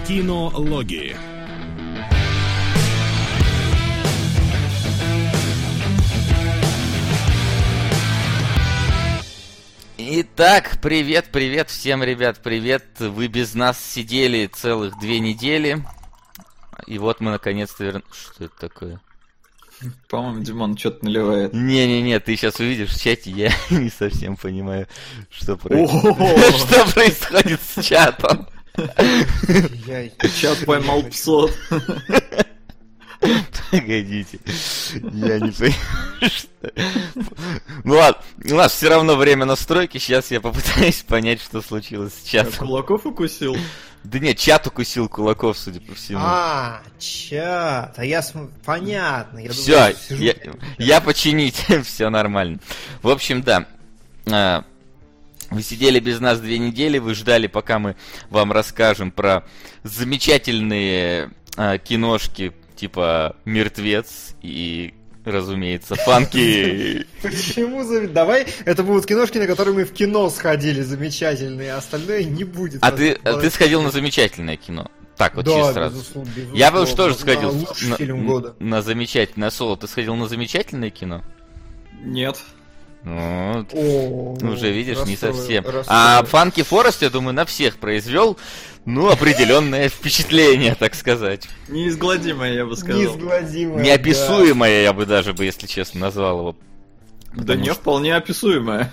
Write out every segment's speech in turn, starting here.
Кинологии. Итак, привет всем, ребят, привет. Вы без нас сидели целых 2 недели. И вот мы наконец-то вернулись. Что это такое? По-моему, Димон что-то наливает. Не-не-не, ты сейчас увидишь в чате, я не совсем понимаю, что происходит с чатом. Чат поймал псот. Погодите, я не понимаю, что... Ну ладно, у нас все равно время настройки, сейчас я попытаюсь понять, что случилось с чатом. Кулаков укусил? Да нет, чат укусил Кулаков, судя по всему. Чат, понятно. Все, я починить, все нормально. В общем, да. Вы сидели без нас 2 недели, вы ждали, пока мы вам расскажем про замечательные киношки типа «Мертвец» и, разумеется, «Фанки». Почему? Давай, это будут киношки, на которые мы в кино сходили, замечательные, а остальное не будет. А ты сходил на замечательное кино? Так вот, чисто сразу. Безусловно. Я бы уж тоже сходил лучший фильм года. На замечательное. Соло, ты сходил на замечательное кино? Нет. Ну, уже видишь, не совсем. Расстроил. А «Фанки Форест», я думаю, на всех произвел, определенное впечатление, так сказать. Неизгладимое, я бы сказал. Неизгладимое, неописуемое, я бы даже, если честно, назвал его. Да не, вполне описуемое.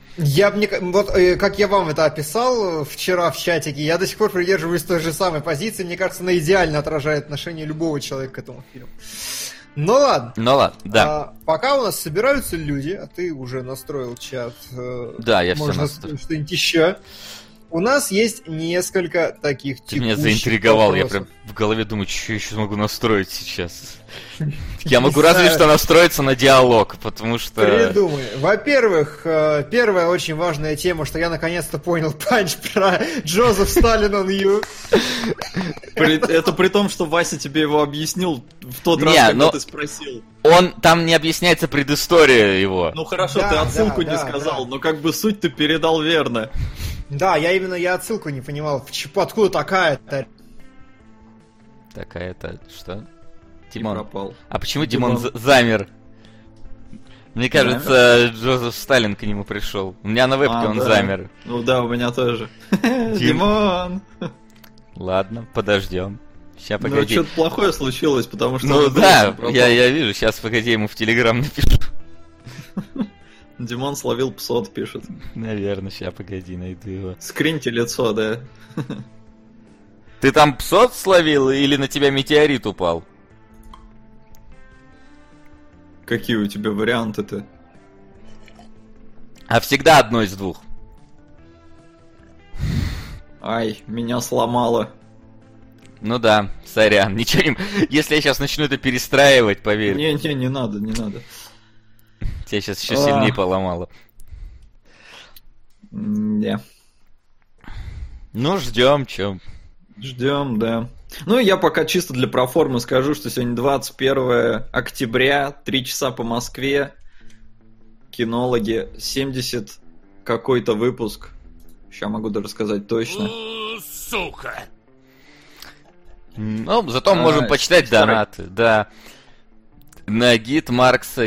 Как я вам это описал вчера в чатике, я до сих пор придерживаюсь той же самой позиции. Мне кажется, она идеально отражает отношение любого человека к этому фильму. Ну ладно, да. Пока у нас собираются люди, а ты уже настроил чат. Да, я все можно настроил. Что-нибудь еще. У нас есть несколько таких типов. Ты меня заинтриговал, я прям в голове думаю, что я еще могу настроить сейчас. Я могу разве что настроиться на диалог, потому что... Придумай. Во-первых, первая очень важная тема, что я наконец-то понял панч про Джозеф Сталин он ю. Это при том, что Вася тебе его объяснил в тот раз, когда ты спросил. Там не объясняется предыстория его. Ну хорошо, ты отсылку не сказал, но как бы суть ты передал верно. Да, я отсылку не понимал. Откуда такая-то? Такая-то что? Димон. Пропал. А почему Димон замер? Мне кажется, Джозеф Сталин к нему пришел. У меня на вебке он замер. Ну да, у меня тоже. Димон! Ладно, подождем. Сейчас погоди. Ну что-то плохое случилось, потому что... Ну да, я вижу. Сейчас погоди, ему в Телеграм напишу. Димон словил псот, пишет. Наверное, сейчас погоди, найду его. Скриньте лицо, да. Ты там псот словил или на тебя метеорит упал? Какие у тебя варианты-то? А всегда одно из двух. Ай, меня сломало. Ну да, сорян. Ничего не... Если я сейчас начну это перестраивать, поверь. Не надо. Тебя сейчас еще сильнее поломало. Не. Ну, ждем, чё. Ждем, да. Ну, я пока чисто для проформы скажу, что сегодня 21 октября, 3 часа по Москве. Кинологи, 70 какой-то выпуск. Сейчас могу даже сказать точно. Сука! Ну, зато можем почитать донаты, да. Нагид Маркса,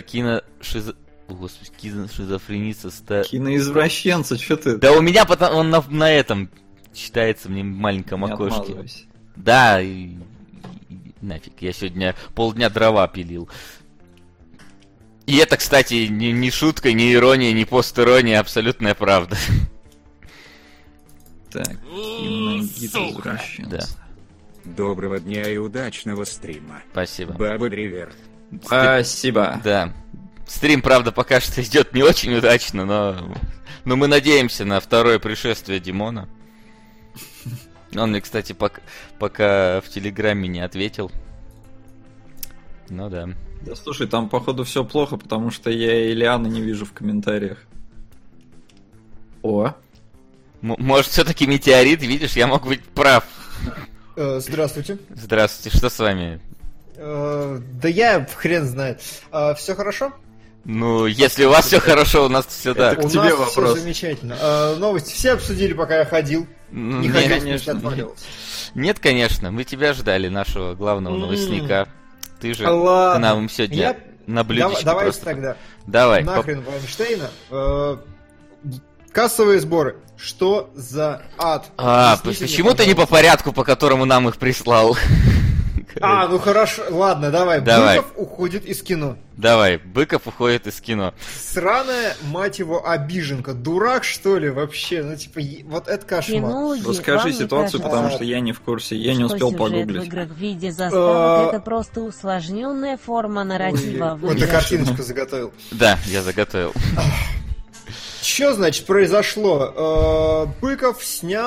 киношизофреница. Киноизвращенца, что ты? Да у меня он на этом читается мне в маленьком окошке. Да, и нафиг, я сегодня полдня дрова пилил. И это, кстати, не шутка, не ирония, не постирония, абсолютная правда. Так, киноизвращенца. Да. Доброго дня и удачного стрима. Спасибо. Баба Ривер. Спасибо. Да. Стрим, правда, пока что идет не очень удачно, но мы надеемся на второе пришествие Димона. Он мне, кстати, пока в Телеграме не ответил. Ну да. Да слушай, там походу все плохо, потому что я Ильяна не вижу в комментариях. О. Может, все-таки метеорит, видишь, я мог быть прав. Здравствуйте. Здравствуйте, что с вами? Да я хрен знает. Все хорошо? Ну, если у вас все хорошо, у нас все так. Это к тебе вопрос. Все замечательно. Новости все обсудили, пока я ходил. Не хотел, конечно, отваливался. Нет, конечно, мы тебя ждали, нашего главного новостника. Ты же Ладно. к нам сегодня на блюдечке Давайте просто... тогда. Давай. Нахрен Вайнштейна. Кассовые сборы. Что за ад? Почему ты не по порядку, по которому нам их прислал? Ну хорошо. Ладно, давай. Быков уходит из кино. Давай, Быков уходит из кино. Сраная, мать его, обиженка. Дурак, что ли, вообще? Ну, типа, вот это кошмар. Кинологи, Расскажи ситуацию, потому что я не в курсе, я не успел погуглить. В играх в виде заставок это просто усложненная форма нарратива. Вот ты картиночку заготовил. Да, я заготовил. Что, значит, произошло? Быков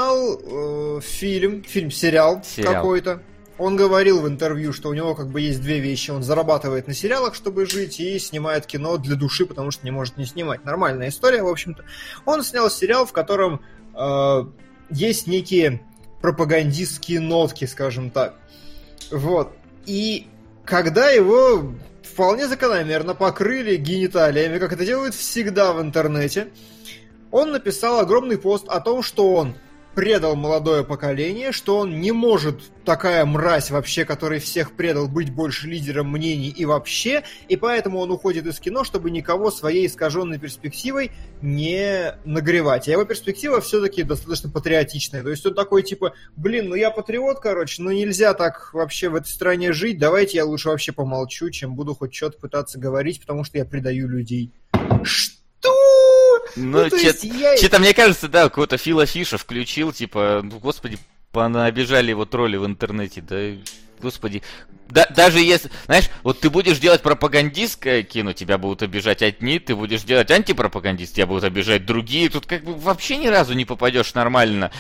снял сериал какой-то. Он говорил в интервью, что у него как бы есть две вещи. Он зарабатывает на сериалах, чтобы жить, и снимает кино для души, потому что не может не снимать. Нормальная история, в общем-то. Он снял сериал, в котором есть некие пропагандистские нотки, скажем так. Вот. И когда его вполне закономерно покрыли гениталиями, как это делают всегда в интернете, он написал огромный пост о том, что он предал молодое поколение, что он не может, такая мразь вообще, который всех предал, быть больше лидером мнений и вообще, и поэтому он уходит из кино, чтобы никого своей искаженной перспективой не нагревать. А его перспектива все-таки достаточно патриотичная. То есть он такой типа, я патриот, короче, но нельзя так вообще в этой стране жить, давайте я лучше вообще помолчу, чем буду хоть что-то пытаться говорить, потому что я предаю людей. Что? Что-то, мне кажется, да, какого-то Фила Фиша включил, типа, господи, обижали его тролли в интернете, да, господи. Даже если, знаешь, вот ты будешь делать пропагандистское кино, тебя будут обижать одни, ты будешь делать антипропагандист, тебя будут обижать другие. Тут как бы вообще ни разу не попадешь нормально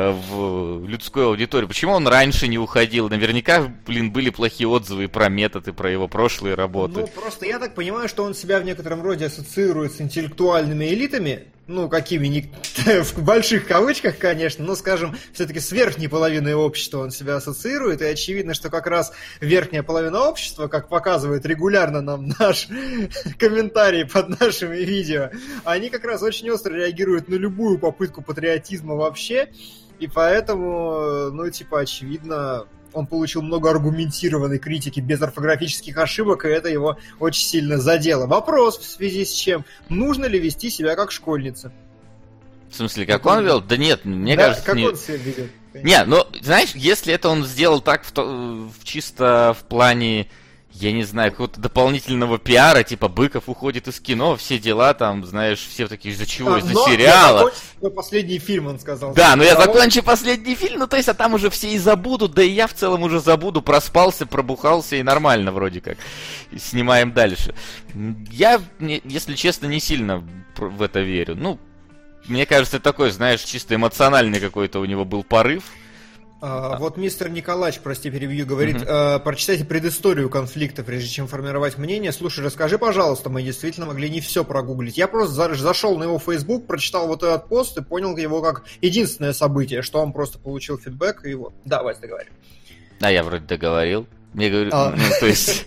в людскую аудиторию. Почему он раньше не уходил? Наверняка, были плохие отзывы про методы, про его прошлые работы. Просто я так понимаю, что он себя в некотором роде ассоциирует с интеллектуальными элитами, какими в больших кавычках, конечно, но, скажем, все-таки с верхней половиной общества он себя ассоциирует, и очевидно, что как раз верхняя половина общества, как показывает регулярно нам наш комментарий под нашими видео, они как раз очень остро реагируют на любую попытку патриотизма вообще, и поэтому, очевидно, он получил много аргументированной критики без орфографических ошибок, и это его очень сильно задело. Вопрос, в связи с чем? Нужно ли вести себя как школьница? В смысле, как он вел? Да нет, мне кажется... Как он себя ведет? Не, знаешь, если это он сделал так чисто в плане, я не знаю, какого-то дополнительного пиара, типа Быков уходит из кино, все дела там, знаешь, все такие, из-за чего, из-за сериала. Я последний фильм, он сказал. Да, я закончу последний фильм, то есть, а там уже все и забудут, да и я в целом уже забуду, проспался, пробухался и нормально вроде как. Снимаем дальше. Я, если честно, не сильно в это верю. Мне кажется, такой, знаешь, чисто эмоциональный какой-то у него был порыв. Вот мистер Николач, прости, перебью, говорит, прочитайте предысторию конфликта, прежде чем формировать мнение. Слушай, расскажи, пожалуйста, мы действительно могли не все прогуглить. Я просто зашел на его Facebook, прочитал вот этот пост и понял его как единственное событие, что он просто получил фидбэк, и вот. Да, Вась, договори. Я вроде договорил. Мне говорят, то есть...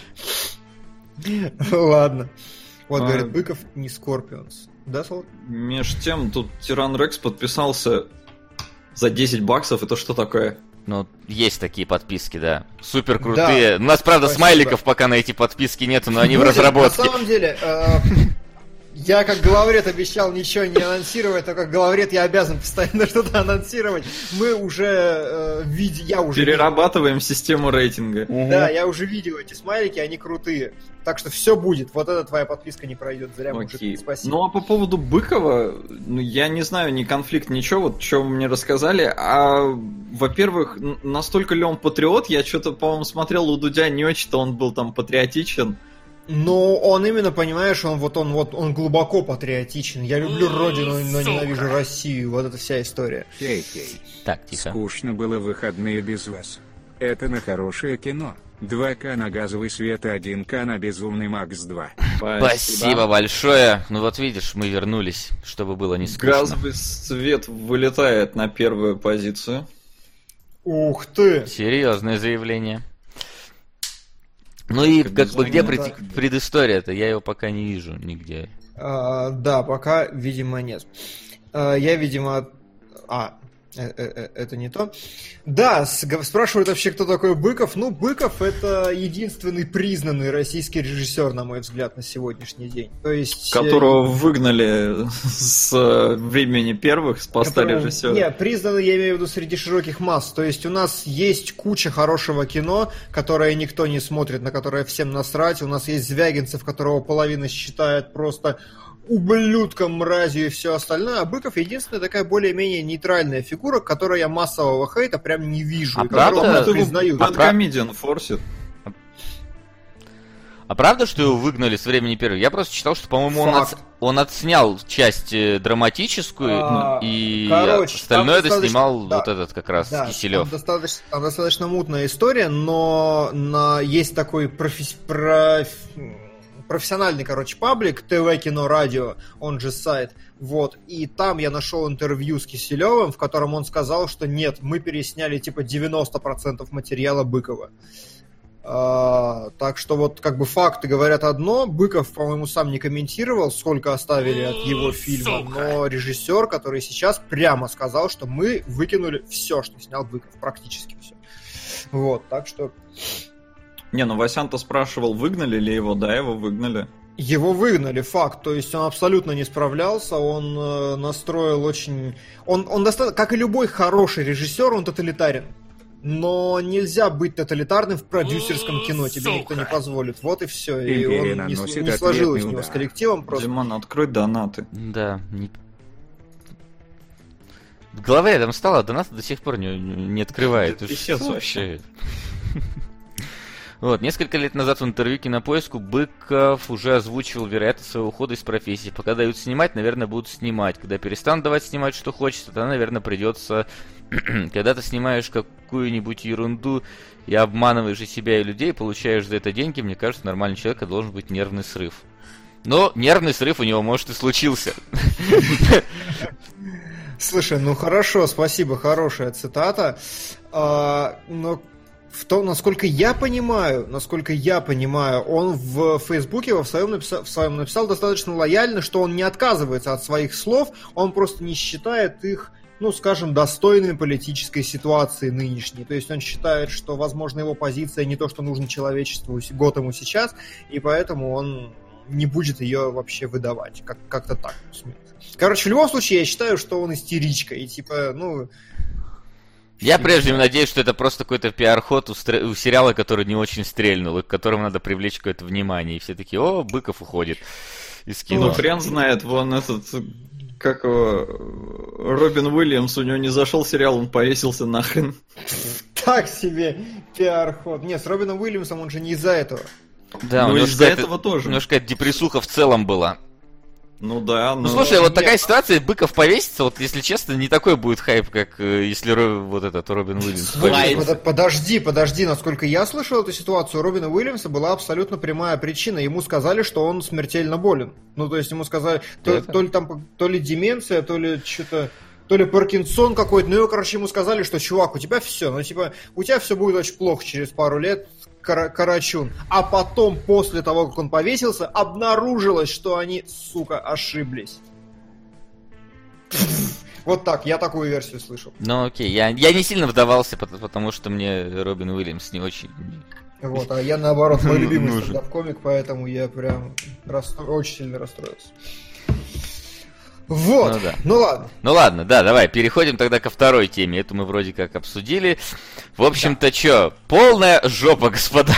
Ладно. Вот, говорит, Быков не Скорпионс. Да, Сол? Меж тем, тут Тиран Рекс подписался за $10, это что такое? Есть такие подписки, да. Супер крутые. Да. У нас, правда, смайликов пока на эти подписки нету, но они в разработке. На самом деле, я как главред обещал ничего не анонсировать, но как главред я обязан постоянно что-то анонсировать. Мы уже перерабатываем систему рейтинга. Да, я уже видел эти смайлики, они крутые. Так что все будет. Вот эта твоя подписка не пройдет. Зря, мужик. Спасибо. А по поводу Быкова, я не знаю, ни конфликт, ничего, вот что вы мне рассказали. Во-первых, настолько ли он патриот? Я что-то, по-моему, смотрел у Дудя, не очень-то он был там патриотичен. Он именно, понимаешь, он глубоко патриотичен. Я люблю родину, но ненавижу Россию. Вот эта вся история. Так, тихо. Скучно было в выходные без вас. Это на хорошее кино. 2К на газовый свет и 1К на безумный Макс 2. Спасибо большое. Вот видишь, мы вернулись, чтобы было не скучно. Газовый свет вылетает на первую позицию. Ух ты! Серьезное заявление. И как бы где предыстория-то? Я его пока не вижу нигде. Да, пока, видимо, нет. Я, видимо... Это не то. Да, спрашивают вообще, кто такой Быков. Ну, Быков — это единственный признанный российский режиссер, на мой взгляд, на сегодняшний день. То есть... Которого выгнали с времени первых, с поста режиссера. Нет, признанный, я имею в виду, среди широких масс. То есть у нас есть куча хорошего кино, которое никто не смотрит, на которое всем насрать. У нас есть Звягинцев, которого половина считает просто... ублюдком, мразью и все остальное, а Быков единственная такая более-менее нейтральная фигура, к которой я массового хейта прям не вижу, и которого признают. Бэдкомедиан форсит. А правда, что его выгнали с времени первого? Я просто читал, что, по-моему, он отснял часть драматическую, и остальное это снимал вот этот как раз Киселев. Там достаточно мутная история, но есть такой профессиональный, паблик ТВ Кино Радио, он же сайт, вот, и там я нашел интервью с Киселевым, в котором он сказал, что нет, мы пересняли 90% материала Быкова. Так что вот факты говорят одно, Быков, по-моему, сам не комментировал, сколько оставили от его фильма, но режиссер, который сейчас прямо сказал, что мы выкинули все, что снял Быков, практически все. Вот, так что... Не, ну Васян-то спрашивал, выгнали ли его, да, его выгнали. Его выгнали, факт, то есть он абсолютно не справлялся, он настроил очень... Он достаточно, как и любой хороший режиссер, он тоталитарен. Но нельзя быть тоталитарным в продюсерском кино, тебе никто не позволит, вот и все. И он не сложилось у него с коллективом просто. Димон, открой донаты. Да, в голове там стало, а донаты до сих пор не открывает. Писец вообще. Вот, несколько лет назад в интервью Кинопоиску Быков уже озвучивал вероятность своего ухода из профессии. Пока дают снимать, наверное, будут снимать. Когда перестанут давать снимать, что хочется, тогда, наверное, придется... Когда ты снимаешь какую-нибудь ерунду и обманываешь и себя, и людей, получаешь за это деньги, мне кажется, у нормального человека должен быть нервный срыв. Но нервный срыв у него, может, и случился. Слушай, ну хорошо, спасибо, хорошая цитата. Но... насколько я понимаю, он в Фейсбуке в своем написал достаточно лояльно, что он не отказывается от своих слов, он просто не считает их, достойными политической ситуации нынешней. То есть он считает, что, возможно, его позиция не то, что нужно человечеству, Готэму сейчас, и поэтому он не будет ее вообще выдавать. Как-то так. В любом случае, я считаю, что он истеричка, и Я прежде надеюсь, что это просто какой-то пиар-ход у сериала, который не очень стрельнул, и к которому надо привлечь какое-то внимание. И все такие, о, Быков уходит из кино. Ну, хрен знает, вон этот, как его, Робин Уильямс, у него не зашел сериал, он повесился нахрен. Так себе пиар-ход. Нет, с Робином Уильямсом он же не из-за этого. Да, ну из-за этого тоже. Немножко депрессуха в целом была. Ну да, ну слушай, вот такая ситуация, Быков повесится, вот если честно, не такой будет хайп, как если вот этот Робин Уильямс повесится. Подожди, насколько я слышал эту ситуацию, у Робина Уильямса была абсолютно прямая причина. Ему сказали, что он смертельно болен. Ну, то есть ему сказали, то ли деменция, то ли что-то... То ли Паркинсон какой-то, ему сказали, что, чувак, у тебя все, у тебя все будет очень плохо через пару лет, Карачун. А потом, после того, как он повесился, обнаружилось, что они, сука, ошиблись. Вот так, я такую версию слышал. Ну окей, я не сильно вдавался, потому что мне Робин Уильямс не очень... Вот, а я наоборот мой любимый стендап-комик, поэтому я прям очень сильно расстроился. Вот, ладно. Ну ладно, да, давай, переходим тогда ко второй теме. Эту мы вроде как обсудили. В общем-то, чё, полная жопа, господа.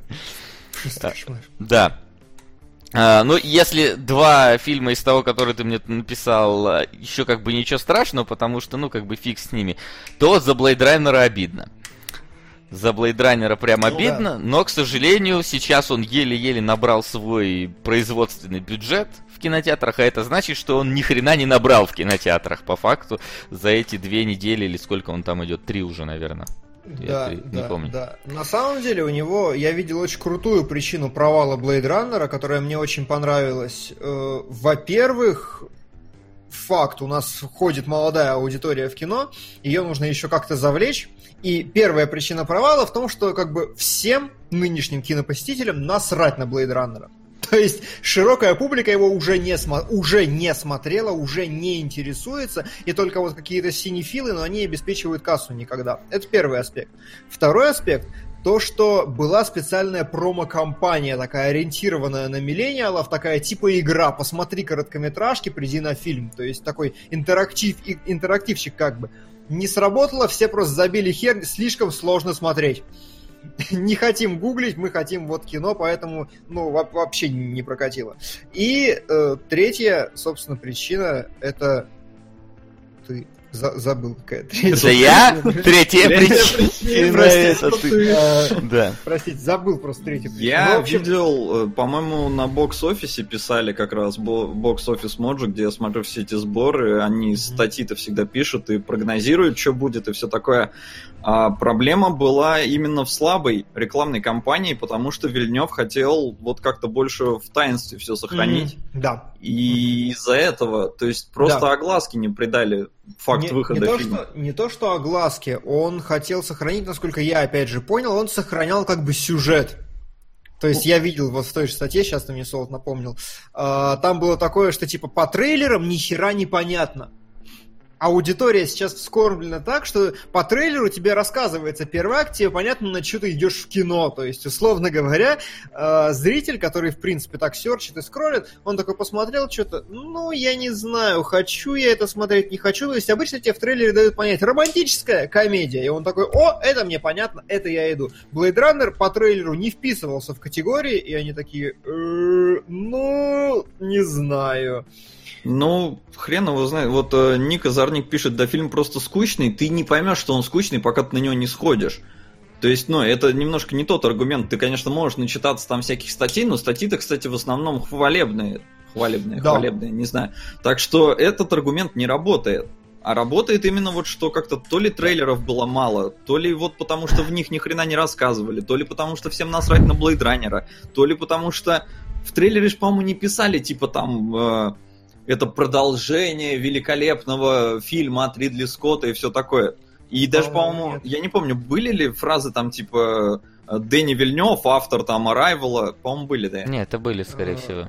Да. Ну, если два фильма из того, которые ты мне написал, еще как бы ничего страшного, потому что, фиг с ними, то вот за Blade Runner обидно. За Blade Runner прям обидно, но, к сожалению, сейчас он еле-еле набрал свой производственный бюджет в кинотеатрах, а это значит, что он ни хрена не набрал в кинотеатрах, по факту, за эти 2 недели, или сколько он там идет, 3 уже, наверное. Не помню. Да. На самом деле у него, я видел очень крутую причину провала Blade Runner, которая мне очень понравилась. Во-первых, факт, у нас ходит молодая аудитория в кино, ее нужно еще как-то завлечь. И первая причина провала в том, что всем нынешним кинопосетителям насрать на Blade Runner. То есть широкая публика его уже не смотрела, уже не интересуется, и только вот какие-то синефилы, но они обеспечивают кассу никогда. Это первый аспект. Второй аспект — то, что была специальная промо-компания, такая ориентированная на миллениалов, такая типа игра, посмотри короткометражки, приди на фильм. То есть такой интерактивчик как бы. Не сработало, все просто забили хер, слишком сложно смотреть. Не хотим гуглить, мы хотим вот кино, поэтому, вообще не прокатило. И третья, собственно, причина — это... Ты забыл, какая третья. Это я? Третья причина. Это ты. Да. Простите, забыл просто третью причину. Я видел, по-моему, на бокс-офисе писали как раз бокс-офис Моджо, где я смотрю все эти сборы, они статьи-то всегда пишут и прогнозируют, что будет и все такое. А проблема была именно в слабой рекламной кампании, потому что Вильнёв хотел вот как-то больше в таинстве все сохранить. Да. И из-за этого, то есть просто огласки не придали факт выхода фильма. Не то, что огласки, он хотел сохранить, насколько я опять же понял, он сохранял как бы сюжет. То есть я видел вот в той же статье, сейчас ты мне, Солод, напомнил, там было такое, что типа по трейлерам ни хера не понятно. Аудитория сейчас вскормлена так, что по трейлеру тебе рассказывается первый акт, тебе понятно, на что ты идешь в кино. То есть, условно говоря, зритель, который, в принципе, так серчит и скроллит, он такой посмотрел что-то, я не знаю, хочу я это смотреть, не хочу. То есть, обычно тебе в трейлере дают понять, романтическая комедия. И он такой, это мне понятно, это я иду. Blade Runner по трейлеру не вписывался в категории, и они такие, не знаю. Хрен его знает. Вот Ник Озорник пишет, да фильм просто скучный, ты не поймешь, что он скучный, пока ты на него не сходишь. То есть, это немножко не тот аргумент. Ты, конечно, можешь начитаться там всяких статей, но статьи-то, кстати, в основном хвалебные, не знаю. Так что этот аргумент не работает. А работает именно вот что как-то то ли трейлеров было мало, то ли вот потому что в них ни хрена не рассказывали, то ли потому что всем насрать на Blade Runner, то ли потому что в трейлере, по-моему, не писали, типа там... это продолжение великолепного фильма от Ридли Скотта и все такое. И даже, по-моему, я не помню, были ли фразы там типа Дэнни Вильнёв, автор там Arrival, по-моему, были, да? Нет, это были, скорее всего.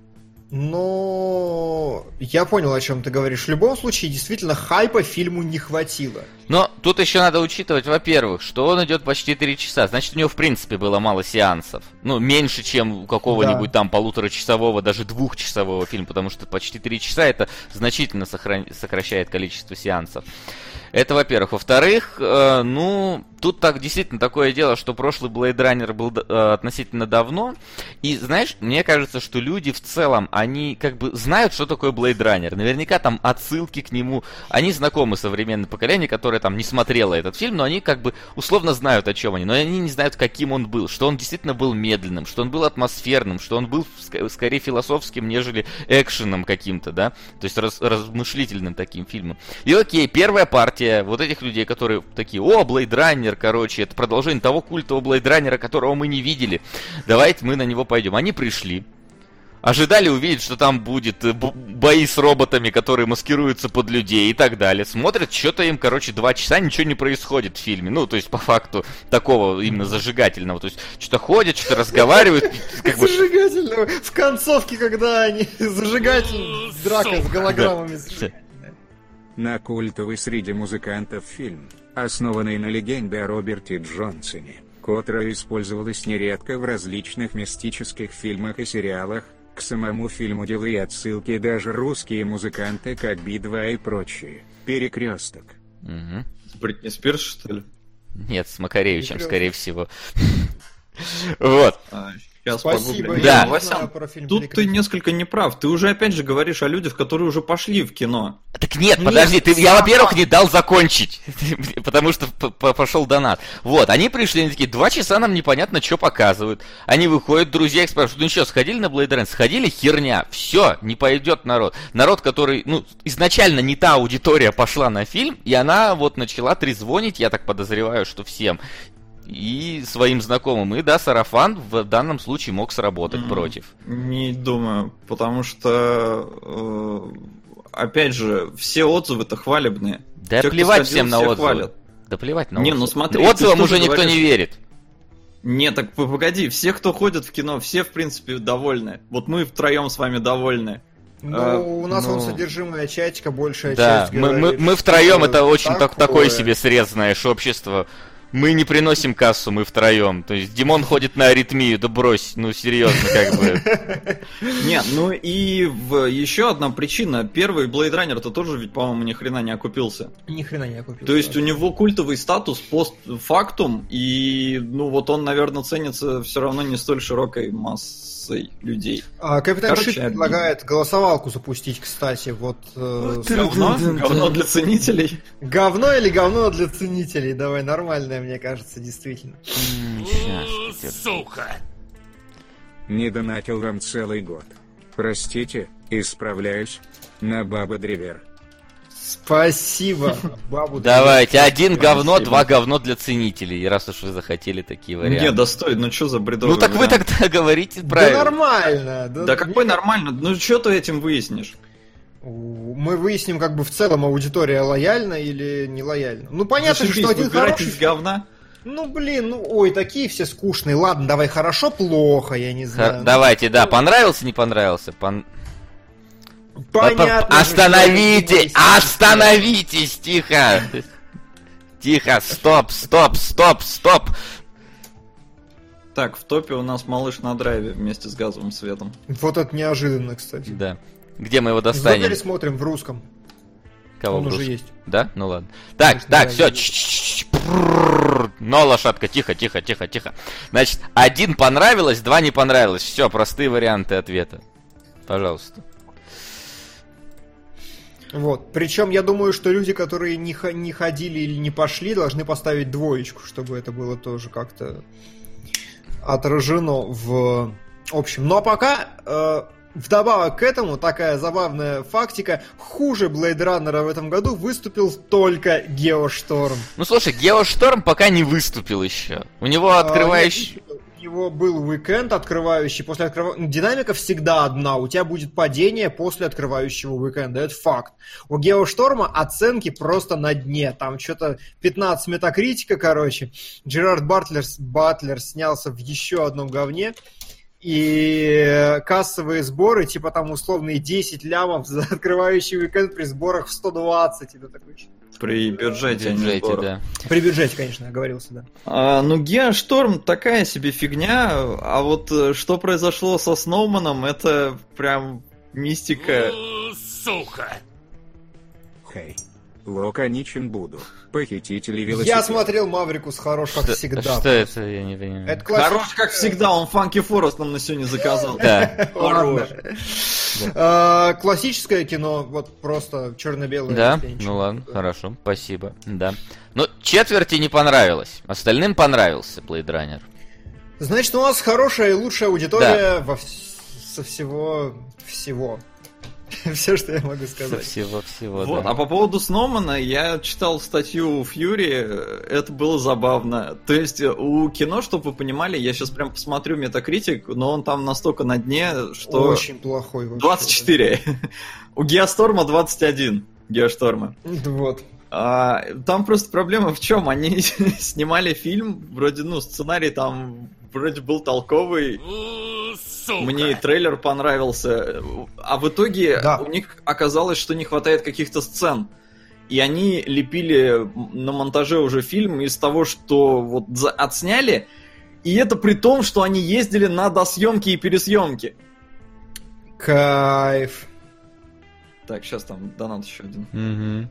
Я понял, о чем ты говоришь. В любом случае, действительно, хайпа фильму не хватило. Но тут еще надо учитывать, во-первых, что он идет почти 3 часа. Значит, у него, в принципе, было мало сеансов. Меньше, чем у какого-нибудь там 1,5-часового, даже 2-часового фильма, потому что почти 3 часа это значительно сокращает количество сеансов. Это, во-первых. Во-вторых, тут так действительно такое дело, что прошлый Blade Runner был относительно давно. И, знаешь, мне кажется, что люди в целом, они как бы знают, что такое Blade Runner. Наверняка там отсылки к нему. Они знакомы современное поколение, которое там не смотрело этот фильм, но они как бы условно знают, о чем они. Но они не знают, каким он был. Что он действительно был медленным, что он был атмосферным, что он был скорее философским, нежели экшеном каким-то, да? То есть размышлительным таким фильмом. И окей, первая партия вот этих людей, которые такие, Blade Runner, короче, это продолжение того культового Blade Runner, которого мы не видели. Давайте мы на него пойдем. Они пришли. Ожидали увидеть, что там будет бои с роботами, которые маскируются под людей и так далее. Смотрят, что-то им, 2 часа ничего не происходит в фильме. То есть, по факту, такого именно зажигательного. То есть, что-то ходят, что-то разговаривают. Зажигательного. В концовке, когда они зажигательные, драка с голограммами. На культовый среди музыкантов фильм, основанный на легенде о Роберте Джонсоне, которая использовалась нередко в различных мистических фильмах и сериалах, к самому фильму делали отсылки даже русские музыканты, как Би-2 и прочие. «Перекресток». С Бритни Спирс, что ли? Нет, с Макаревичем, скорее всего. Вот. Сейчас спасибо. Да. Васян, тут ты несколько неправ. Ты уже опять же говоришь о людях, которые уже пошли в кино. Так нет, подожди, я, во-первых, не дал закончить, потому что пошел донат. Вот, они пришли, они такие, 2 часа нам непонятно, что показывают. Они выходят, друзья их спрашивают, что, сходили на Blade Runner? Сходили, херня, все, не пойдет народ. Народ, который, изначально не та аудитория пошла на фильм, и она вот начала трезвонить, я так подозреваю, что всем. И своим знакомым. И да, сарафан в данном случае мог сработать против. Не думаю, потому что, опять же, все отзывы-то хвалебные. Да плевать всем на отзывы. Да плевать на отзывы. Смотри, отзывам уже никто не верит. Нет, так погоди, все, кто ходит в кино, все, в принципе, довольны. Вот мы втроем с вами довольны. Ну, у нас вон содержимое чатика, большая да, часть говорит, мы втроем, это очень такое. такое себе срезанное общество. Мы не приносим кассу, мы втроем. То есть Димон ходит на аритмию, да брось, ну серьезно, как бы. Нет, ну и еще одна причина. Первый Blade Runner-то тоже ведь, по-моему, ни хрена не окупился. Ни хрена не окупился. То есть у него культовый статус постфактум, и ну вот он, наверное, ценится все равно не столь широкой массой людей. Капитан Шит предлагает голосовалку запустить, кстати. Вот, говно для ценителей. Говно или говно для ценителей? Давай, нормальное, мне кажется, действительно. Сука! Не донатил вам целый год. Простите, исправляюсь. На Баба Древер. Спасибо, бабу. Давайте, один говно, два говно для ценителей. И раз уж вы захотели такие варианты. Не, да стой, ну что за бредовый Ну так вариант? вы тогда говорите правильно. Да нормально. Да какой нормально? Ну что ты этим выяснишь? Мы выясним, как бы в целом аудитория лояльна или не лояльна. Ну понятно, что один хороший... из говна. Ну блин, ну ой, такие все скучные. Ладно, давай хорошо, плохо, я не знаю. Давайте, да, понравился, не понравился? Понятно. Остановитесь, тихо. Тихо, стоп. Так, в топе у нас малыш на драйве вместе с газовым светом. Вот это неожиданно, кстати. Да. Где мы его достанем? Смотрим в русском. Кого он в уже есть. Да? Ну ладно. Так, все. Но, лошадка, тихо. Значит, один понравилось, два не понравилось. Все, простые варианты ответа. Пожалуйста. Вот. Причем я думаю, что люди, которые не ходили или не пошли, должны поставить двоечку, чтобы это было тоже как-то отражено в общем. Ну а пока, вдобавок к этому, такая забавная фактика, хуже Blade Runner в этом году выступил только Geostorm. Ну слушай, Geostorm пока не выступил еще. У него открывающий... У него был уикенд открывающий, после динамика всегда одна, у тебя будет падение после открывающего уикенда, это факт. У Геошторма оценки просто на дне, там что-то 15 метакритика, короче. Джерард Батлер снялся в еще одном говне, и кассовые сборы, типа там условные 10 лямов за открывающий уикенд при сборах в 120, это такой... При бюджете, да. При бюджете, конечно, оговорился, да. Ну, Геошторм такая себе фигня, а вот что произошло со Сноуманом, это прям мистика. Сука! Хей, лаконичен буду. Похитители велосипеда. Я смотрел Маврикус, хорош, как всегда. Что это, я не понимаю. Это Хорош, как всегда, он Фанки Форест нам на сегодня заказал. Да. Хорош. Классическое кино, вот просто черно-белое. Да, ну ладно, хорошо, спасибо. Да. Ну, четверти не понравилось, остальным понравился Blade Runner. Значит, у нас хорошая и лучшая аудитория со всего. Все, что я могу сказать. Всего, вот. да. А по поводу Сноумана, я читал статью Фьюри, это было забавно. То есть у кино, чтобы вы понимали, я сейчас прям посмотрю Metacritic, но он там настолько на дне, что... Очень плохой вообще. 24. У Геосторма 21. Геошторма. Вот. Там просто проблема в чем? Они снимали фильм, вроде, сценарий там вроде был толковый. Сука. Мне и трейлер понравился. А в итоге у них оказалось, что не хватает каких-то сцен. И они лепили на монтаже уже фильм из того, что вот отсняли. И это при том, что они ездили на досъемки и пересъемки. Кайф. Так, сейчас там донат еще один.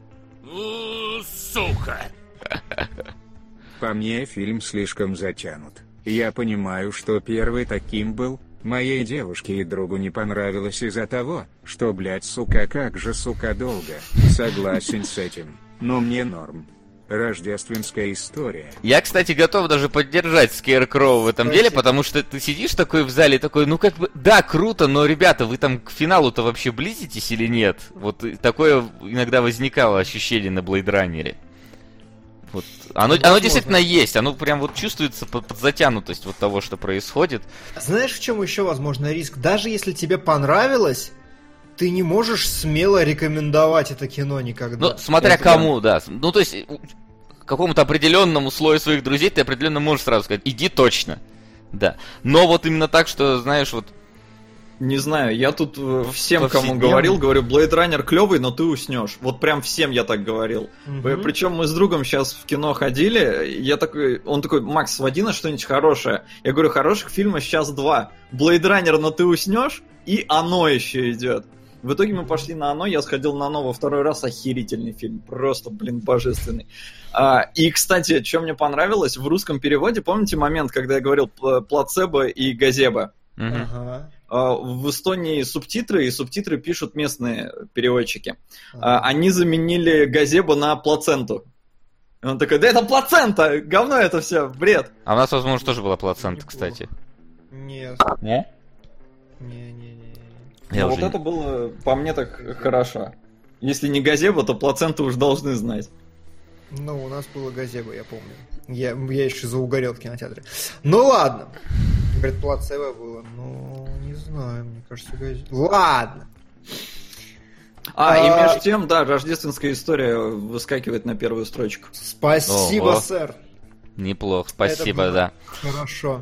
Сука! По мне, фильм слишком затянут. Я понимаю, что первый таким был. Моей девушке и другу не понравилось из-за того, что, блять, сука, как же, сука, долго. Согласен с этим. Но мне норм. Рождественская история. Я, кстати, готов даже поддержать Скейркроу в этом деле, потому что ты сидишь такой в зале, такой, да, круто, но, ребята, вы там к финалу-то вообще близитесь или нет? Вот такое иногда возникало ощущение на Blade Runner. Вот. Оно действительно есть, оно прям вот чувствуется подзатянутость вот того, что происходит. Знаешь, в чем еще возможно риск? Даже если тебе понравилось, ты не можешь смело рекомендовать это кино никогда. Ну, смотря кому, да. Ну, то есть, какому-то определенному слою своих друзей ты определенно можешь сразу сказать, иди точно. Да. Но вот именно так, что, знаешь, вот... Не знаю, я тут всем, кому говорю, Blade Runner клевый, но ты уснешь. Вот прям всем я так говорил. Причем мы с другом сейчас в кино ходили, он такой, Макс, своди на что-нибудь хорошее. Я говорю, хороших фильмов сейчас 2. Blade Runner, но ты уснешь, и Оно еще идет. В итоге мы пошли на Оно, я сходил на Оно во второй раз, охерительный фильм, просто, божественный. И, кстати, что мне понравилось, в русском переводе, помните момент, когда я говорил плацебо и газеба? В Эстонии субтитры, и субтитры пишут местные переводчики. Они заменили газебу на плаценту. И он такой, да это плацента, говно это все, бред. А у нас, возможно, тоже была плацента, кстати. Нет. Не? Не. Вот это было, по мне, так хорошо. Если не газеба, то плаценту уж должны знать. Ну, у нас было газеба, я помню. Я еще заугорел в кинотеатре. Ну ладно. Говорит, плацебо было. Ну, не знаю, мне кажется, газеба. Ладно. И между тем, да, рождественская история выскакивает на первую строчку. Спасибо, сэр. Неплохо, спасибо, да. Хорошо.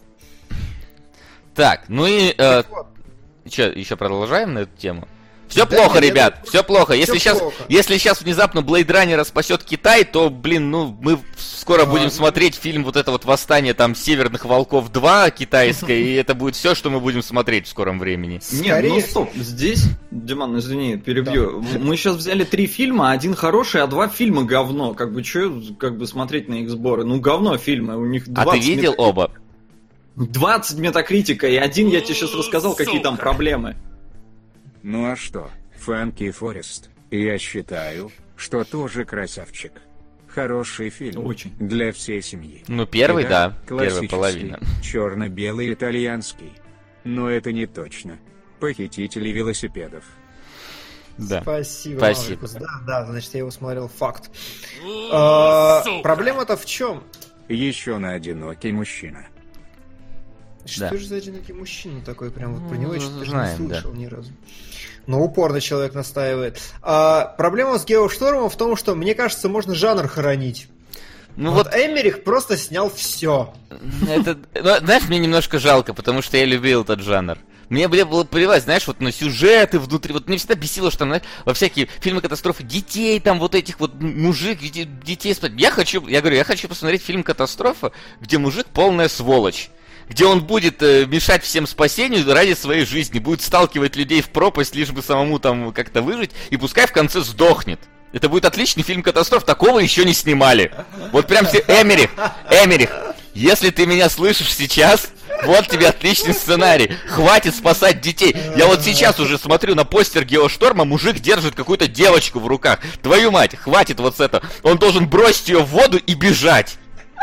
Так, ну и... Что, еще продолжаем на эту тему? Все плохо, ребят, все плохо. Если сейчас внезапно Blade Runner спасет Китай, то, мы скоро будем смотреть фильм вот это вот «Восстание там Северных Волков 2» китайское, и это будет все, что мы будем смотреть в скором времени. Нет, стоп, здесь, Диман, извини, перебью. Да. Мы сейчас взяли 3 фильма, 1 хороший, а 2 фильма говно. Что смотреть на их сборы? Ну, говно фильмы, у них 20... А ты видел оба? 20 метакритика, и 1 я тебе сейчас рассказал, какие там проблемы. Ну а что, Фанки Форест, я считаю, что тоже красавчик. Хороший фильм. Очень. Для всей семьи. Ну, первый, да, первая половина. Черно-белый итальянский. Но это не точно. Похитители велосипедов. Да. Спасибо. Да, значит, я его смотрел, факт. Проблема-то в чем? Еще на одинокий мужчина. Что же за одинокий мужчина такой? Прям вот про него я что-то даже не слышал ни разу. Но упорно человек настаивает. Проблема с Геоштормом в том, что, мне кажется, можно жанр хоронить. Ну вот Эммерих просто снял все. Знаешь, мне немножко жалко, потому что я любил этот жанр. Мне было плевать, знаешь, вот на сюжеты внутри. Вот мне всегда бесило, что там, знаешь, во всякие фильмы катастрофы детей, там вот этих вот мужик, детей спать. Я хочу посмотреть фильм «Катастрофа», где мужик полная сволочь. Где он будет мешать всем спасению ради своей жизни, будет сталкивать людей в пропасть, лишь бы самому там как-то выжить, и пускай в конце сдохнет. Это будет отличный фильм «Катастроф», такого еще не снимали. Вот прям все, Эммерих, если ты меня слышишь сейчас, вот тебе отличный сценарий. Хватит спасать детей. Я вот сейчас уже смотрю на постер «Геошторма», мужик держит какую-то девочку в руках. Твою мать, хватит вот с этого. Он должен бросить ее в воду и бежать.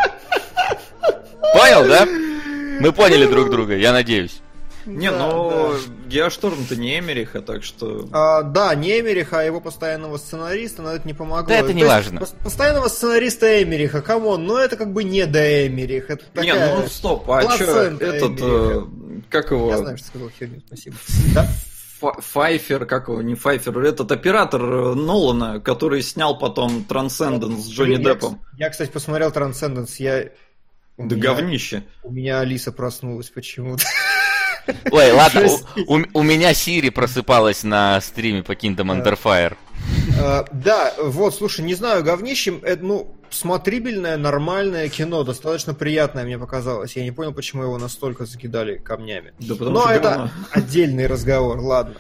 Понял, да? Мы поняли друг друга, я надеюсь. Геошторм-то не Эммериха, так что... Да, не Эммериха, а его постоянного сценариста, но это не помогло. Да, это не важно. Постоянного сценариста Эммериха, камон, но это как бы не до Эммерих. Это такая... стоп, а что этот... Как его... Я знаю, что сказал херню, спасибо. Да? Файфер, как его, не Файфер, этот оператор Нолана, который снял потом «Трансценденс» с Джонни Деппом. Я, кстати, посмотрел «Трансценденс», говнище. У меня Алиса проснулась почему-то. Ой, ладно, у меня Сири просыпалась на стриме по Kingdom Under Fire. Да, вот, слушай, не знаю, говнищем, это, смотрибельное, нормальное кино, достаточно приятное мне показалось. Я не понял, почему его настолько закидали камнями. Да потому что это отдельный разговор, ладно.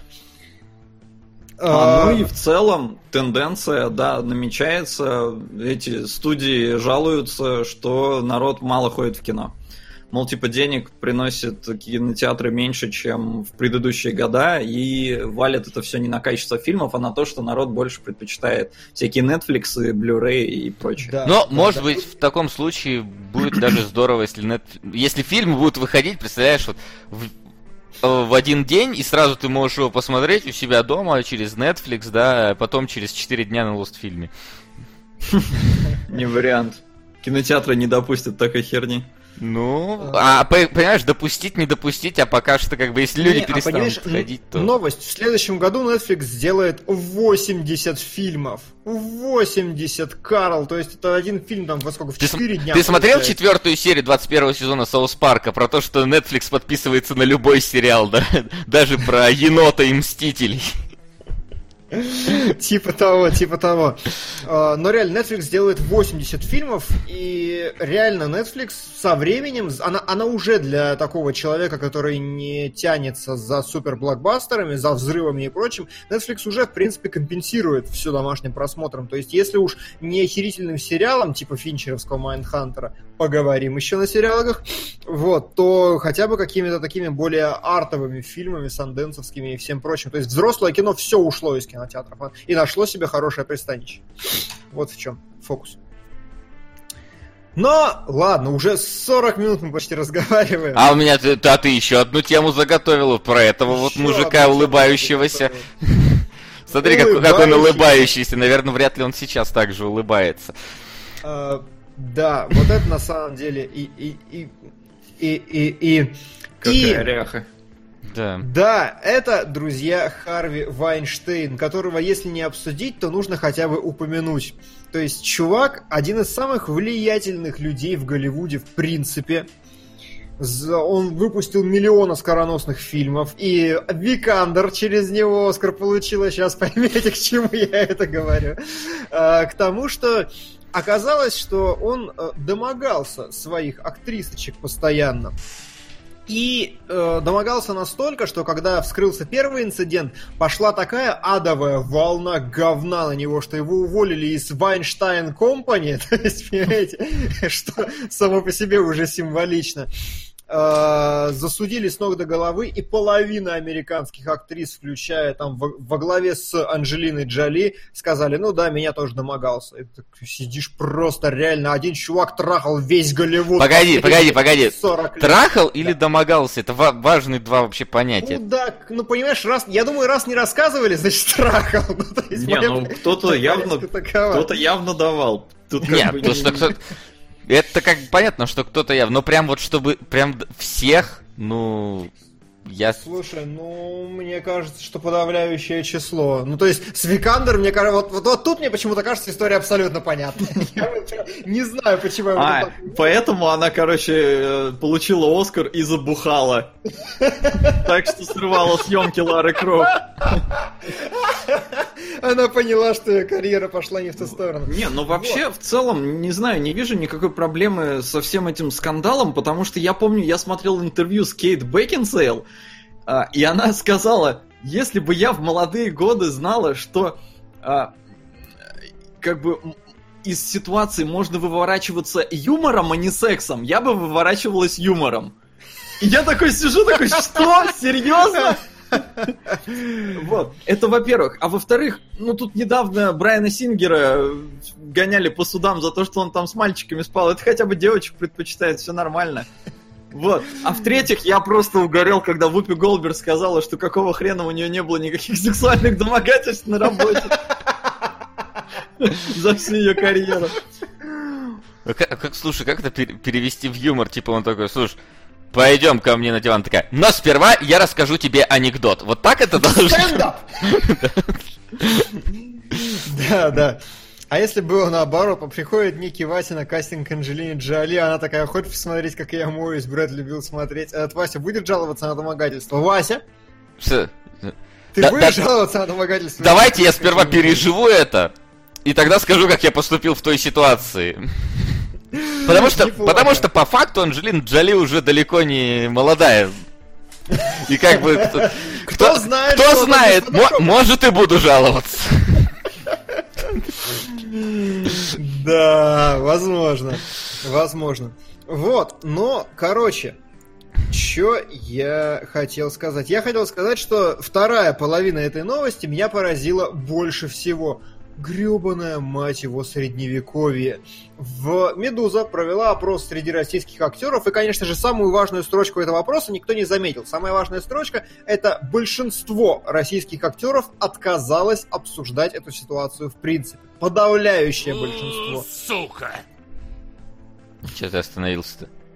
Ну и в целом тенденция, да, намечается. Эти студии жалуются, что народ мало ходит в кино. Мол, денег приносят кинотеатры меньше, чем в предыдущие года, и валят это все не на качество фильмов, а на то, что народ больше предпочитает всякие Netflix, Blu-ray и прочее. Да, но, может быть, в таком случае будет даже здорово, если фильмы будут выходить, представляешь, вот в один день, и сразу ты можешь его посмотреть у себя дома через Netflix, да, а потом через 4 дня на Лостфильме. Не вариант. Кинотеатры не допустят такой херни. Ну, понимаешь, допустить, не допустить, а пока что, как бы, если люди перестанут ходить, то... Новость. В следующем году Netflix сделает 80 фильмов. 80, Карл. То есть это один фильм там во сколько? В 4 дня. Ты смотрел 4-ю серию 21-го сезона Саус Парка про то, что Netflix подписывается на любой сериал, да? Даже про енота и Мстителей. Типа того. Но реально, Netflix делает 80 фильмов, и реально Netflix со временем, она уже для такого человека, который не тянется за супер-блокбастерами, за взрывами и прочим, Netflix уже, в принципе, компенсирует все домашним просмотром. То есть, если уж не охерительным сериалом, типа финчеровского Майндхантера, поговорим еще на сериалах, вот, то хотя бы какими-то такими более артовыми фильмами, санденсовскими и всем прочим. То есть, взрослое кино все ушло из кинотеатров и нашло себе хорошее пристанище. Вот в чем фокус. Но, ладно, уже 40 минут мы почти разговариваем. А у меня, ты еще одну тему заготовила про этого вот мужика улыбающегося. Смотри, как он улыбающийся. Наверное, вряд ли он сейчас так же улыбается. Да, вот это на самом деле Какая ряха. Да, это, друзья, Харви Вайнштейн, которого, если не обсудить, то нужно хотя бы упомянуть. То есть, чувак, один из самых влиятельных людей в Голливуде в принципе. Он выпустил миллион оскароносных фильмов, и Викандер через него Оскар получила. Сейчас поймете, к чему я это говорю. К тому, что оказалось, что он домогался своих актрисочек постоянно. И домогался настолько, что когда вскрылся первый инцидент, пошла такая адовая волна говна на него, что его уволили из Weinstein Company, то есть, понимаете, что само по себе уже символично. Засудили с ног до головы, и половина американских актрис, включая там во главе с Анджелиной Джоли, сказали, ну да, меня тоже домогался. И ты сидишь просто реально, один чувак трахал весь Голливуд. Погоди. Трахал или домогался? Это важные два вообще понятия. Ну да, ну понимаешь, я думаю, раз не рассказывали, значит трахал. Ну, то есть, кто-то явно давал. Тут нет, то, что кто-то... Это как понятно, что кто-то явно, но прям вот чтобы прям всех, ну, я... Слушай, ну, мне кажется, что подавляющее число. Ну, то есть, с Викандер, мне кажется, вот тут мне почему-то кажется, история абсолютно понятна. Я не знаю, почему... Поэтому она, короче, получила Оскар и забухала. Так что срывала съемки Лары Крофт. Она поняла, что ее карьера пошла не в ту сторону. Не, ну вообще, в целом, не знаю, не вижу никакой проблемы со всем этим скандалом, потому что я помню, я смотрел интервью с Кейт Бекинсейл, и она сказала, если бы я в молодые годы знала, что как бы из ситуации можно выворачиваться юмором, а не сексом, я бы выворачивалась юмором. И я такой сижу, такой, что? Серьезно? Вот, это во-первых. А во-вторых, ну тут недавно Брайана Сингера гоняли по судам за то, что он там с мальчиками спал. Это хотя бы девочек предпочитает, все нормально. Вот. А в-третьих, я просто угорел, когда Вупи Голдберг сказала, что какого хрена у нее не было никаких сексуальных домогательств на работе за всю ее карьеру. Слушай, как это перевести в юмор? Типа он такой, слушай, пойдем ко мне на диван, такая, но сперва я расскажу тебе анекдот. Вот так это должно... Стендап! Да. А если было наоборот, приходит Ники Вася на кастинг Анджелине Джоли, она такая, хочешь посмотреть, как я моюсь, Брэд любил смотреть. А Вася будет жаловаться на домогательство? Вася? Что? Ты будешь жаловаться на домогательство? Давайте я сперва переживу это, и тогда скажу, как я поступил в той ситуации. Потому что по факту Анджелина Джоли уже далеко не молодая. И как бы... Кто знает, может и буду жаловаться. Да, возможно. Вот, но, короче, что я хотел сказать? Я хотел сказать, что вторая половина этой новости меня поразила больше всего. Гребаная, мать его, средневековье. Медуза провела опрос среди российских актеров, и, конечно же, самую важную строчку этого опроса никто не заметил. Самая важная строчка — это большинство российских актеров отказалось обсуждать эту ситуацию в принципе. Подавляющее большинство. Сука! Че ты остановился-то?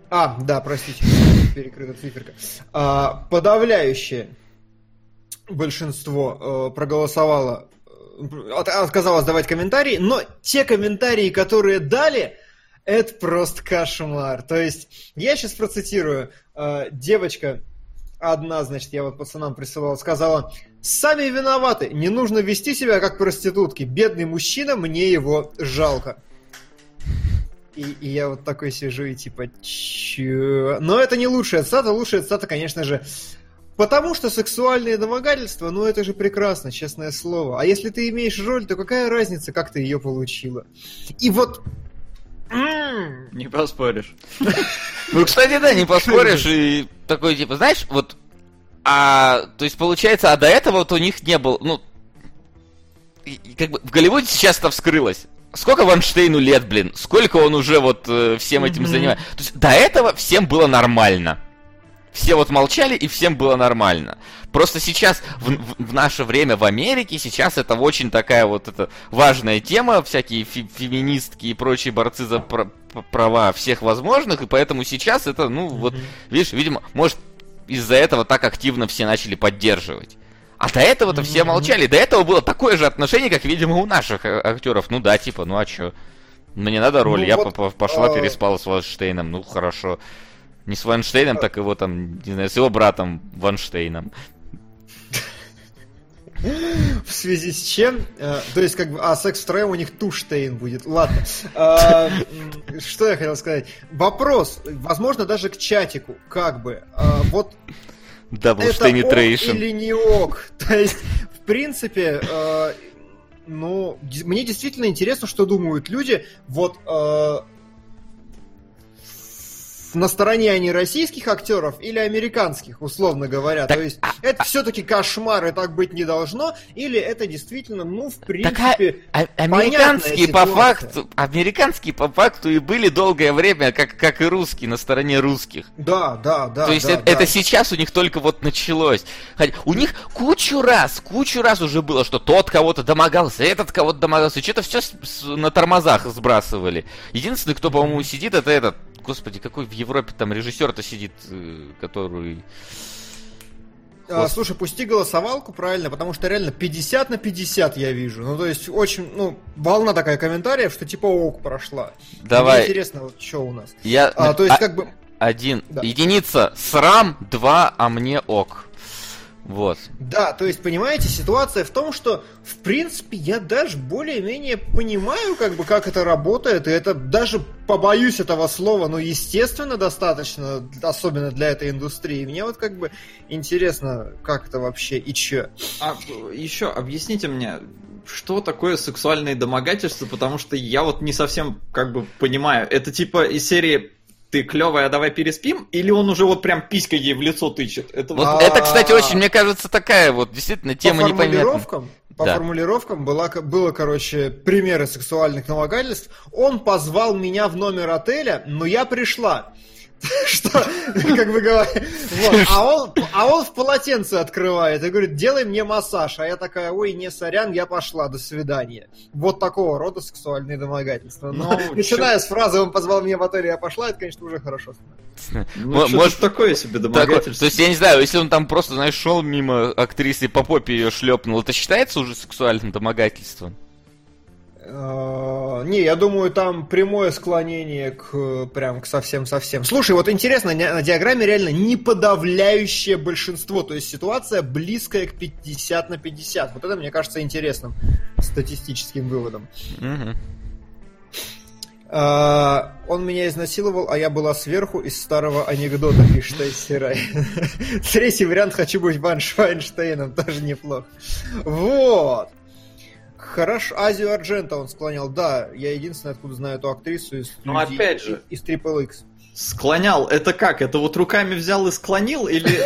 Да, простите, перекрыта циферка. Подавляющее большинство проголосовало, отказалось давать комментарии, но те комментарии, которые дали, это просто кошмар. То есть, я сейчас процитирую. Девочка одна, значит, я вот пацанам присылал, сказала: «Сами виноваты, не нужно вести себя как проститутки. Бедный мужчина, мне его жалко». И я вот такой сижу и типа, чё? Но это не лучшая цитата, конечно же, потому что сексуальные домогательства, ну это же прекрасно, честное слово. А если ты имеешь роль, то какая разница, как ты ее получила? И вот... Не поспоришь. Ну, кстати, да, не поспоришь. И такой, типа, знаешь, вот... то есть, получается, до этого вот у них не было... Ну, как бы в Голливуде сейчас это вскрылось. Сколько Вайнштейну лет, блин? Сколько он уже вот всем этим занимается? То есть до этого всем было нормально. Все вот молчали, и всем было нормально. Просто сейчас, в наше время в Америке, сейчас это очень такая вот это важная тема, всякие феминистки и прочие борцы за права всех возможных, и поэтому сейчас это, ну вот, видишь, видимо, может, из-за этого так активно все начали поддерживать. А до этого-то все молчали. До этого было такое же отношение, как, видимо, у наших актеров. Ну да, типа, ну а чё? Мне надо роль, ну, я вот, пошла, переспала с Вайнштейном. Ну хорошо. Не с Вайнштейном, так его там, не знаю, с его братом Вайнштейном. В связи с чем? То есть, как бы, секс втроем у них Туштейн будет. Ладно. Что я хотел сказать? Вопрос, возможно, даже к чатику. Как бы, вот... Это ок или не ок? То есть, в принципе, ну, мне действительно интересно, что думают люди. Вот на стороне они российских актеров или американских, условно говоря. Так, то есть, это все-таки кошмар, и так быть не должно, или это действительно, ну, в принципе, американские по факту и были долгое время, как и русские, на стороне русских. Да. То есть это сейчас у них только вот началось. У них кучу раз уже было, что тот кого-то домогался, этот кого-то домогался, что-то все на тормозах сбрасывали. Единственный, кто, по-моему, сидит, это этот. Господи, какой в Европе там режиссер-то сидит, который... Слушай, пусти голосовалку, правильно, потому что реально 50 на 50 я вижу. Ну, то есть, очень, волна такая комментариев, что типа ок прошла. Давай. Мне интересно, вот что у нас. То есть, как бы... Единица срам, 2, а мне ок. Вот. Да, то есть, понимаете, ситуация в том, что, в принципе, я даже более-менее понимаю, как бы, как это работает, и это даже побоюсь этого слова, но, естественно, достаточно, особенно для этой индустрии. Мне вот, как бы, интересно, как это вообще и чё. Еще объясните мне, что такое сексуальные домогательства, потому что я вот не совсем, как бы, понимаю. Это типа из серии... Ты клевая, давай переспим? Или он уже вот прям писькой ей в лицо тычет? Это, кстати, очень, мне кажется, такая вот действительно тема непонятная. По формулировкам было, короче, примеры сексуальных домогательств. Он позвал меня в номер отеля, но я пришла. Что, как бы говоря, вот. А он в полотенце открывает и говорит: делай мне массаж. А я такая: ой, не, сорян, я пошла, до свидания. Вот такого рода сексуальные домогательства. Но начиная с фразы «он позвал меня в отель, я пошла», это, конечно, уже хорошо становится. Может, такое себе домогательство. То есть, я не знаю, если он там просто, знаешь, шел мимо актрисы, по попе ее шлепнул, это считается уже сексуальным домогательством? Не, я думаю, там прямое склонение к совсем-совсем. Слушай, вот интересно, на диаграмме реально не подавляющее большинство, то есть ситуация близкая к 50 на 50. Вот это, мне кажется, интересным статистическим выводом. Он меня изнасиловал, а я была сверху из старого анекдота, пишет Айсерай. Третий вариант: хочу быть Вайнштейном, тоже неплохо. Вот. Хорошо, Азию Арджента он склонял. Да, я единственный, откуда знаю эту актрису из опять же, из Triple X. Склонял, это как? Это вот руками взял и склонил? Или...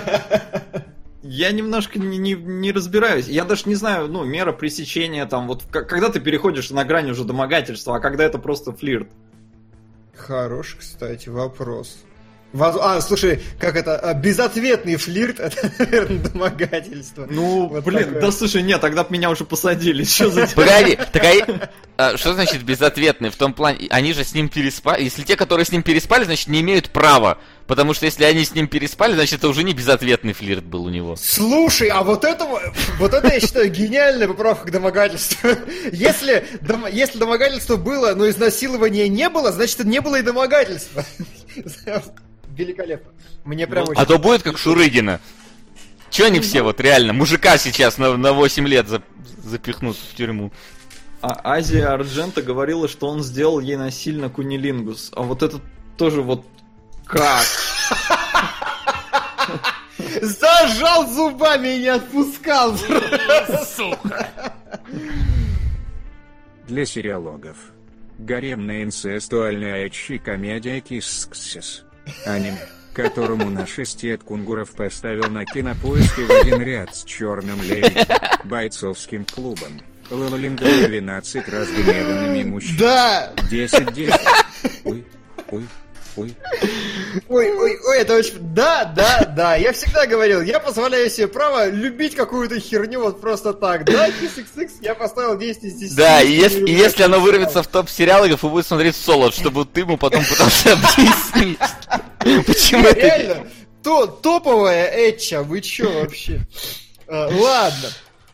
Я немножко не разбираюсь. Я даже не знаю, мера пресечения там, вот когда ты переходишь на грань уже домогательства, а когда это просто флирт? Хороший, кстати, вопрос. Слушай, как это, безответный флирт, это, наверное, домогательство. Ну, вот блин, такое. Да слушай, нет, тогда бы меня уже посадили. Что за Погоди, что значит безответный? В том плане, они же с ним переспали. Если те, которые с ним переспали, значит, не имеют права. Потому что если они с ним переспали, значит, это уже не безответный флирт был у него. Слушай, а вот это я считаю гениальная поправка к домогательству. Если домогательство было, но изнасилования не было, значит, это не было и домогательства. Великолепно. Мне прям очень... А то будет как Шурыгина. Че они все вот реально, мужика сейчас на 8 лет запихнут в тюрьму. А Азия Арджента говорила, что он сделал ей насильно кунилингус. А вот это тоже вот как? Зажал зубами и не отпускал. Сука. Для сериалогов. Гаремная инцестуальная эчи комедия Киссксис. Аниме, которому на 6 лет Кунгуров поставил на Кинопоиске в один ряд с Черным Лебедем, бойцовским клубом, Лололингом 12 разгневанными мужчинами. Да! 10-10. Ой, это очень... Да, я всегда говорил, я позволяю себе право любить какую-то херню вот просто так. Да, KissXX я поставил 10 из 10. Да, и если оно вырвется в топ сериалов и будет смотреть соло, чтобы ты ему потом пытался объяснить, почему это... Реально, топовая этча, вы чё вообще? Ладно.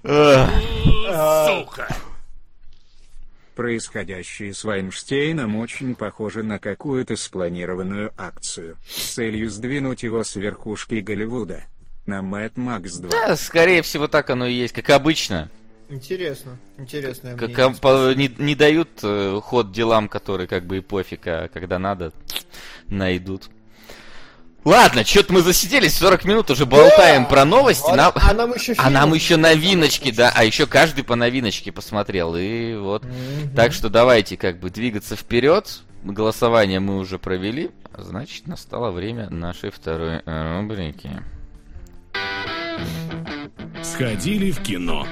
Сука. Происходящее с Вайнштейном очень похоже на какую-то спланированную акцию с целью сдвинуть его с верхушки Голливуда на Мэд Макс 2. Да, скорее всего, так оно и есть, как обычно. Интересно. Не дают ход делам, которые как бы и пофиг, а когда надо, найдут. Ладно, что-то мы засиделись, 40 минут уже болтаем про новости. Нам еще новиночки, да. А еще каждый по новиночке посмотрел. И вот. Так что давайте как бы двигаться вперед. Голосование мы уже провели. Значит, настало время нашей второй рубрики. Сходили в кино.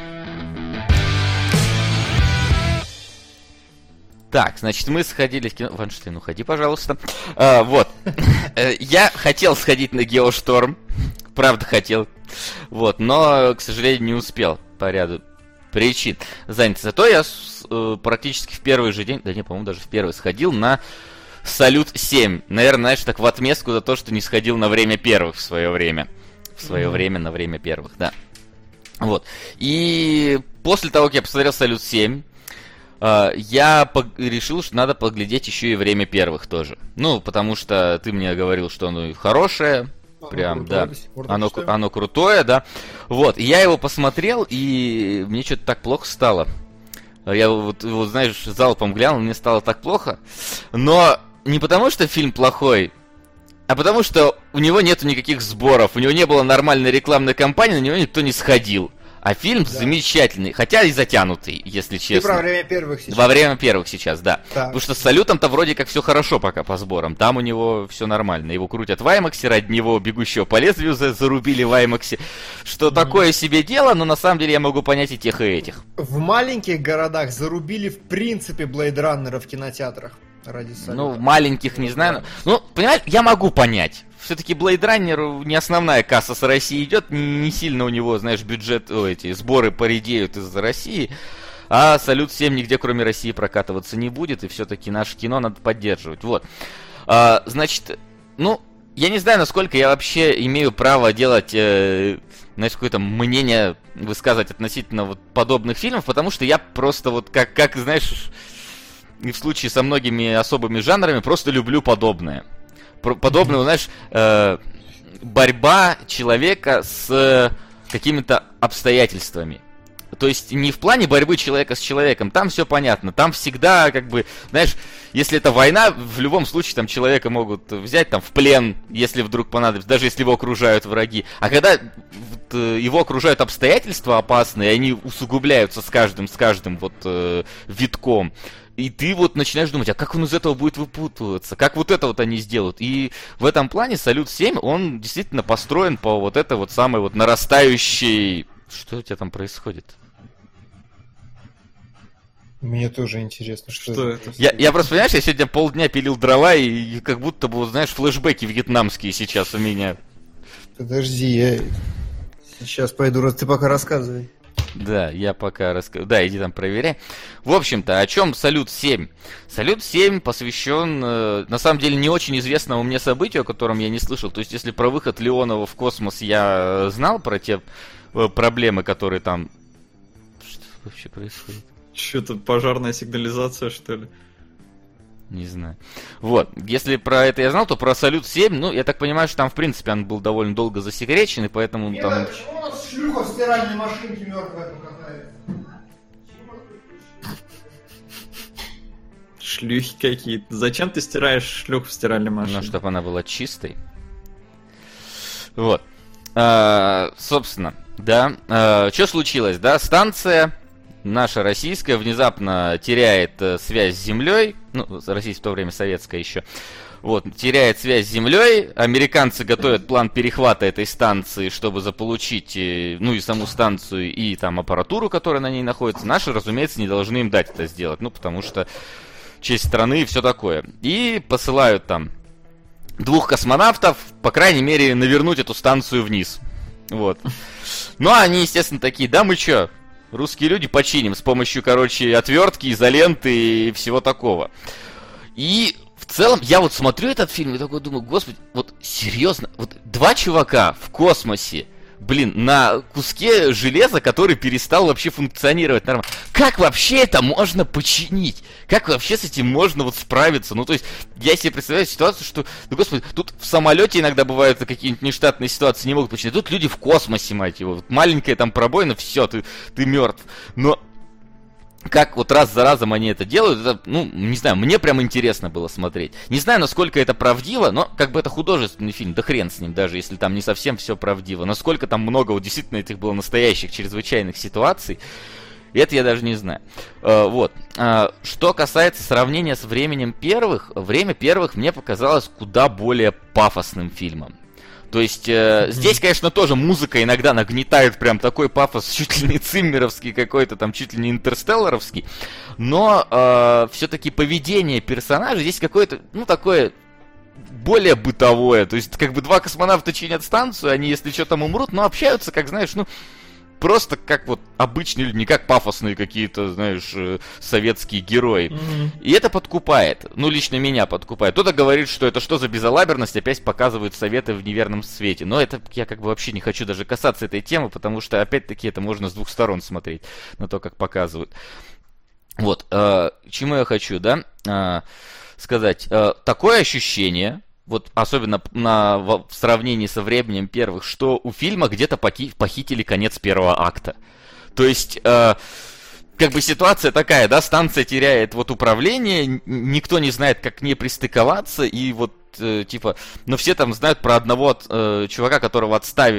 Так, значит, мы сходили в кино... Вайнштейн, уходи, пожалуйста. Вот. Я хотел сходить на Геошторм. Правда, хотел. Вот, но, к сожалению, не успел по ряду причин занят. Зато я практически в первый же день, да не, по-моему, даже в первый сходил на Салют 7. Наверное, знаешь, так в отместку за то, что не сходил на время первых в свое время. На время первых, да. Вот. И после того, как я посмотрел Салют 7, я решил, что надо поглядеть еще и время первых тоже. Ну, потому что ты мне говорил, что оно хорошее. Прям, да. Оно крутое, да. Вот. И я его посмотрел, и мне что-то так плохо стало. Я вот, знаешь, залпом глянул, мне стало так плохо. Но не потому, что фильм плохой, а потому, что у него нету никаких сборов, у него не было нормальной рекламной кампании, на него никто не сходил. А фильм замечательный, хотя и затянутый, если честно. Ты про время первых сейчас. Во время первых сейчас, да. Потому что с Салютом-то вроде как все хорошо пока по сборам. Там у него все нормально. Его крутят в IMAX, ради него «Бегущего по лезвию» зарубили в IMAX. Что такое себе дело, но на самом деле я могу понять и тех, и этих. В маленьких городах зарубили в принципе Blade Runner в кинотеатрах. Ради Салюта. Ну, в маленьких не знаю. Ну, понимаешь, я могу понять. Все-таки Blade Runner не основная касса с России идет, не сильно у него, знаешь, бюджет, эти сборы поредеют из-за России, а Салют 7 нигде кроме России прокатываться не будет, и все-таки наше кино надо поддерживать. Вот. Значит, ну, я не знаю, насколько я вообще имею право делать, знаешь, какое-то мнение высказывать относительно вот подобных фильмов, потому что я просто вот как знаешь, и в случае со многими особыми жанрами просто люблю подобное. Подобное, знаешь, борьба человека с какими-то обстоятельствами. То есть не в плане борьбы человека с человеком, там все понятно. Там всегда, как бы, знаешь, если это война, в любом случае там человека могут взять там в плен, если вдруг понадобится, даже если его окружают враги. А когда его окружают обстоятельства опасные, и они усугубляются с каждым вот витком, и ты вот начинаешь думать, а как он из этого будет выпутываться? Как вот это вот они сделают? И в этом плане Салют 7, он действительно построен по вот этой вот самой вот нарастающей... Что у тебя там происходит? Мне тоже интересно, что это. Я просто, понимаешь, я сегодня полдня пилил дрова, и как будто бы, знаешь, флешбеки вьетнамские сейчас у меня. Подожди, я сейчас пойду, ты пока рассказывай. Да, я пока рассказываю. Да, иди там проверяй. В общем-то, о чем Салют-7? Салют-7 посвящен, на самом деле, не очень известному мне событию, о котором я не слышал. То есть, если про выход Леонова в космос я знал, про те проблемы, которые там... Что вообще происходит? Что-то пожарная сигнализация, что ли? Не знаю. Вот, если про это я знал, то про Салют-7, ну, я так понимаю, что там, в принципе, он был довольно долго засекречен, и поэтому Нет, там... почему у нас шлюха в стиральной машинке мертвая катается? Шлюхи какие-то. Зачем ты стираешь шлюх в стиральной машине? Ну, чтобы она была чистой. Вот. Собственно, да. Что случилось, да? Станция... Наша российская внезапно теряет связь с Землей, ну, Россия в то время советская еще, вот, теряет связь с Землей, американцы готовят план перехвата этой станции, чтобы заполучить, ну, и саму станцию, и там аппаратуру, которая на ней находится. Наши, разумеется, не должны им дать это сделать, ну, потому что честь страны и все такое. И посылают там 2 космонавтов, по крайней мере, навернуть эту станцию вниз, вот. Ну, а они, естественно, такие, да мы чё? Русские люди починим с помощью, короче, отвертки, изоленты и всего такого. И в целом, я вот смотрю этот фильм и такой думаю, господи, вот серьезно, вот 2 чувака в космосе, блин, на куске железа, который перестал вообще функционировать нормально. Как вообще это можно починить? Как вообще с этим можно вот справиться? Ну, то есть, я себе представляю ситуацию, что, ну, господи, тут в самолете иногда бывают какие-нибудь нештатные ситуации, не могут починить. Тут люди в космосе, мать его. Вот маленькая там пробоина, все, ты мертв. Но как вот раз за разом они это делают, это, ну, не знаю, мне прям интересно было смотреть. Не знаю, насколько это правдиво, но как бы это художественный фильм, да хрен с ним, даже если там не совсем все правдиво. Насколько там много вот действительно этих было настоящих чрезвычайных ситуаций, это я даже не знаю. Вот. Что касается сравнения с временем первых, время первых мне показалось куда более пафосным фильмом. То есть, здесь, конечно, тоже музыка иногда нагнетает прям такой пафос, чуть ли не циммеровский какой-то, там, чуть ли не интерстелларовский, но все-таки поведение персонажей здесь какое-то, ну, такое более бытовое. То есть, как бы 2 космонавта чинят станцию, они, если что, там умрут, но общаются, как, знаешь, ну, просто как вот обычные люди, не как пафосные какие-то, знаешь, советские герои. Mm-hmm. И это подкупает. Ну, лично меня подкупает. Кто-то говорит, что это что за безалаберность, опять показывают советы в неверном свете. Но это я как бы вообще не хочу даже касаться этой темы, потому что, опять-таки, это можно с 2 сторон смотреть на то, как показывают. Вот. Чему я хочу, да, сказать. Такое ощущение... Вот особенно в сравнении со временем первых, что у фильма где-то похитили конец первого акта. То есть, как бы ситуация такая, да, станция теряет вот управление, никто не знает, как к ней пристыковаться, и вот, типа, ну все там знают про одного чувака, которого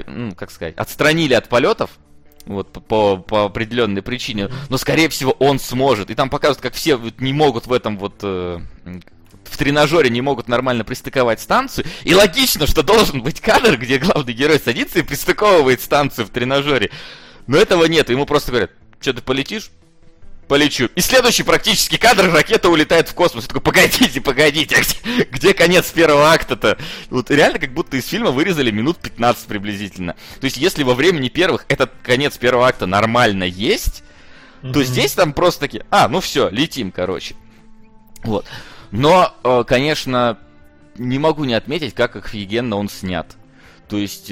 отстранили от полетов, вот, по определенной причине, но, скорее всего, он сможет. И там показывают, как все не могут в этом вот... в тренажере не могут нормально пристыковать станцию. И логично, что должен быть кадр, где главный герой садится и пристыковывает станцию в тренажере. Но этого нет. Ему просто говорят, что ты полетишь? Полечу. И следующий практически кадр, ракета улетает в космос. Я такой, погодите, где конец первого акта-то? Вот реально как будто из фильма вырезали минут 15 приблизительно. То есть если во времени первых этот конец первого акта нормально есть, то здесь там просто такие, ну все, летим, короче. Вот. Но, конечно, не могу не отметить, как офигенно он снят. То есть,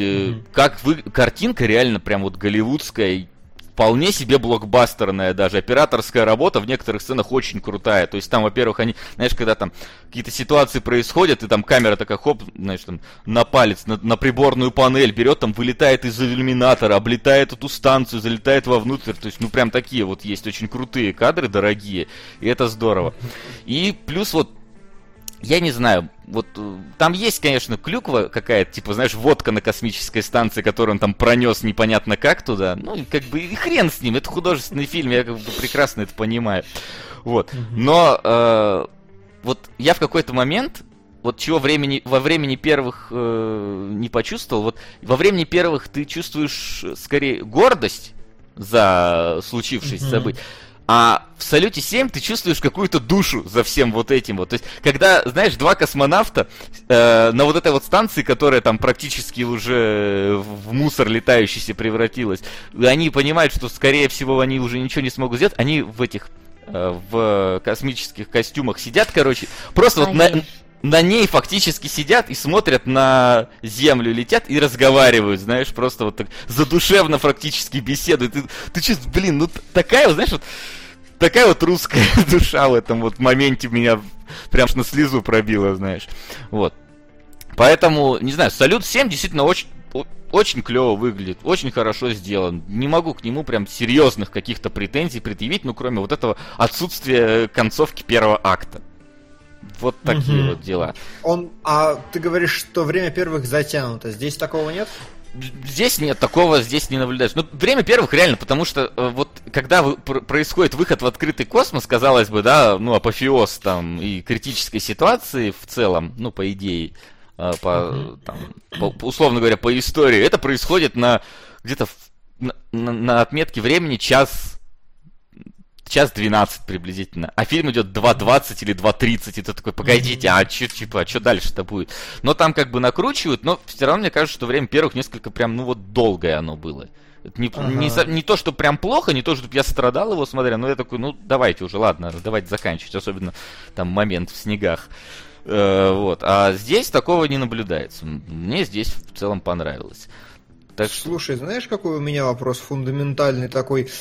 картинка реально прям вот голливудская, вполне себе блокбастерная даже. Операторская работа в некоторых сценах очень крутая. То есть там, во-первых, они, знаешь, когда там какие-то ситуации происходят, и там камера такая, хоп, знаешь, там на палец, на приборную панель берет, там вылетает из иллюминатора, облетает эту станцию, залетает вовнутрь. То есть, ну, прям такие вот есть очень крутые кадры, дорогие, и это здорово. И плюс вот, я не знаю, вот там есть, конечно, клюква какая-то, типа, знаешь, водка на космической станции, которую он там пронес непонятно как туда. Ну, и как бы и хрен с ним, это художественный фильм, я как бы прекрасно это понимаю. Вот. Но вот я в какой-то момент, вот чего во времени первых не почувствовал, вот во времени первых ты чувствуешь скорее гордость за случившееся событие. А в «Салюте 7» ты чувствуешь какую-то душу за всем вот этим вот. То есть, когда, знаешь, два космонавта на вот этой вот станции, которая там практически уже в мусор летающийся превратилась, они понимают, что, скорее всего, они уже ничего не смогут сделать, они в этих, в космических костюмах сидят, короче, просто вот на ней фактически сидят и смотрят на Землю, летят и разговаривают, знаешь, просто вот так задушевно практически беседуют. Ты чувствуешь, блин, ну такая вот, знаешь, вот такая вот русская душа в этом вот моменте меня прям на слезу пробила, знаешь. Вот. Поэтому, не знаю, «Салют 7» действительно очень клево выглядит, очень хорошо сделан. Не могу к нему прям серьезных каких-то претензий предъявить, ну, кроме вот этого отсутствия концовки первого акта. Вот такие вот дела. А ты говоришь, что время первых затянуто. Здесь такого нет? Здесь нет, такого здесь не наблюдаешь. Ну, время первых реально, потому что вот когда происходит выход в открытый космос, казалось бы, да, ну, апофеоз там и критической ситуации в целом, ну, по идее, условно говоря, по истории, это происходит на где-то на отметке времени час 12 приблизительно, а фильм идет 2:20 или 2:30, и ты такой, погодите, а что дальше-то будет? Но там как бы накручивают, но все равно мне кажется, что время первых несколько прям, ну вот, долгое оно было. Это не то, что прям плохо, не то, что я страдал его смотря, но я такой, ну давайте уже, ладно, давайте заканчивать, особенно там момент в снегах. Вот. А здесь такого не наблюдается. Мне здесь в целом понравилось. Слушай, знаешь, какой у меня вопрос фундаментальный такой?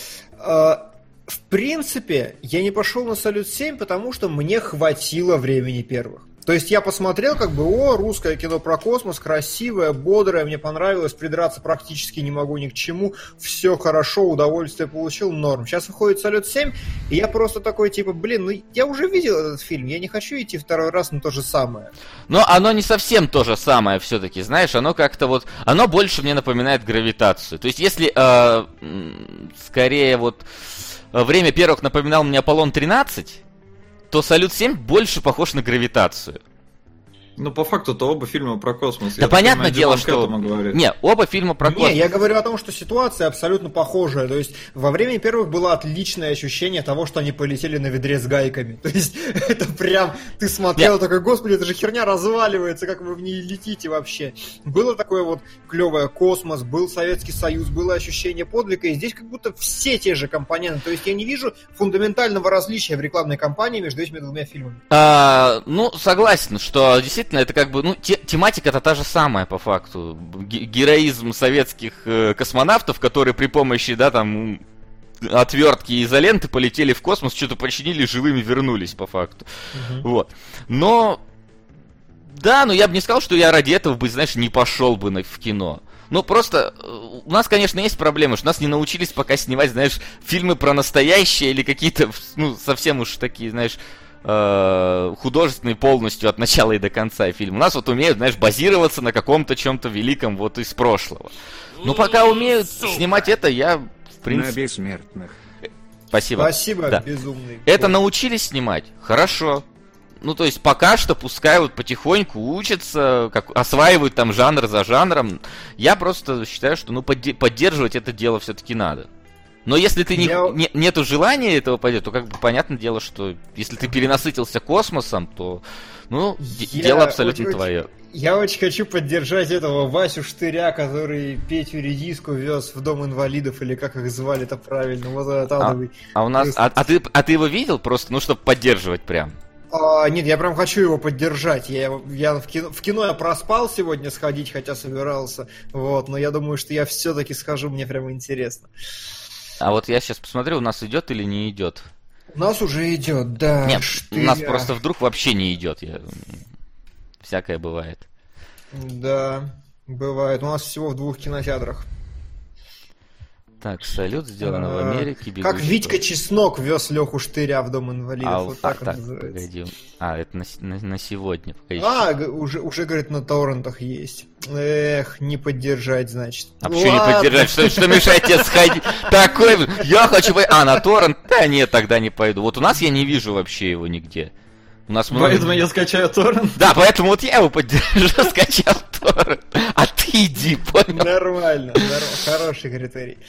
В принципе, я не пошел на «Салют 7», потому что мне хватило времени первых. То есть я посмотрел, как бы, русское кино про космос, красивое, бодрое, мне понравилось, придраться практически не могу ни к чему, все хорошо, удовольствие получил, норм. Сейчас выходит «Салют 7», и я просто такой, типа, блин, ну я уже видел этот фильм, я не хочу идти второй раз на то же самое. Но оно не совсем то же самое все-таки, знаешь, оно как-то вот, оно больше мне напоминает «Гравитацию». То есть если скорее вот время первых напоминал мне «Аполлон-13», то «Салют 7» больше похож на «Гравитацию». Ну, по факту-то оба фильма про космос. Да, понятное дело, что... Не, оба фильма про космос. Не, я говорю о том, что ситуация абсолютно похожая. То есть, во время первых было отличное ощущение того, что они полетели на ведре с гайками. То есть, это прям... Ты смотрел, такой, господи, это же херня разваливается, как вы в ней летите вообще. Было такое вот клевое космос, был Советский Союз, было ощущение подвига, и здесь как будто все те же компоненты. То есть, я не вижу фундаментального различия в рекламной кампании между этими двумя фильмами. Ну, согласен, что действительно это как бы, ну, тематика-то та же самая по факту. Героизм советских космонавтов, которые при помощи, да, там, отвертки и изоленты полетели в космос, что-то починили, живыми вернулись по факту. Вот. Но, да, но я бы не сказал, что я ради этого бы, знаешь, не пошел бы в кино. Ну, просто, у нас, конечно, есть проблемы, что нас не научились пока снимать, знаешь, фильмы про настоящее или какие-то, ну, совсем уж такие, знаешь, художественный полностью от начала и до конца фильм. У нас вот умеют, знаешь, базироваться на каком-то чем-то великом вот из прошлого. Но пока умеют снимать это, я, в принципе... На бессмертных. Спасибо. Спасибо, да. Безумный. Это научились снимать? Хорошо. Ну, то есть, пока что пускай вот потихоньку учатся, как, осваивают там жанр за жанром. Я просто считаю, что, ну, поддерживать это дело все-таки надо. Но если ты нету желания этого пойти, то как бы понятное дело, что если ты перенасытился космосом, то, ну, дело абсолютно твое. Я очень хочу поддержать этого Васю Штыря, который Петю Редиску вез в дом инвалидов, или как их звали-то правильно, вот этот адовый. У нас, ты его видел просто, ну, чтобы поддерживать прям? Нет, я прям хочу его поддержать. Я в кино я проспал сегодня сходить, хотя собирался, вот, но я думаю, что я все-таки схожу, мне прям интересно. А вот я сейчас посмотрю, у нас идет или не идет? У нас уже идет, да. Нет, у нас просто вдруг вообще не идет. Всякое бывает. Да, бывает. У нас всего в 2 кинотеатрах. Так, «Салют» сделано в Америке. Как Витька Чеснок вез Леху Штыря в дом инвалидов. Вот так это называется. Погоди. Это на сегодня. Погоди. Уже, говорит, на торрентах есть. Эх, не поддержать, значит. А почему не поддержать? Что мешает тебе сходить? Такой, я хочу... на торрент? Да нет, тогда не пойду. Вот у нас я не вижу вообще его нигде. У нас поэтому я скачаю торрент? Да, поэтому вот я его поддержу, скачал торрент. А ты иди, понял? Нормально, хороший критерий.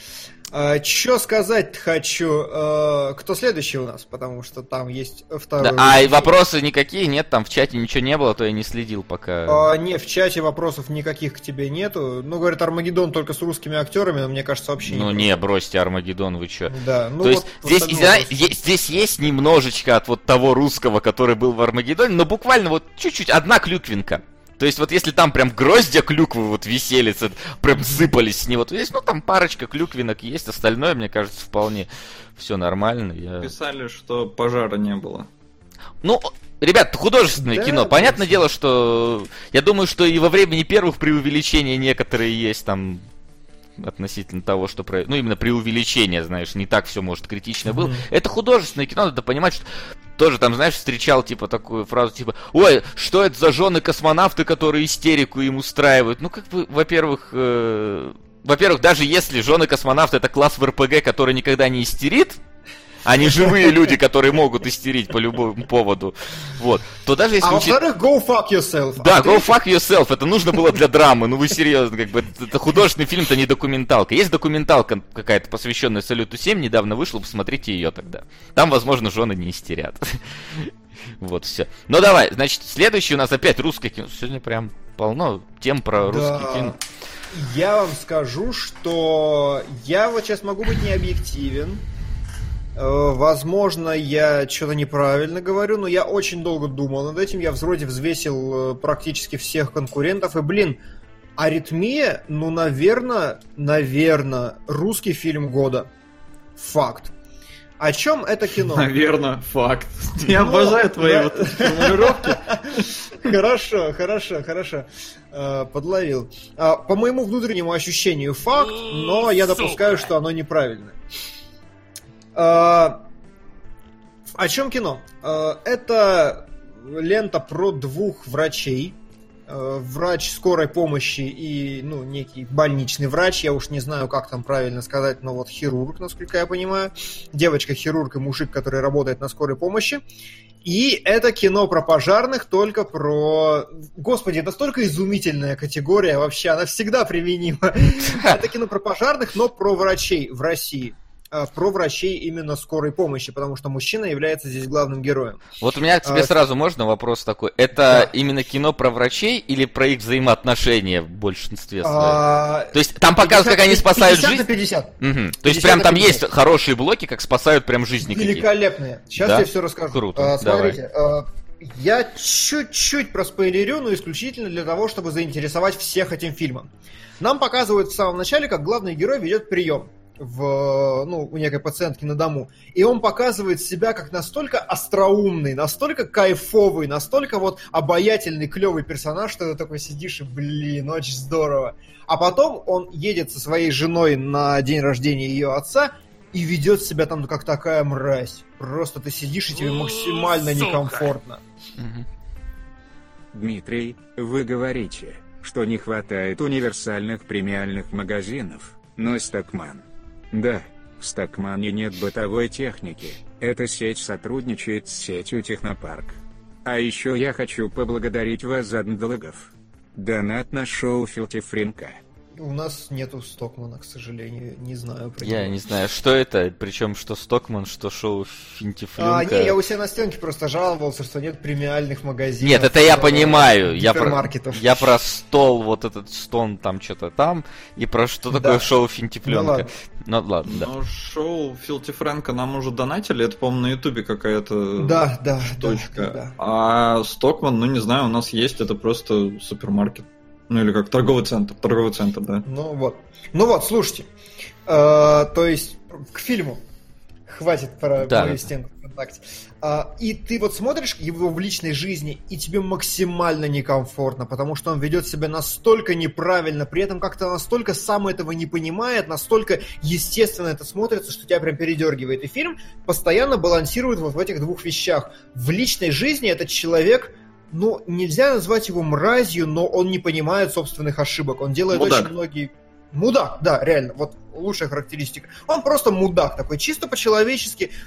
Что сказать хочу? Кто следующий у нас? Потому что там есть второй. Да, и вопросы никакие нет, там в чате ничего не было, то я не следил пока. Не, в чате вопросов никаких к тебе нету. Ну, говорят, Армагеддон только с русскими актерами, но мне кажется, вообще не. Ну не, бросьте Армагеддон, вы чё? Да, ну то вот есть здесь есть немножечко от вот того русского, который был в Армагеддоне, но буквально вот чуть-чуть, одна клюквинка. То есть вот если там прям гроздья клюквы вот висели, прям сыпались с него, то есть, ну там парочка клюквинок есть, остальное, мне кажется, вполне все нормально. Писали, что пожара не было. Ну, ребят, художественное кино. Понятное дело, что я думаю, что и во времени первых преувеличений некоторые есть там относительно того, что... Ну, именно преувеличение, знаешь, не так все, может, критично было. Это художественное кино, надо понимать, что... Тоже там, знаешь, встречал, типа, такую фразу, типа, ой, что это за жены-космонавты, которые истерику им устраивают? Ну, как бы, во-первых, даже если жены-космонавты это класс в РПГ, который никогда не истерит, а не живые люди, которые могут истерить по любому поводу, вот, то даже если... во-вторых, go fuck yourself. Да, go fuck yourself, это нужно было для драмы, ну вы серьезно, как бы, это художественный фильм-то не документалка. Есть документалка какая-то, посвященная Салюту 7, недавно вышла, посмотрите ее тогда. Там, возможно, жены не истерят. Вот, все. Ну давай, значит, следующий у нас опять русское кино. Сегодня прям полно тем про русское кино. Я вам скажу, что я вот сейчас могу быть не объективен. Возможно, я что-то неправильно говорю, но я очень долго думал над этим. Я вроде взвесил практически всех конкурентов. И, «Аритмия», ну, наверное, русский фильм года. Факт. О чем это кино? Наверное, факт. Я обожаю твои вот формулировки. Хорошо. Подловил. По моему внутреннему ощущению факт, но я допускаю, что оно неправильное. О чем кино? Это лента про двух врачей. Врач скорой помощи и, некий больничный врач. Я уж не знаю, как там правильно сказать, но вот хирург, насколько я понимаю. Девочка-хирург и мужик, который работает на скорой помощи. И это кино про пожарных, только про... Господи, это настолько изумительная категория вообще, она всегда применима. Это кино про пожарных, но про врачей в России. Про врачей именно скорой помощи, потому что мужчина является здесь главным героем. Вот у меня к тебе сразу можно вопрос такой. Это именно кино про врачей или про их взаимоотношения в большинстве своем? То есть там показывают, как они спасают жизнь? 50 на 50. То есть прям там есть хорошие блоки, как спасают прям жизни какие-то? Великолепные. Сейчас я все расскажу. Круто, смотрите, я чуть-чуть проспойлерю, но исключительно для того, чтобы заинтересовать всех этим фильмом. Нам показывают в самом начале, как главный герой ведет прием у некой пациентки на дому. И он показывает себя как настолько остроумный, настолько кайфовый, настолько вот обаятельный, клевый персонаж, что ты такой сидишь и, очень здорово. А потом он едет со своей женой на день рождения ее отца и ведет себя там как такая мразь. Просто ты сидишь, и тебе максимально некомфортно. Дмитрий, вы говорите, что не хватает универсальных премиальных магазинов, но Stockmann. Да, в Stockmann нет бытовой техники, эта сеть сотрудничает с сетью Технопарк. А еще я хочу поблагодарить вас за ндологов. Донат на шоу Филтифринка. У нас нету Стокмана, к сожалению, не знаю про него. Я не знаю, что это, причем что Стокман, что шоу Финтифлюнка. Не, я у себя на стенке просто жаловался, что нет премиальных магазинов. Нет, это я понимаю, я про стол, вот этот стон там что-то там, и про что такое шоу Финтифлюнка. Ну ладно, да. Но шоу Филтифрэнка нам уже донатили, это, по-моему, на Ютубе какая-то штучка. Да. А Стокман, не знаю, у нас есть, это просто супермаркет. Или как торговый центр, да. Ну вот, слушайте. То есть, к фильму. Хватит про мою стенку ВКонтакте. И ты вот смотришь его в личной жизни, и тебе максимально некомфортно, потому что он ведет себя настолько неправильно, при этом как-то настолько сам этого не понимает, настолько естественно это смотрится, что тебя прям передергивает. И фильм постоянно балансирует вот в этих двух вещах. В личной жизни этот человек... нельзя назвать его мразью, но он не понимает собственных ошибок. Он делает очень многие... Мудак, да, реально, вот лучшая характеристика. Он просто мудак такой, чисто по-человечески.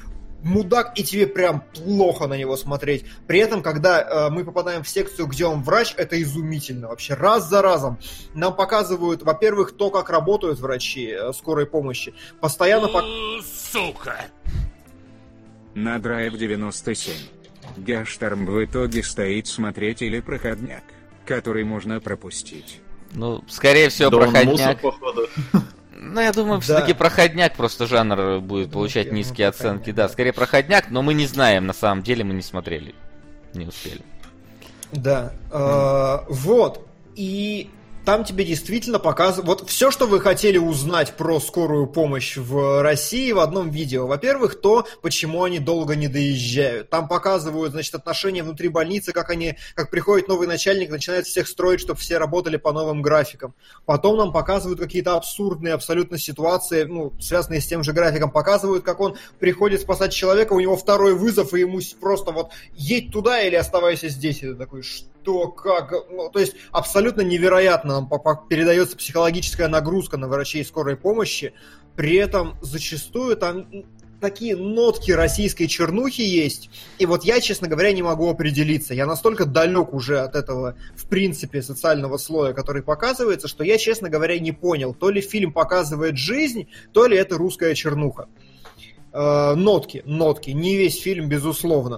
мудак, и тебе прям плохо на него смотреть. При этом, когда мы попадаем в секцию, где он врач, это изумительно вообще. Раз за разом нам показывают, во-первых, то, как работают врачи скорой помощи. Постоянно... Сука! На Драйв 97. Гашторм в итоге стоит смотреть или проходняк, который можно пропустить. Ну, скорее всего, да проходняк. Он мусор, походу. Ну, я думаю, все-таки проходняк, просто жанр будет получать низкие оценки. Да, скорее проходняк, но мы не знаем, на самом деле мы не смотрели. Не успели. Да. Вот. И там тебе действительно показывают... Вот все, что вы хотели узнать про скорую помощь в России в одном видео. Во-первых, то, почему они долго не доезжают. Там показывают, значит, отношения внутри больницы, как приходит новый начальник, начинает всех строить, чтобы все работали по новым графикам. Потом нам показывают какие-то абсурдные абсолютно ситуации, ну, связанные с тем же графиком. Показывают, как он приходит спасать человека, у него второй вызов, и ему просто вот едь туда или оставайся здесь. И ты такой, что, как? Ну, то есть абсолютно невероятно нам передается психологическая нагрузка на врачей скорой помощи. При этом зачастую там такие нотки российской чернухи есть. И вот я, честно говоря, не могу определиться. Я настолько далек уже от этого, в принципе, социального слоя, который показывается, что я, честно говоря, не понял, то ли фильм показывает жизнь, то ли это русская чернуха. Нотки. Не весь фильм, безусловно.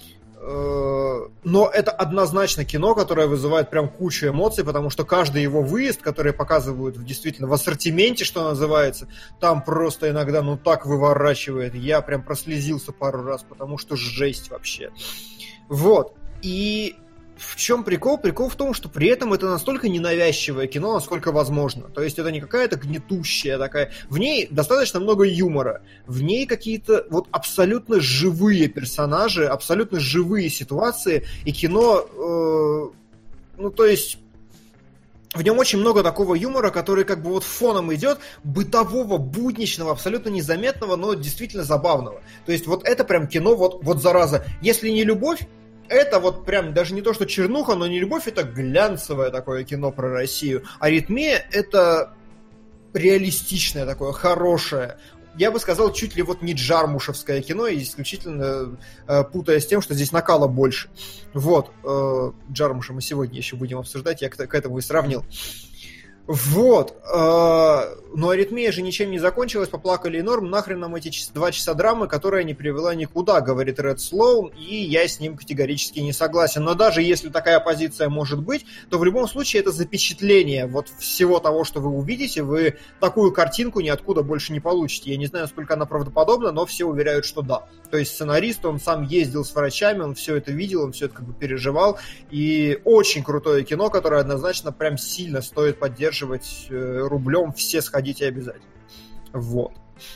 Но это однозначно кино, которое вызывает прям кучу эмоций, потому что каждый его выезд, который показывают действительно в ассортименте, что называется, там просто иногда ну так выворачивает. Я прям прослезился пару раз, потому что жесть вообще. Вот. И в чем прикол? Прикол в том, что при этом это настолько ненавязчивое кино, насколько возможно. То есть это не какая-то гнетущая такая... В ней достаточно много юмора. В ней какие-то вот абсолютно живые персонажи, абсолютно живые ситуации. И кино... ну, то есть... В нем очень много такого юмора, который как бы вот фоном идет, бытового, будничного, абсолютно незаметного, но действительно забавного. То есть вот это прям кино, вот зараза. Если не любовь, это вот прям даже не то, что чернуха, но не любовь, это глянцевое такое кино про Россию. Аритмия — это реалистичное такое, хорошее. Я бы сказал, чуть ли вот не джармушевское кино, и исключительно путая с тем, что здесь накала больше. Вот. Джармуша мы сегодня еще будем обсуждать, я к этому и сравнил. Вот. Но аритмия же ничем не закончилась, поплакали и норм, нахрен нам эти 2 часа драмы, которая не привела никуда, говорит Ред Слоун, и я с ним категорически не согласен. Но даже если такая позиция может быть, то в любом случае это запечатление вот всего того, что вы увидите, вы такую картинку ниоткуда больше не получите. Я не знаю, насколько она правдоподобна, но все уверяют, что да. То есть сценарист, он сам ездил с врачами, он все это видел, он все это как бы переживал, и очень крутое кино, которое однозначно прям сильно стоит поддерживать рублем, все сходите обязательно. Вот.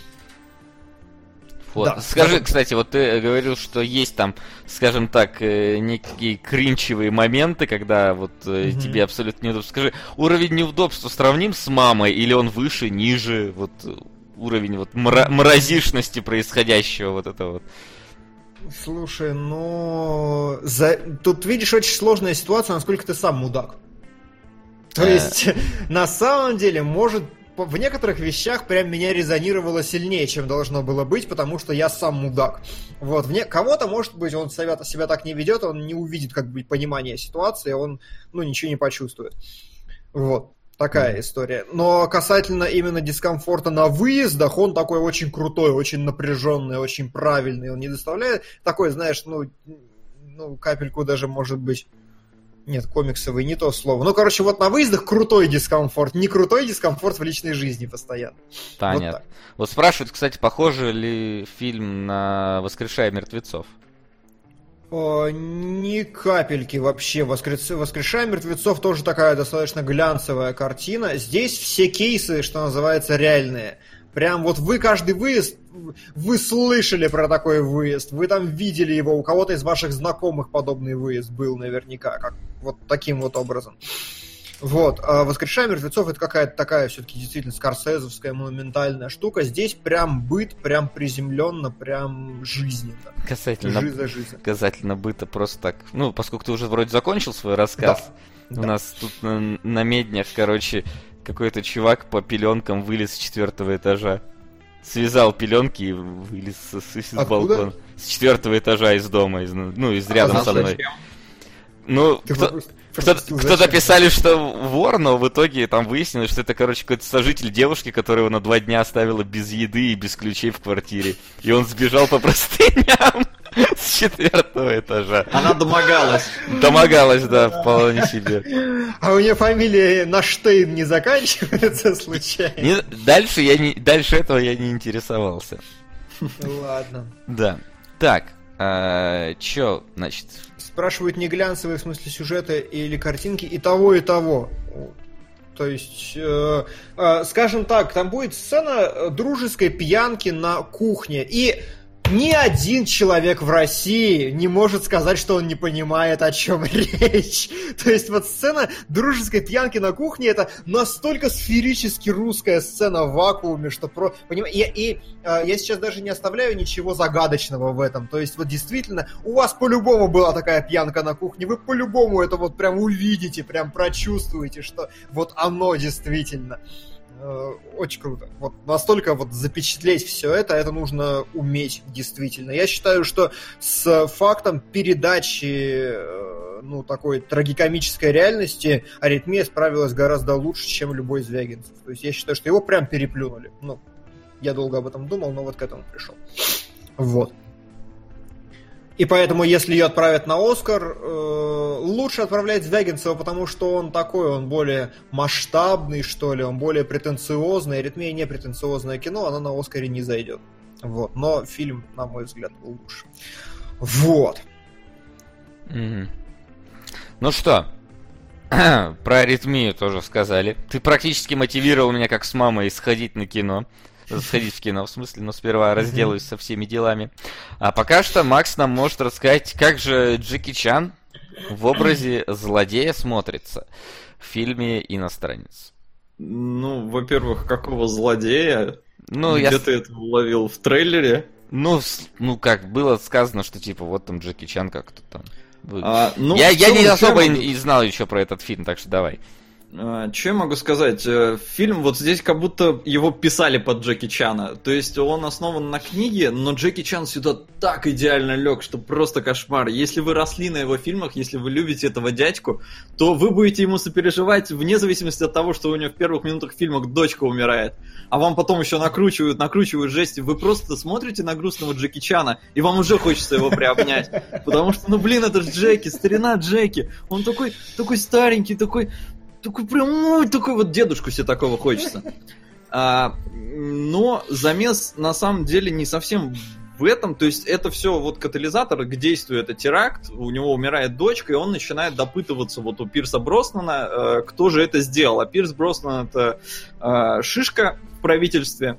Да, скажи, кстати, вот ты говорил, что есть там, скажем так, некие кринчевые моменты, когда вот тебе абсолютно неудобно. Скажи, уровень неудобства сравним с «Мамой» или он выше, ниже, вот уровень вот мразишности происходящего вот этого вот? Слушай, ну... Тут, видишь, очень сложная ситуация, насколько ты сам мудак. То есть, на самом деле, может... В некоторых вещах прям меня резонировало сильнее, чем должно было быть, потому что я сам мудак. Вот. Кого-то, может быть, он себя так не ведет, он не увидит как бы понимания ситуации, он ничего не почувствует. Вот. Такая история. Но касательно именно дискомфорта на выездах, он такой очень крутой, очень напряженный, очень правильный. Он не доставляет такой, знаешь, капельку даже, может быть... Нет, комиксовый, не то слово. Короче, вот на выездах крутой дискомфорт. Не крутой дискомфорт в личной жизни постоянно. Понятно. Вот спрашивают, кстати, похож ли фильм на «Воскрешая мертвецов»? Ни капельки вообще. «Воскрешая мертвецов» тоже такая достаточно глянцевая картина. Здесь все кейсы, что называется, реальные. Прям вот вы каждый выезд, вы слышали про такой выезд, вы там видели его, у кого-то из ваших знакомых подобный выезд был наверняка, как вот таким вот образом. Вот. А «Воскрешая мертвецов» — это какая-то такая все-таки действительно скорсезовская монументальная штука. Здесь прям быт, прям приземленно, прям жизненно. Касательно быта просто так. Поскольку ты уже вроде закончил свой рассказ, да. У нас тут на меднях, короче, какой-то чувак по пеленкам вылез с 4-го этажа. связал пеленки и вылез с балкона. С 4-го этажа из дома, из рядом со мной. Зачем? Ну, кто-то писали, что вор, но в итоге там выяснилось, что это, какой-то сожитель девушки, которая его на 2 дня оставила без еды и без ключей в квартире. И он сбежал по простыням с 4-го этажа. Она домогалась. Домогалась, да, вполне себе. А у нее фамилия на Штейн не заканчивается случайно? Дальше этого я не интересовался. Ладно. Да. Так, чё, значит... Спрашивают, не глянцевые в смысле сюжета или картинки, и того, и того. То есть, скажем так, там будет сцена дружеской пьянки на кухне, и ни один человек в России не может сказать, что он не понимает, о чем речь. То есть вот сцена дружеской пьянки на кухне — это настолько сферически русская сцена в вакууме, что я сейчас даже не оставляю ничего загадочного в этом. То есть вот действительно, у вас по-любому была такая пьянка на кухне, вы по-любому это вот прям увидите, прям прочувствуете, что вот оно действительно... Очень круто. Вот настолько вот запечатлеть все это нужно уметь действительно. Я считаю, что с фактом передачи такой трагикомической реальности «Аритмия» справилась гораздо лучше, чем любой из Звягинцев. То есть я считаю, что его прям переплюнули. Я долго об этом думал, но вот к этому пришел. Вот. И поэтому, если ее отправят на Оскар, лучше отправлять Звягинцева, потому что он такой, он более масштабный, что ли, он более претенциозный. «Аритмия» не претенциозное кино, оно на Оскаре не зайдет. Вот. Но фильм, на мой взгляд, был лучше. Вот. Mm-hmm. Ну что, про «Аритмию» тоже сказали. Ты практически мотивировал меня, как с мамой, сходить в кино, в смысле, но сперва разделаюсь со всеми делами. А пока что Макс нам может рассказать, как же Джеки Чан в образе злодея смотрится в фильме «Иностранец». Ну, во-первых, какого злодея? Где ты это уловил? В трейлере? Как было сказано, что типа вот там Джеки Чан как-то там. Я не особо и знал еще про этот фильм, так что давай. Что я могу сказать? Фильм вот здесь как будто его писали под Джеки Чана. То есть он основан на книге, но Джеки Чан сюда так идеально лег, что просто кошмар. Если вы росли на его фильмах, если вы любите этого дядьку, то вы будете ему сопереживать вне зависимости от того, что у него в первых минутах фильма дочка умирает. А вам потом еще накручивают жести. Вы просто смотрите на грустного Джеки Чана, и вам уже хочется его приобнять. Потому что, это же Джеки, старина Джеки. Он такой старенький, такой вот дедушку себе такого хочется. Но замес на самом деле не совсем в этом. То есть это все вот катализатор к действию, это теракт. У него умирает дочка, и он начинает допытываться вот у Пирса Броснана, кто же это сделал. А Пирс Броснан — это шишка в правительстве.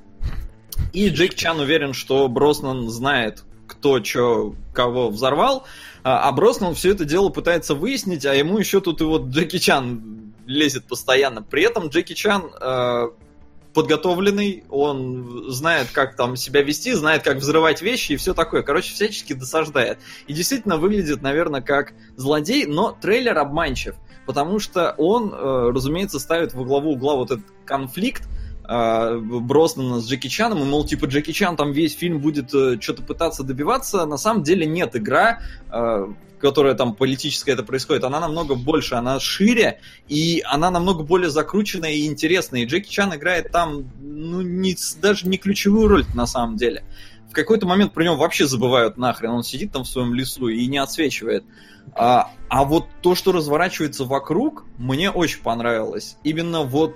И Джеки Чан уверен, что Броснан знает, кто кого взорвал. А Броснан все это дело пытается выяснить, а ему еще тут и вот Джеки Чан лезет постоянно. При этом Джеки Чан подготовленный, он знает, как там себя вести, знает, как взрывать вещи и все такое. Короче, всячески досаждает. И действительно выглядит, наверное, как злодей, но трейлер обманчив, потому что он, разумеется, ставит во главу угла вот этот конфликт Броснана с Джеки Чаном, и, мол, типа, Джеки Чан там весь фильм будет что-то пытаться добиваться. На самом деле нет, игра, которая там политическая это происходит, она намного больше, она шире, и она намного более закрученная и интересная. И Джеки Чан играет там, даже не ключевую роль на самом деле. В какой-то момент про него вообще забывают нахрен, он сидит там в своем лесу и не отсвечивает. А вот то, что разворачивается вокруг, мне очень понравилось. Именно вот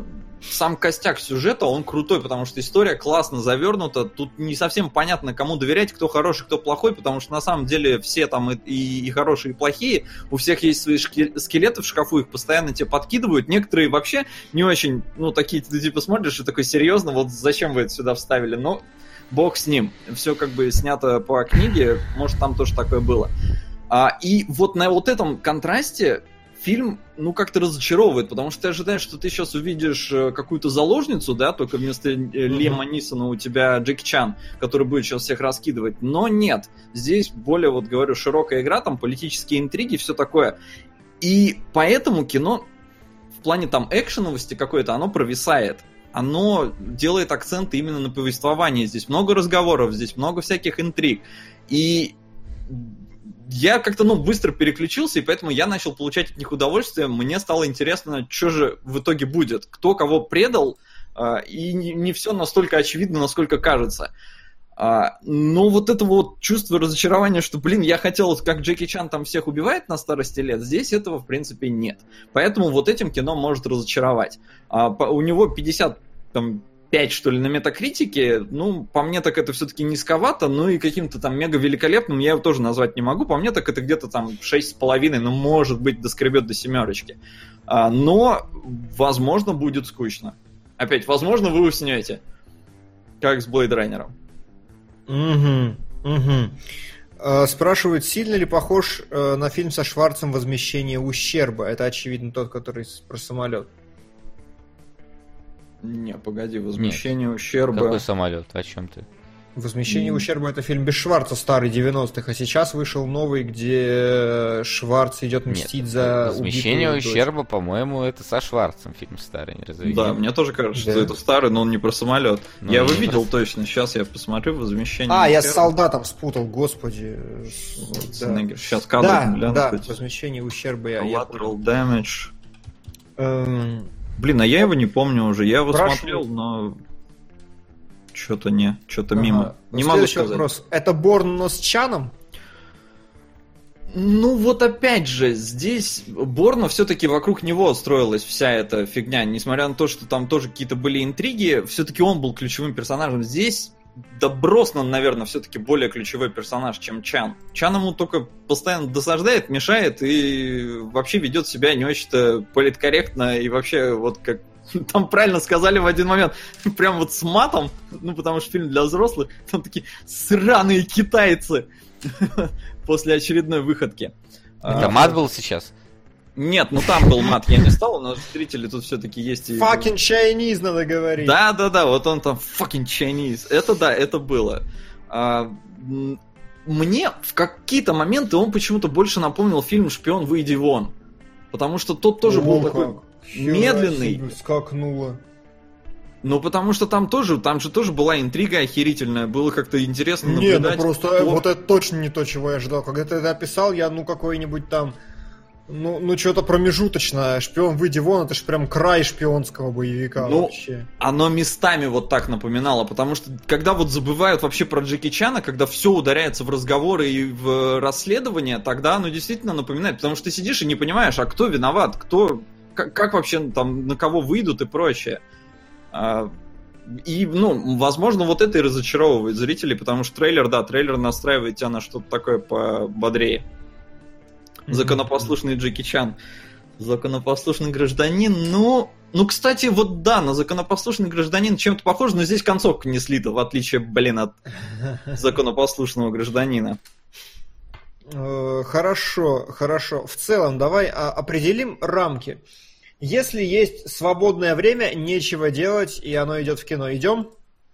сам костяк сюжета, он крутой, потому что история классно завернута. Тут не совсем понятно, кому доверять, кто хороший, кто плохой, потому что на самом деле все там и хорошие, и плохие. У всех есть свои скелеты в шкафу, их постоянно тебе подкидывают. Некоторые вообще не очень, такие, ты типа смотришь и такой, серьезно, вот зачем вы это сюда вставили? Но бог с ним. Все как бы снято по книге, может там тоже такое было. И вот на вот этом контрасте фильм, как-то разочаровывает, потому что ты ожидаешь, что ты сейчас увидишь какую-то заложницу, да, только вместо Лиама Нисона у тебя Джеки Чан, который будет сейчас всех раскидывать. Но нет, здесь более, вот говорю, широкая игра, там политические интриги, все такое. И поэтому кино в плане там экшеновости какой-то, оно провисает. оно делает акценты именно на повествовании. Здесь много разговоров, здесь много всяких интриг. И я как-то, быстро переключился, и поэтому я начал получать от них удовольствие. Мне стало интересно, что же в итоге будет. Кто кого предал, и не все настолько очевидно, насколько кажется. Но вот это вот чувство разочарования, что, я хотел, как Джеки Чан там всех убивает на старости лет, здесь этого, в принципе, нет. Поэтому вот этим кино может разочаровать. У него 55, что ли, на метакритике, по мне так это все-таки низковато, и каким-то там мега великолепным я его тоже назвать не могу. По мне так это где-то там 6,5, может быть, доскребет до 7. Но, возможно, будет скучно. Опять, возможно, вы уснете, как с Blade Runner. Спрашивают, сильно ли похож на фильм со Шварцем «Возмещение ущерба»? Это, очевидно, тот, который про самолет. Не, погоди, «Возмещение ущерба». Какой самолет? О чем ты? «Возмещение ущерба» — это фильм без Шварца, старый, 90-х, а сейчас вышел новый, где Шварц идет мстить за «Возмещение ущерба», по-моему, это со Шварцем фильм старый, не разве? Да, мне тоже кажется, что это старый, но он не про самолет. Я его видел точно, сейчас я посмотрю «Возмещение ущерба». Я с солдатом спутал, господи. Сейчас кадр гляну. Да, «Возмещение ущерба» я Collateral Damage. А я его не помню уже, я его смотрел, но... Что-то мимо. Не могу сказать. Вопрос. Это Борн, но с Чаном? Вот опять же, здесь Борна все-таки вокруг него строилась вся эта фигня. Несмотря на то, что там тоже какие-то были интриги, все-таки он был ключевым персонажем. Здесь Броснан, наверное, все-таки более ключевой персонаж, чем Чан. Чан ему только постоянно досаждает, мешает и вообще ведет себя не очень-то политкорректно. И вообще, вот как там правильно сказали в один момент, прям вот с матом, потому что фильм для взрослых, там такие сраные китайцы после очередной выходки. Это мат был сейчас? Нет, там был мат, я не стал, но зрители тут все-таки есть. Fucking Chinese надо говорить. Да, вот он там fucking Chinese. Это да, это было. Мне в какие-то моменты он почему-то больше напомнил фильм «Шпион, выйди вон». Потому что тот тоже был такой... медленный. Скакнуло. Потому что там же тоже была интрига охерительная, было как-то интересно наблюдать. Нет, просто вот это точно не то, чего я ожидал. Когда ты это описал, я какой-нибудь там, что-то промежуточное. «Шпион, выйди вон», это же прям край шпионского боевика вообще. Оно местами вот так напоминало, потому что когда вот забывают вообще про Джеки Чана, когда все ударяется в разговоры и в расследование, тогда оно действительно напоминает, потому что ты сидишь и не понимаешь, а кто виноват, как вообще там на кого выйдут и прочее. И, возможно, вот это и разочаровывает зрителей, потому что трейлер настраивает тебя на что-то такое пободрее. Законопослушный Джеки Чан. Законопослушный гражданин. Кстати, на законопослушный гражданин чем-то похож, но здесь концовка не слита, в отличие, от законопослушного гражданина. Хорошо. В целом, давай определим рамки. Если есть свободное время, нечего делать, и оно идет в кино, идем?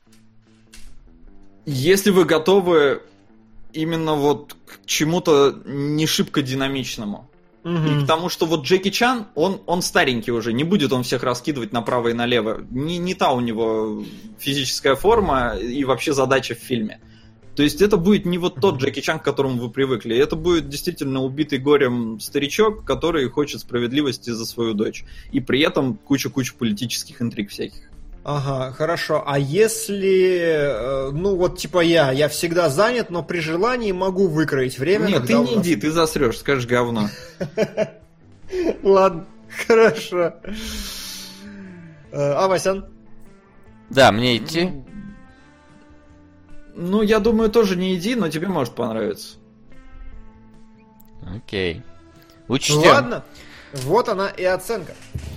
Если вы готовы именно вот к чему-то не шибко динамичному. И к тому, что вот Джеки Чан, он старенький уже, не будет он всех раскидывать направо и налево. Не та у него физическая форма и вообще задача в фильме. То есть это будет не вот тот Джеки Чан, к которому вы привыкли. Это будет действительно убитый горем старичок, который хочет справедливости за свою дочь. И при этом куча политических интриг всяких. Ага, хорошо. А если, я всегда занят, но при желании могу выкроить время. Нет, ты не иди, ты засрешь, скажешь говно. Ладно, хорошо. Васян? Да, мне идти. Я думаю, тоже не иди, но тебе может понравиться. Окей. Учтем. Ладно, вот она и оценка.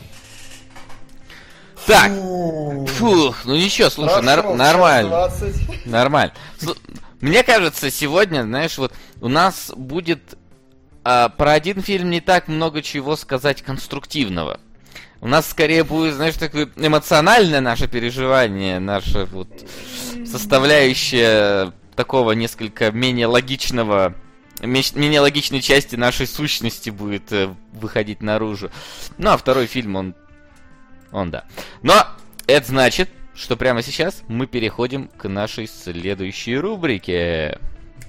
Так, ничего, слушай, нормально. Нормально. Мне кажется, сегодня, знаешь, вот у нас будет про один фильм не так много чего сказать конструктивного. У нас скорее будет, знаешь, такое эмоциональное наше переживание, наша вот составляющая такого несколько менее логичной части нашей сущности будет выходить наружу. А второй фильм, он да. Но Это значит, что прямо сейчас мы переходим к нашей следующей рубрике.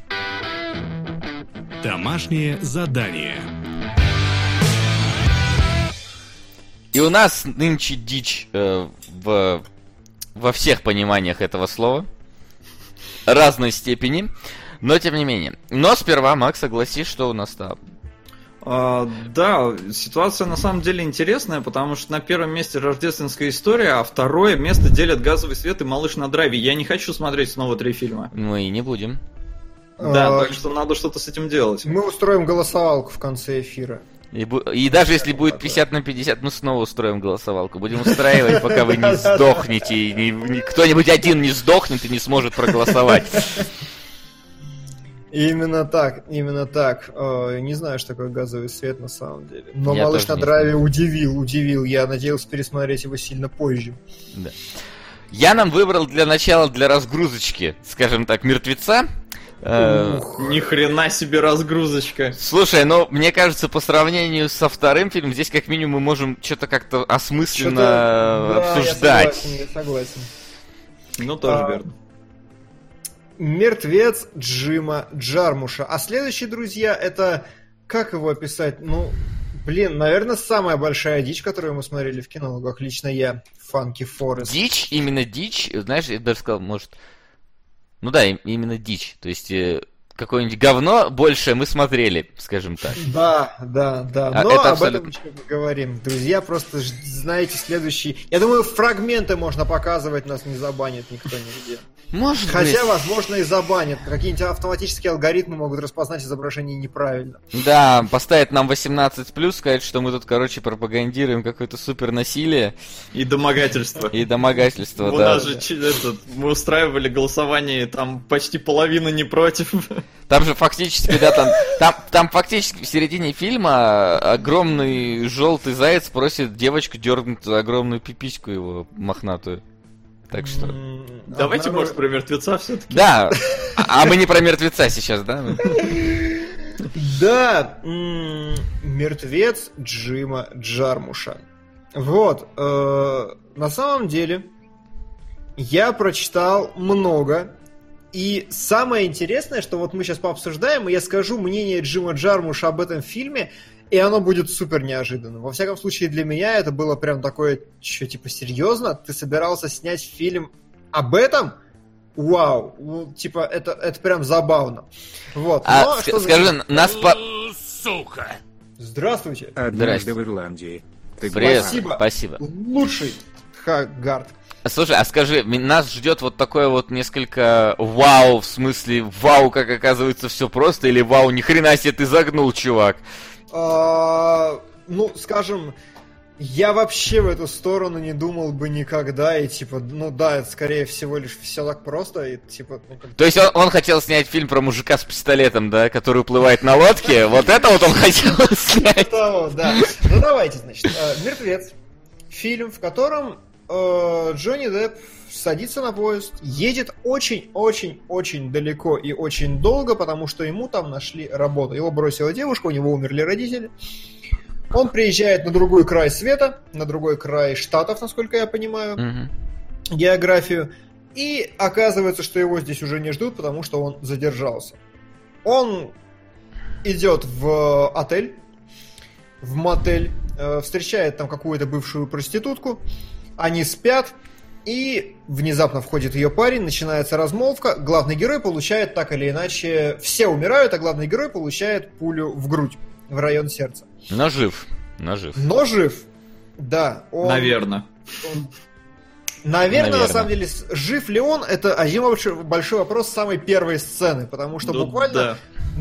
Домашнее задание. И у нас нынче дичь во всех пониманиях этого слова. Разной степени. Но тем не менее. Но сперва, Макс, согласись, что у нас там. Да, ситуация на самом деле интересная, потому что на первом месте рождественская история, а второе место делят «Газовый свет» и «Малыш на драйве». Я не хочу смотреть снова 3 фильма. Мы и не будем. Да, так что надо что-то с этим делать. Мы устроим голосовалку в конце эфира. И даже если будет 50 на 50, мы снова устроим голосовалку. Будем устраивать, пока вы не сдохнете. И кто-нибудь один не сдохнет и не сможет проголосовать. Именно так. Не знаю, что такое «Газовый свет» на самом деле. Но Я «Малыш тоже на не драйве» удивил. Я надеялся пересмотреть его сильно позже. Да. Я нам выбрал для начала, для разгрузочки, скажем так, «Мертвеца». Ни хрена себе разгрузочка. Слушай, ну, мне кажется, по сравнению со вторым фильмом, здесь как минимум мы можем что-то как-то осмысленно обсуждать. Я согласен. Ну, тоже верно. «Мертвец» Джима Джармуша. А следующие, друзья, это... Как его описать? Ну, наверное, самая большая дичь, которую мы смотрели в кино, как лично я. «Фанки Форест». Дичь, именно дичь, знаешь, я даже сказал, может... Ну да, именно дичь. То есть какое-нибудь говно большее мы смотрели, скажем так. Да. Но это об этом еще поговорим. Друзья, просто знаете следующий... Я думаю, фрагменты можно показывать, нас не забанит никто нигде. Может Хотя, быть. возможно, и забанят. Какие-нибудь автоматические алгоритмы могут распознать изображение неправильно. Да, поставить нам 18+, сказать, что мы тут, короче, пропагандируем какое-то супер насилие. И домогательство. Да. У нас же мы устраивали голосование, там почти половина не против. Там же фактически, да, там фактически в середине фильма огромный желтый заяц просит девочку дернуть огромную пипиську его мохнатую. Так что... Давайте, может, про «Мертвеца» все-таки. Да, а мы не про «Мертвеца» сейчас, да? Да, «Мертвец» Джима Джармуша. Вот, на самом деле, я прочитал много, и самое интересное, что вот мы сейчас пообсуждаем, и я скажу мнение Джима Джармуша об этом фильме, и оно будет супер неожиданным. Во всяком случае, для меня это было прям такое, что, типа, серьезно? Ты собирался снять фильм об этом? Вау, ну, типа, это прям забавно. Вот. Но, скажи, нас Сука! Здравствуйте. Однажды в Ирландии. Спасибо. Лучший Хагард. Слушай, а скажи, нас ждет вот такое вот несколько вау, в смысле, вау, как оказывается все просто, или вау, ни хрена себе ты загнул, чувак? Ну, скажем, я вообще в эту сторону не думал бы никогда, и типа, ну да, это скорее всего лишь все так просто, и типа... Ну, как... То есть он хотел снять фильм про мужика с пистолетом, да, который уплывает на лодке, вот это вот он хотел снять? Да. Ну давайте, значит, «Мертвец». Фильм, в котором Джонни Депп садится на поезд, едет очень-очень-очень далеко и очень долго, потому что ему там нашли работу. Его бросила девушка, у него умерли родители. Он приезжает на другой край света, на другой край штатов, насколько я понимаю, географию, и оказывается, что его здесь уже не ждут, потому что он задержался. Он идет в отель, в мотель, встречает там какую-то бывшую проститутку, они спят, и внезапно входит ее парень, начинается размолвка, главный герой получает так или иначе... Все умирают, а главный герой получает пулю в грудь, в район сердца. Но жив. Да. Наверное. Наверное, на самом деле, жив ли он, это один большой вопрос самой первой сцены, потому что буквально,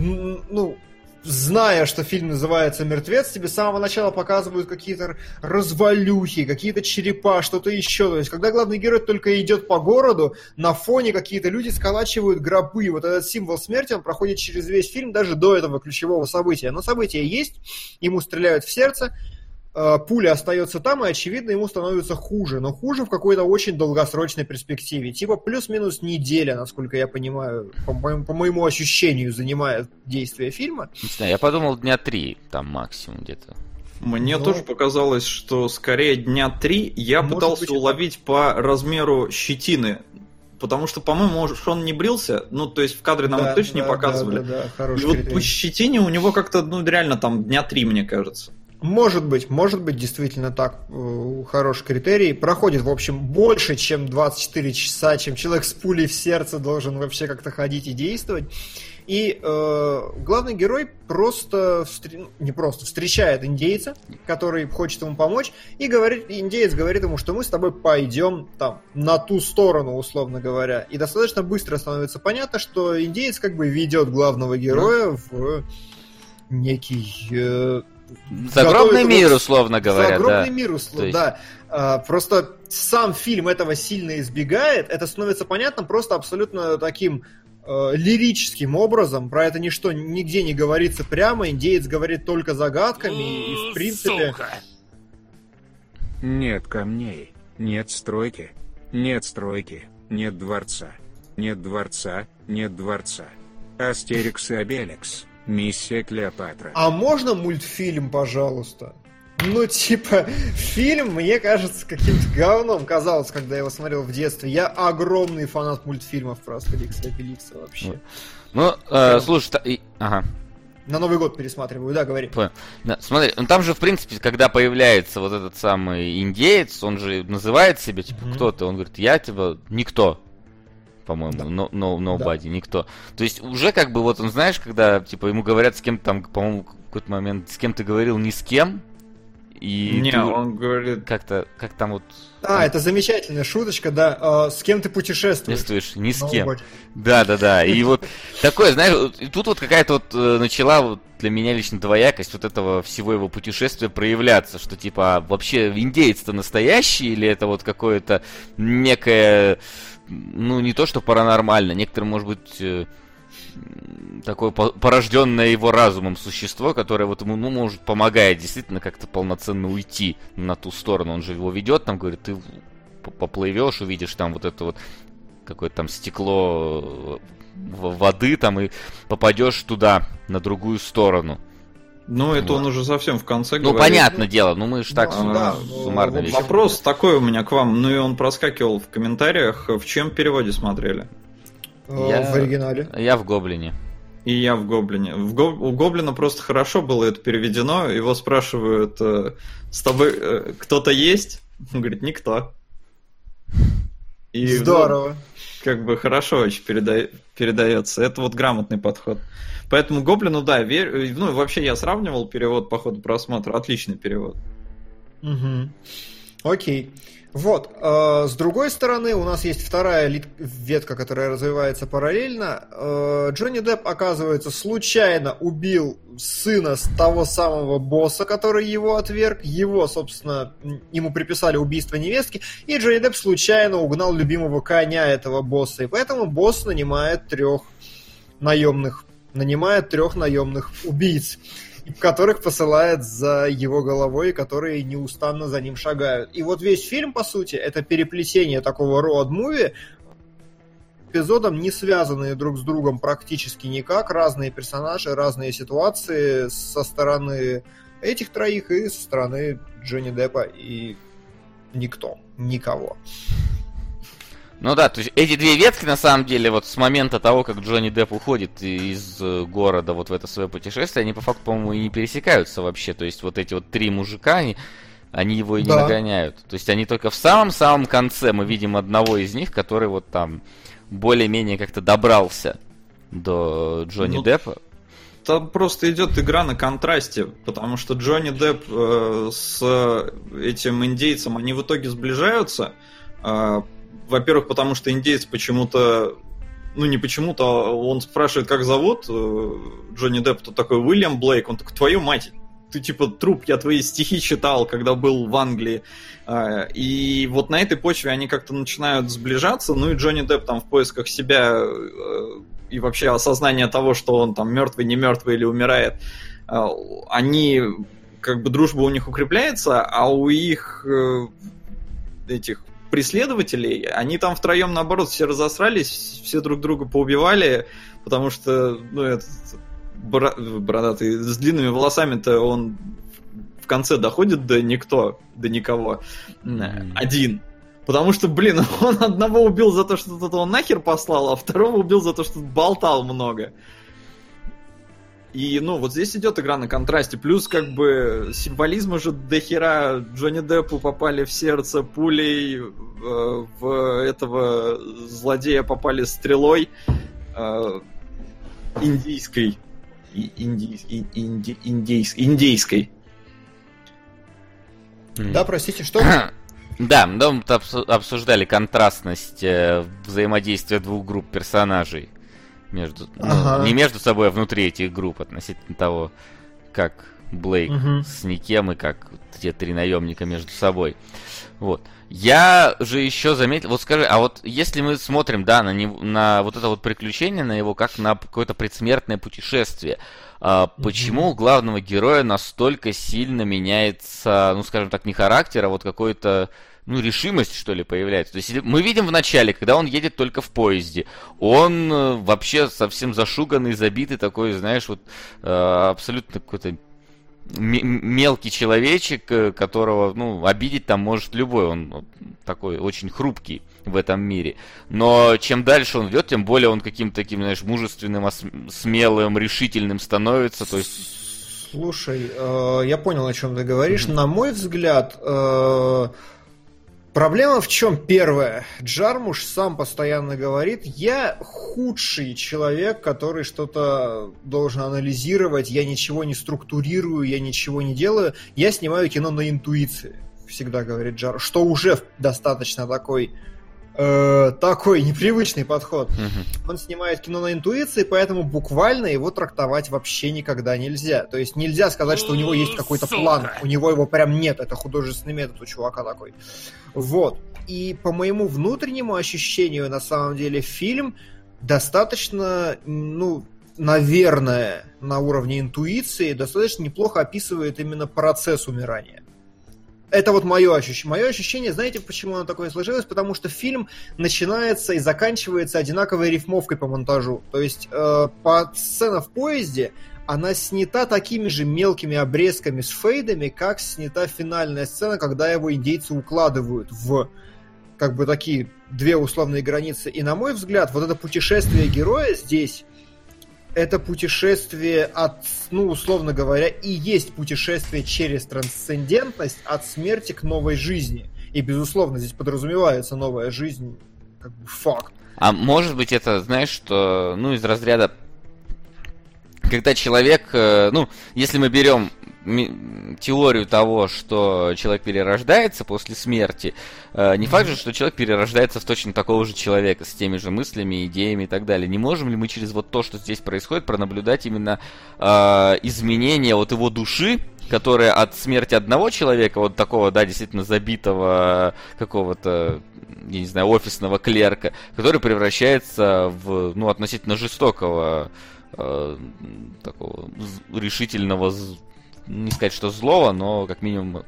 зная, что фильм называется «Мертвец», тебе с самого начала показывают какие-то развалюхи, какие-то черепа, что-то еще. То есть, когда главный герой только идет по городу, на фоне какие-то люди сколачивают гробы. Вот этот символ смерти, он проходит через весь фильм, даже до этого ключевого события. Но событие есть, ему стреляют в сердце, пуля остается там, и, очевидно, ему становится хуже. Но хуже в какой-то очень долгосрочной перспективе. Типа плюс-минус неделя, насколько я понимаю, по моему ощущению, занимает действие фильма. Не знаю, я подумал, дня 3 там максимум где-то. Мне тоже показалось, что скорее дня 3. Я пытался уловить по размеру щетины. Потому что, по-моему, он не брился. Ну, то есть в кадре нам точно не показывали. И вот по щетине у него как-то, реально там дня 3, мне кажется. Может быть, действительно так, хороший критерий. Проходит, в общем, больше, чем 24 часа, чем человек с пулей в сердце должен вообще как-то ходить и действовать. И главный герой встречает индейца, который хочет ему помочь, и индеец говорит ему, что мы с тобой пойдем там на ту сторону, условно говоря. И достаточно быстро становится понятно, что индеец как бы ведет главного героя в некий... загробный мир, условно говоря. Загробный мир, да. Просто сам фильм этого сильно избегает. Это становится понятно просто абсолютно таким лирическим образом. Про это ничто нигде не говорится прямо. Индеец говорит только загадками. И в принципе... Сука. Нет камней, нет стройки, нет стройки, нет дворца. Нет дворца, нет дворца. Астерикс и Обеликс. Миссия Клеопатра. А можно мультфильм, пожалуйста? Фильм, мне кажется, каким-то говном казалось, когда я его смотрел в детстве. Я огромный фанат мультфильмов про Астерикса и Обеликса вообще. Слушай, ага. На Новый год пересматриваю, да, говори. Да, смотри, там же, в принципе, когда появляется вот этот самый индеец, он же называет себя, кто-то, он говорит, я, никто. По-моему, nobody, никто. То есть уже как бы он, знаешь, когда, ему говорят с кем-то там, по-моему, в какой-то момент, с кем ты говорил, ни с кем, и... он говорит... Как там это замечательная шуточка, да, с кем ты путешествуешь? Ни с кем. Да, и вот такое, знаешь, тут какая-то начала для меня лично двоякость этого всего его путешествия проявляться, что вообще индеец-то настоящий, или это какое-то некое... не то что паранормально, некоторым, может быть, такое порожденное его разумом существо, которое ему, может, помогает действительно как-то полноценно уйти на ту сторону. Он же его ведет, там, говорит, ты поплывешь, увидишь там какое-то там стекло воды, там, и попадешь туда, на другую сторону. Это он уже совсем в конце говорит. Понятное дело, мы же так суммарно вещи. Вопрос такой у меня к вам, и он проскакивал в комментариях. В чем переводе смотрели? В оригинале. Я в Гоблине. И я в Гоблине. У Гоблина просто хорошо было это переведено. Его спрашивают, с тобой кто-то есть? Он говорит, никто. И здорово. Хорошо очень передается. Это грамотный подход. Поэтому Гоблину, да, верю. Вообще я сравнивал перевод по ходу просмотра. Отличный перевод. Угу. Окей. С другой стороны, у нас есть вторая ветка, которая развивается параллельно. Джонни Депп, оказывается, случайно убил сына того самого босса, который его отверг. Собственно, ему приписали убийство невестки. И Джонни Депп случайно угнал любимого коня этого босса. И поэтому босс нанимает трех наемных убийц, которых посылает за его головой, которые неустанно за ним шагают. И весь фильм, по сути, это переплетение такого роуд-муви, эпизодом не связанные друг с другом практически никак, разные персонажи, разные ситуации со стороны этих троих и со стороны Джонни Деппа, и никого. То есть эти две ветки, на самом деле, с момента того, как Джонни Депп уходит из города в это свое путешествие, они по факту, по-моему, и не пересекаются вообще. То есть эти три мужика, они его и не нагоняют. То есть они только в самом-самом конце мы видим одного из них, который там более-менее как-то добрался до Джонни Деппа. Там просто идет игра на контрасте, потому что Джонни Депп с этим индейцем, они в итоге сближаются. Во-первых, потому что индеец почему-то, не почему-то, он спрашивает, как зовут Джонни Депп, тут такой Уильям Блейк, он такой, твою мать, ты труп, я твои стихи читал, когда был в Англии. И на этой почве они как-то начинают сближаться, и Джонни Депп там в поисках себя и вообще осознания того, что он там мертвый, не мертвый или умирает, они, дружба у них укрепляется, а у их этих преследователей, они там втроем, наоборот, все разосрались, все друг друга поубивали, потому что, этот бородатый с длинными волосами-то он в конце доходит до никого. Один. Потому что, блин, он одного убил за то, что он нахер послал, а второго убил за то, что болтал много. И, вот здесь идет игра на контрасте. Плюс, как бы, символизм уже до хера. Джонни Деппу попали в сердце пулей, в этого злодея попали стрелой индийской. Да, простите, что? Да, мы обсуждали контрастность взаимодействия двух групп персонажей. Не между собой, а внутри этих групп, относительно того, как Блейк с Никем и как те три наемника между собой. Вот. Я же еще заметил, вот скажи, а вот если мы смотрим, да, на вот это вот приключение, на его как на какое-то предсмертное путешествие, почему у главного героя настолько сильно меняется, скажем так, не характер, а вот какой-то, решимость, что ли, появляется. То есть мы видим в начале, когда он едет только в поезде, он вообще совсем зашуганный, забитый такой, знаешь, вот абсолютно какой-то мелкий человечек, которого, обидеть там может любой, он такой очень хрупкий в этом мире. Но чем дальше он идет, тем более он каким-то таким, знаешь, мужественным, смелым, решительным становится, то есть... Слушай, я понял, о чем ты говоришь. На мой взгляд, проблема в чем? Первое. Джармуш сам постоянно говорит, я худший человек, который что-то должен анализировать, я ничего не структурирую, я ничего не делаю, я снимаю кино на интуиции, всегда говорит Джармуш, что уже достаточно такой непривычный подход. Он снимает кино на интуиции, поэтому буквально его трактовать вообще никогда нельзя. То есть нельзя сказать, что у него есть какой-то план, у него его прям нет, это художественный метод у чувака такой. Вот. И по моему внутреннему ощущению, на самом деле, фильм достаточно, наверное, на уровне интуиции, достаточно неплохо описывает именно процесс умирания. Это вот мое ощущение. Мое ощущение, знаете, почему оно такое сложилось? Потому что фильм начинается и заканчивается одинаковой рифмовкой по монтажу. То есть сцена в поезде, она снята такими же мелкими обрезками с фейдами, как снята финальная сцена, когда его индейцы укладывают в как бы такие две условные границы. И на мой взгляд, вот это путешествие героя здесь, это путешествие от, условно говоря, и есть путешествие через трансцендентность от смерти к новой жизни. И, безусловно, здесь подразумевается новая жизнь, как бы факт. А может быть это, знаешь, что, из разряда, когда человек, если мы берем теорию того, что человек перерождается после смерти, не факт же, что человек перерождается в точно такого же человека, с теми же мыслями, идеями и так далее. Не можем ли мы через вот то, что здесь происходит, пронаблюдать именно изменения вот его души, которая от смерти одного человека, вот такого, да, действительно забитого какого-то, я не знаю, офисного клерка, который превращается в, относительно жестокого, такого решительного, не сказать, что злого, но как минимум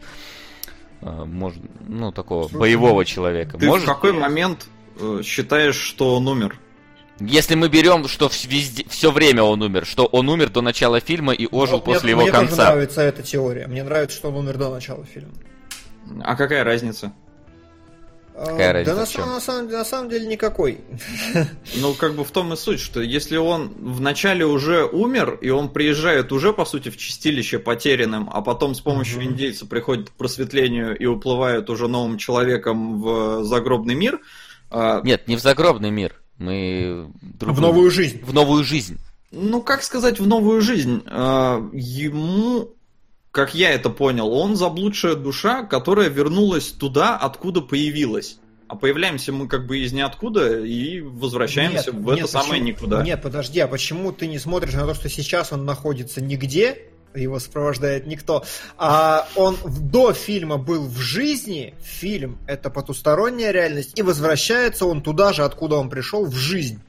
можно, такого боевого человека. Ты в какой момент считаешь, что он умер? Если мы берем, что все время он умер, что он умер до начала фильма и ожил после его конца. Мне тоже нравится эта теория. Мне нравится, что он умер до начала фильма. А какая разница? Какая разница? Да на самом деле никакой. Как бы в том и суть, что если он вначале уже умер, и он приезжает уже, по сути, в чистилище потерянным, а потом с помощью индейца приходит к просветлению и уплывает уже новым человеком в загробный мир... Нет, не в загробный мир. Мы... В новую жизнь. В новую жизнь. Как сказать в новую жизнь? Ему... Как я это понял, он заблудшая душа, которая вернулась туда, откуда появилась. А появляемся мы как бы из ниоткуда и возвращаемся в самое никуда. Нет, подожди, а почему ты не смотришь на то, что сейчас он находится нигде, его сопровождает никто, а он до фильма был в жизни, фильм — это потусторонняя реальность, и возвращается он туда же, откуда он пришел, в жизнь.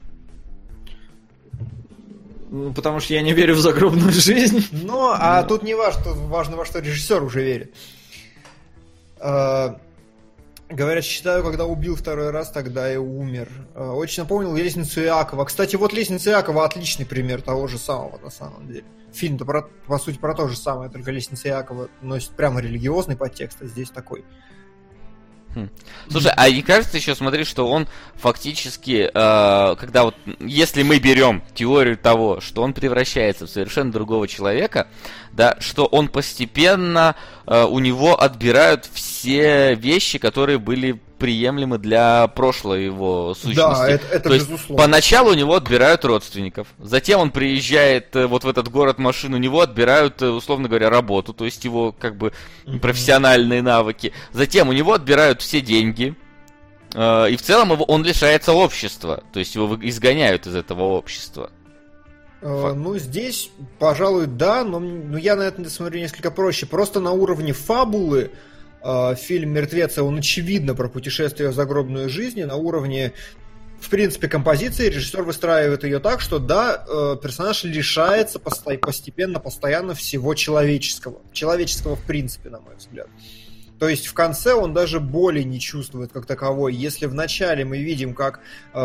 Потому что я не верю в загробную жизнь. Тут не важно, во что режиссер уже верит. Говорят, считаю, когда убил второй раз, тогда и умер. Очень напомнил «Лестницу Иакова». Кстати, вот «Лестница Иакова» отличный пример того же самого, на самом деле. Фильм-то, по сути, про то же самое, только «Лестница Иакова» носит прямо религиозный подтекст, а здесь такой. Слушай, а не кажется еще, смотри, что он фактически, когда вот, если мы берем теорию того, что он превращается в совершенно другого человека, да, что он постепенно, у него отбирают все вещи, которые были приемлемы для прошлой его сущности. Да, это то есть, безусловно. Поначалу у него отбирают родственников, затем он приезжает вот в этот город машин, у него отбирают, условно говоря, работу, то есть его как бы профессиональные навыки, затем у него отбирают все деньги, и в целом он лишается общества, то есть его изгоняют из этого общества. Ну, здесь, пожалуй, да, но я на это смотрю несколько проще. Просто на уровне фабулы фильм «Мертвецы», он очевидно про путешествие в загробную жизнь, на уровне, в принципе, композиции режиссер выстраивает ее так, что, да, персонаж лишается постепенно, постоянно всего человеческого в принципе, на мой взгляд. То есть в конце он даже боли не чувствует как таковой. Если в начале мы видим, как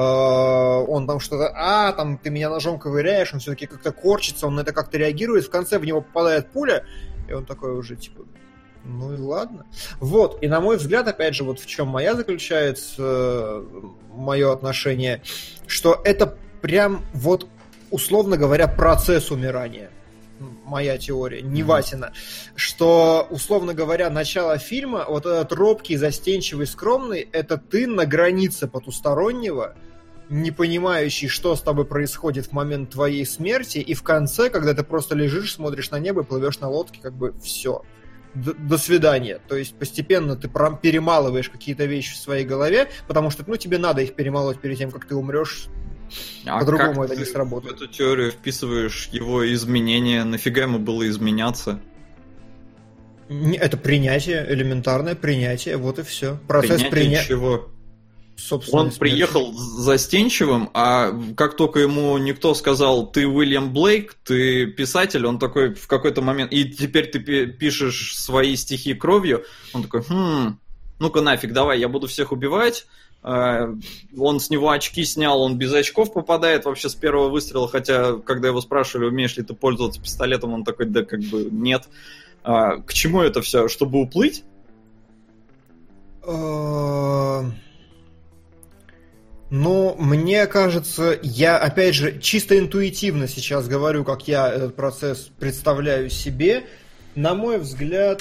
он там что-то, там ты меня ножом ковыряешь, он все-таки как-то корчится, он на это как-то реагирует, в конце в него попадает пуля, и он такой уже типа... Ну и ладно. Вот, и на мой взгляд, опять же, вот в чем заключается мое отношение, что это прям вот, условно говоря, процесс умирания. Моя теория, не Васина. Что, условно говоря, начало фильма, вот этот робкий, застенчивый, скромный, это ты на границе потустороннего, не понимающий, что с тобой происходит в момент твоей смерти, и в конце, когда ты просто лежишь, смотришь на небо и плывешь на лодке, как бы все. До свидания. То есть постепенно ты перемалываешь какие-то вещи в своей голове, потому что тебе надо их перемалывать перед тем, как ты умрешь. По-другому это не сработает. В эту теорию вписываешь его изменения. Нафига ему было изменяться? Это принятие, элементарное принятие, вот и все. Процесс принятия. Чего? Он приехал застенчивым, а как только ему никто сказал, ты Уильям Блейк, ты писатель, он такой в какой-то момент, и теперь ты пишешь свои стихи кровью, он такой, ну-ка нафиг, давай, я буду всех убивать. Он с него очки снял, он без очков попадает вообще с первого выстрела, хотя, когда его спрашивали, умеешь ли ты пользоваться пистолетом, он такой, да как бы нет. К чему это все? Чтобы уплыть? Ну, мне кажется, я, опять же, чисто интуитивно сейчас говорю, как я этот процесс представляю себе. На мой взгляд,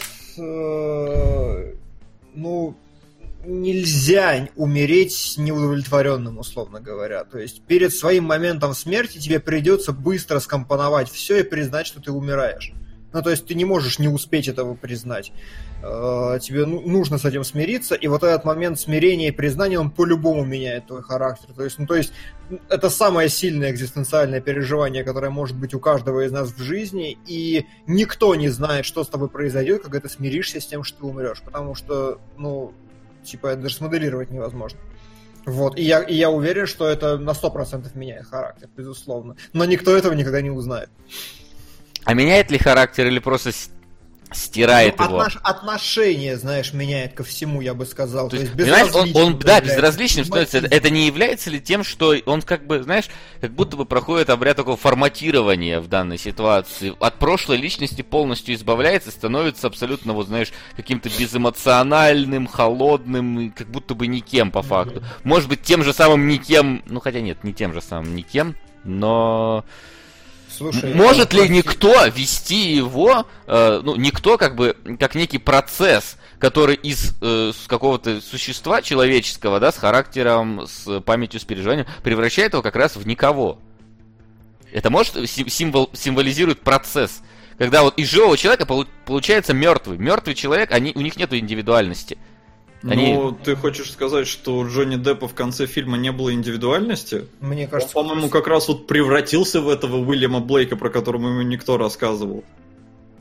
нельзя умереть неудовлетворенным, условно говоря. То есть перед своим моментом смерти тебе придется быстро скомпоновать все и признать, что ты умираешь. Ну, то есть ты не можешь не успеть этого признать. Тебе нужно с этим смириться, и вот этот момент смирения и признания, он по-любому меняет твой характер. То есть это самое сильное экзистенциальное переживание, которое может быть у каждого из нас в жизни, и никто не знает, что с тобой произойдет, когда ты смиришься с тем, что ты умрешь, потому что, это даже смоделировать невозможно. Вот, и я уверен, что это на 100% меняет характер, безусловно. Но никто этого никогда не узнает. А меняет ли характер или просто стирает его? Отношение, знаешь, меняет ко всему, я бы сказал. То есть он безразличным становится. Это не является ли тем, что он как бы, знаешь, как будто бы проходит обряд такого форматирования в данной ситуации. От прошлой личности полностью избавляется, становится абсолютно, каким-то безэмоциональным, холодным, как будто бы никем по факту. Может быть, тем же самым никем, хотя нет, не тем же самым никем, но... Слушай, может ли никто вести его, никто как некий процесс, который из какого-то существа человеческого, да, с характером, с памятью, с переживанием, превращает его как раз в никого? Это символизирует процесс, когда вот из живого человека получается мертвый. Мертвый человек, у них нет индивидуальности. Ты хочешь сказать, что у Джонни Деппа в конце фильма не было индивидуальности? Мне кажется... Он, по-моему, как раз превратился в этого Уильяма Блейка, про которого ему никто рассказывал.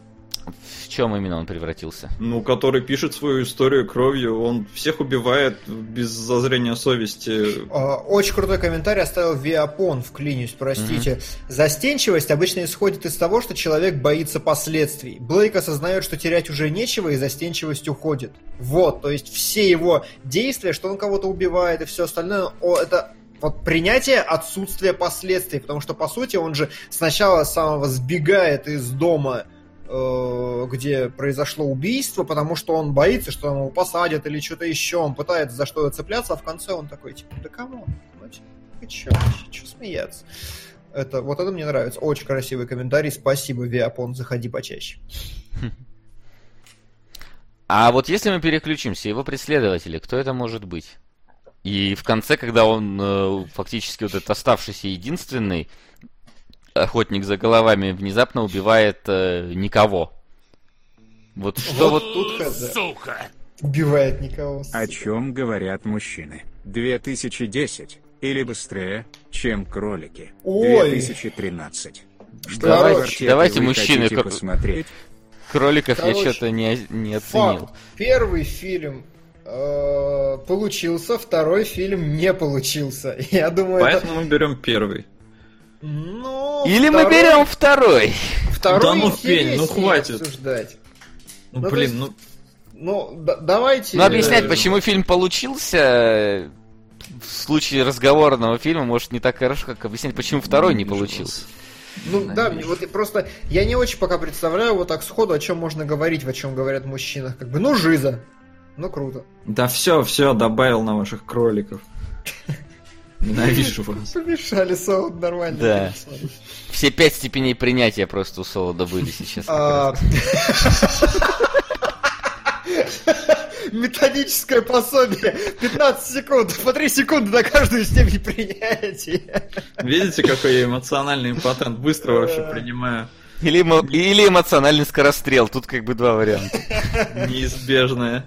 В чем именно он превратился? Ну, который пишет свою историю кровью, он всех убивает без зазрения совести. Очень крутой комментарий оставил Виапон, вклинюсь, простите. Застенчивость обычно исходит из того, что человек боится последствий. Блейк осознает, что терять уже нечего, и застенчивость уходит. Вот, то есть все его действия, что он кого-то убивает и все остальное, это... Вот принятие отсутствия последствий, потому что, по сути, он же сначала самого сбегает из дома, где произошло убийство, потому что он боится, что его посадят или что-то еще, он пытается за что-то цепляться, а в конце он такой, типа, да камон, ты че смеяться? Это мне нравится. Очень красивый комментарий. Спасибо, Виапон, заходи почаще. А вот если мы переключимся, его преследователи, кто это может быть? И в конце, когда он фактически вот этот оставшийся единственный охотник за головами внезапно убивает никого. Вот что вот тут... Сука! Убивает никого. О чем говорят мужчины? 2010 или быстрее, чем кролики? Ой. 2013. Давайте мужчины посмотреть. Кроликов я что-то не оценил. Первый фильм получился, второй фильм не получился. Я думаю, поэтому мы берем первый. Или мы берем второй. Второй да фень, хватит. Обсуждать. Давайте... Но объяснять, почему фильм получился, в случае разговорного фильма, может, не так хорошо, как объяснять, почему второй не получился. Вот просто я не очень пока представляю вот так сходу, о чем можно говорить, о чем говорят мужчины. Жиза. Круто. Да все, добавил на ваших кроликов. Ненавижу вас. Помешали, Солод нормально. Да. Все 5 степеней принятия просто у Солода были сейчас. Методическое пособие. 15 секунд. По 3 секунды на каждую степень принятия. Видите, какой я эмоциональный импотент. Быстро вообще принимаю. Или эмоциональный скорострел. Тут два варианта. Неизбежное.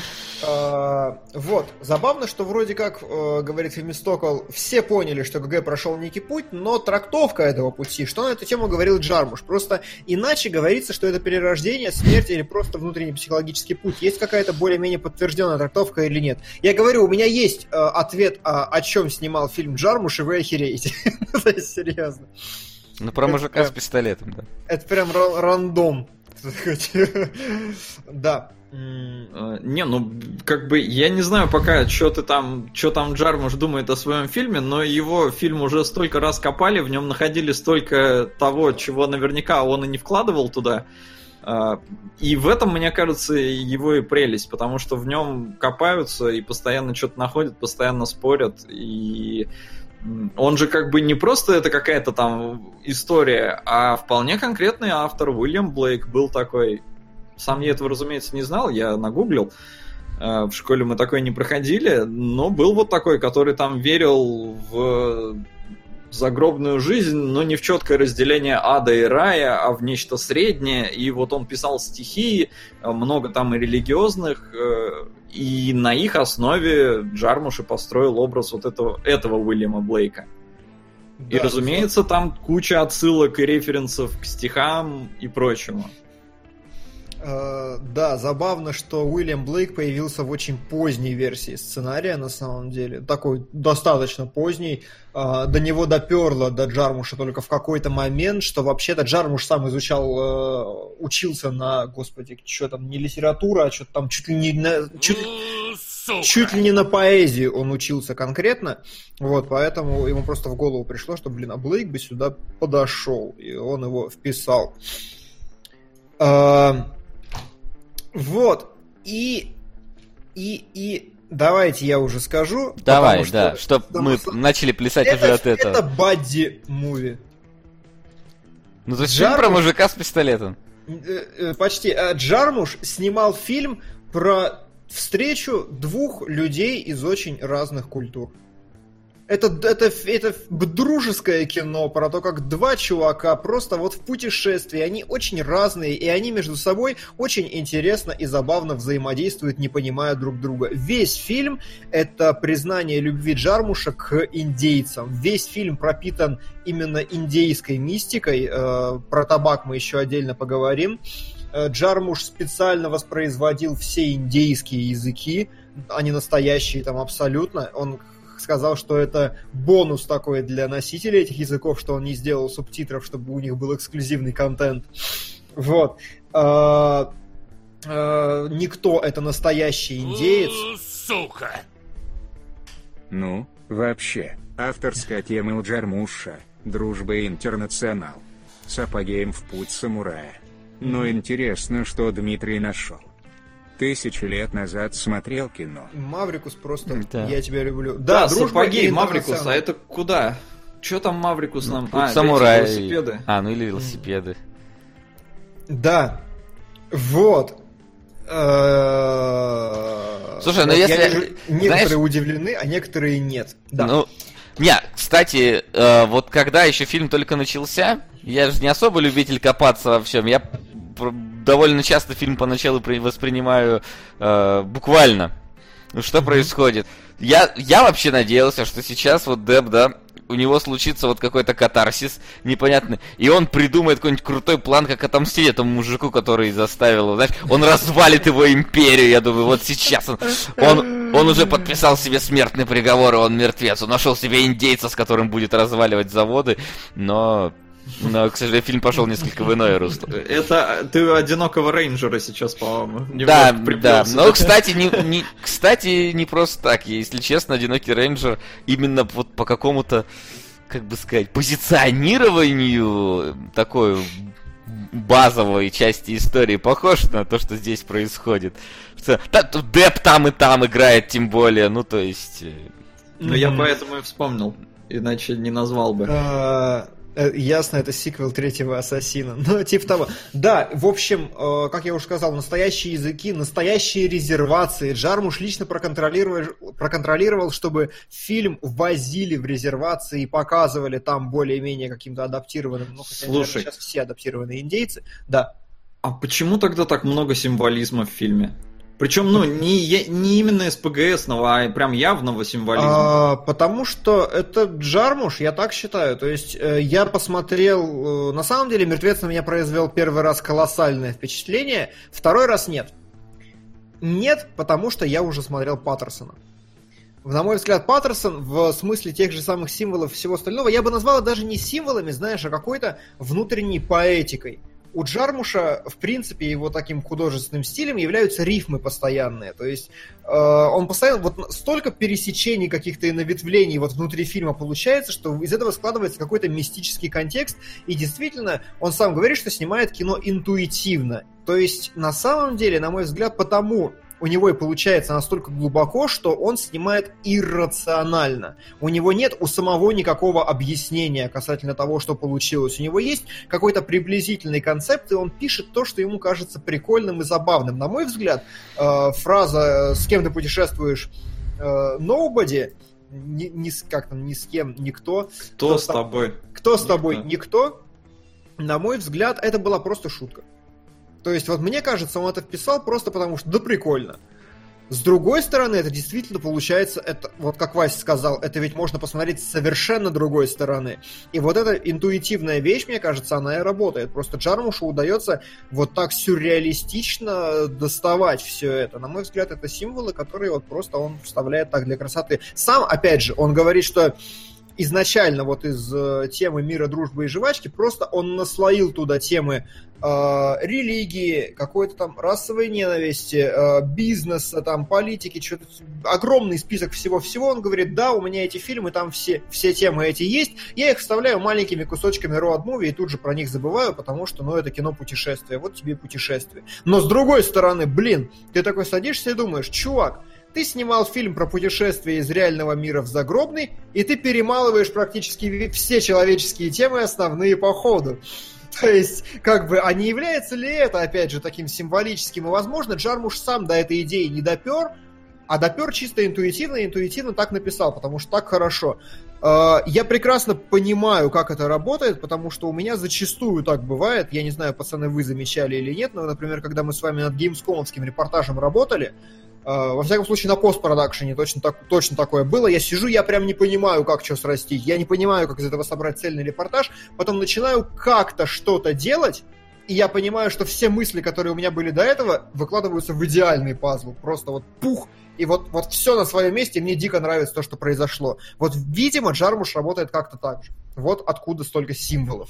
Вот. Забавно, что вроде как, говорит Фемистокл, все поняли, что ГГ прошел некий путь, но трактовка этого пути, что на эту тему говорил Джармуш. Просто иначе говорится, что это перерождение, смерть или просто внутренний психологический путь. Есть какая-то более-менее подтвержденная трактовка или нет? Я говорю, у меня есть ответ, о чем снимал фильм Джармуш, и вы охереете. Серьезно. Про мужика с пистолетом, да. Это прям рандом. Да. Я не знаю пока, что там Джармуш думает о своем фильме, но его фильм уже столько раз копали, в нем находили столько того, чего наверняка он и не вкладывал туда. И в этом, мне кажется, его и прелесть, потому что в нем копаются и постоянно что-то находят, постоянно спорят, и он же не просто это какая-то там история, а вполне конкретный автор. Уильям Блейк был такой. Сам я этого, разумеется, не знал, я нагуглил. В школе мы такое не проходили, но был вот такой, который там верил в загробную жизнь, но не в четкое разделение ада и рая, а в нечто среднее. И вот он писал стихи, много там и религиозных, и на их основе Джармуш и построил образ вот этого Уильяма Блейка. Да, и, разумеется, там куча отсылок и референсов к стихам и прочему. Да, забавно, что Уильям Блейк появился в очень поздней версии сценария, на самом деле. Такой достаточно поздний. До него доперло, до Джармуша только в какой-то момент, что вообще-то Джармуш сам учился на, господи, что там, не литература, а что-то там чуть ли не на поэзию он учился конкретно. Вот, поэтому ему просто в голову пришло, что, а Блейк бы сюда подошел. И он его вписал. Вот, и давайте я уже скажу. Давай, да, чтобы мы начали плясать уже от этого. Это бадди-муви. То есть фильм про мужика с пистолетом. Почти. Джармуш снимал фильм про встречу двух людей из очень разных культур. Это дружеское кино про то, как два чувака просто в путешествии, они очень разные, и они между собой очень интересно и забавно взаимодействуют, не понимая друг друга. Весь фильм — это признание любви Джармуша к индейцам. Весь фильм пропитан именно индейской мистикой. Про табак мы еще отдельно поговорим. Джармуш специально воспроизводил все индейские языки, они настоящие там абсолютно. Он сказал, что это бонус такой для носителей этих языков, что он не сделал субтитров, чтобы у них был эксклюзивный контент. Вот. Никто это настоящий индеец. Сука! Ну, вообще, авторская тема у Джармуша — дружба интернационал. С апогеем в путь самурая. Но интересно, что Дмитрий нашел. 1000 лет назад смотрел кино. Маврикус просто Да. «Я тебя люблю». Да, дружба сапоги и Маврикус, интернационал. а это куда? Че там Маврикус нам? Путь самурая. велосипеды. Ну или велосипеды. Да. Вот. Слушай, ну Вот если... я вижу, некоторые знаешь, удивлены, а некоторые нет. Да. Ну, кстати, вот когда еще фильм только начался, я же не особо любитель копаться во всем. Я довольно часто фильм поначалу воспринимаю буквально. Ну что происходит? Я вообще надеялся, что сейчас вот Депп, да, у него случится вот какой-то катарсис непонятный, и он придумает какой-нибудь крутой план, как отомстить этому мужику, который заставил его, знаешь, он развалит его империю, я думаю, вот сейчас он уже подписал себе смертный приговор, и он мертвец, он нашел себе индейца, с которым будет разваливать заводы, но, к сожалению, фильм пошел несколько в иное русло. Это ты одинокого рейнджера сейчас, по-моему, Да, немножко приплелся. но, кстати, не просто так. Если честно, «Одинокий рейнджер» именно вот по какому-то, как бы сказать, позиционированию такой базовой части истории похож на то, что здесь происходит. Депп там и там играет, тем более, ну, то есть... Ну, я поэтому и вспомнил, иначе не назвал бы. Ясно, это сиквел третьего Ассасина. Ну, типа того. Да, в общем, как я уже сказал, настоящие языки, настоящие резервации. Джармуш лично проконтролировал, чтобы фильм возили в резервации и показывали там более-менее каким-то адаптированным. Ну, хотя, Слушай, сейчас все адаптированные индейцы. Да. А почему тогда так много символизма в фильме? Причем, ну, не именно СПГСного, а прям явного символизма. Потому что это Джармуш, я так считаю. То есть я посмотрел... На самом деле «Мертвец» на меня произвел первый раз колоссальное впечатление, второй раз нет. Нет, потому что я уже смотрел Паттерсона. На мой взгляд, Паттерсон в смысле тех же самых символов и всего остального, я бы назвал это даже не символами, знаешь, а какой-то внутренней поэтикой. У Джармуша, в принципе, его таким художественным стилем являются рифмы постоянные. То есть он постоянно... Вот столько пересечений каких-то и наветвлений вот внутри фильма получается, что из этого складывается какой-то мистический контекст. И действительно, он сам говорит, что снимает кино интуитивно. То есть, на самом деле, на мой взгляд, потому... У него и получается настолько глубоко, что он снимает иррационально. У него нет у самого никакого объяснения касательно того, что получилось. У него есть какой-то приблизительный концепт, и он пишет то, что ему кажется прикольным и забавным. На мой взгляд, фраза «С кем ты путешествуешь? Nobody», ни с кем, никто. Кто с тобой? Кто с тобой? Никто. На мой взгляд, это была просто шутка. То есть, вот мне кажется, он это вписал просто потому, что да прикольно. С другой стороны, это действительно получается, это, вот как Вася сказал, это ведь можно посмотреть с совершенно другой стороны. И вот эта интуитивная вещь, мне кажется, она и работает. Просто Джармушу удается вот так сюрреалистично доставать все это. На мой взгляд, это символы, которые вот просто он вставляет так для красоты. Сам, опять же, он говорит, что изначально вот из темы мира, дружбы и жвачки просто он наслоил туда темы религии, какой-то там расовой ненависти, бизнеса, там, политики, что-то, огромный список всего-всего. Он говорит, да, у меня эти фильмы, там все темы эти есть, я их вставляю маленькими кусочками роуд-муви и тут же про них забываю, потому что, ну, это кино путешествие, вот тебе и путешествие. Но с другой стороны, блин, ты такой садишься и думаешь, чувак, ты снимал фильм про путешествие из реального мира в загробный, и ты перемалываешь практически все человеческие темы основные по ходу. То есть, как бы, а не является ли это, опять же, таким символическим? И, возможно, Джармуш сам до этой идеи не допер, а допер чисто интуитивно так написал, потому что так хорошо. Я прекрасно понимаю, как это работает, потому что у меня зачастую так бывает. Я не знаю, пацаны, вы замечали или нет, но, например, когда мы с вами над геймскомовским репортажем работали, во всяком случае, на постпродакшене точно такое было. Я сижу, я прям не понимаю, как что срастить. Я не понимаю, как из этого собрать цельный репортаж. Потом начинаю как-то что-то делать, и я понимаю, что все мысли, которые у меня были до этого, выкладываются в идеальный пазл. Просто вот пух, и вот все на своем месте, и мне дико нравится то, что произошло. Вот, видимо, Джармуш работает как-то так же. Вот откуда столько символов.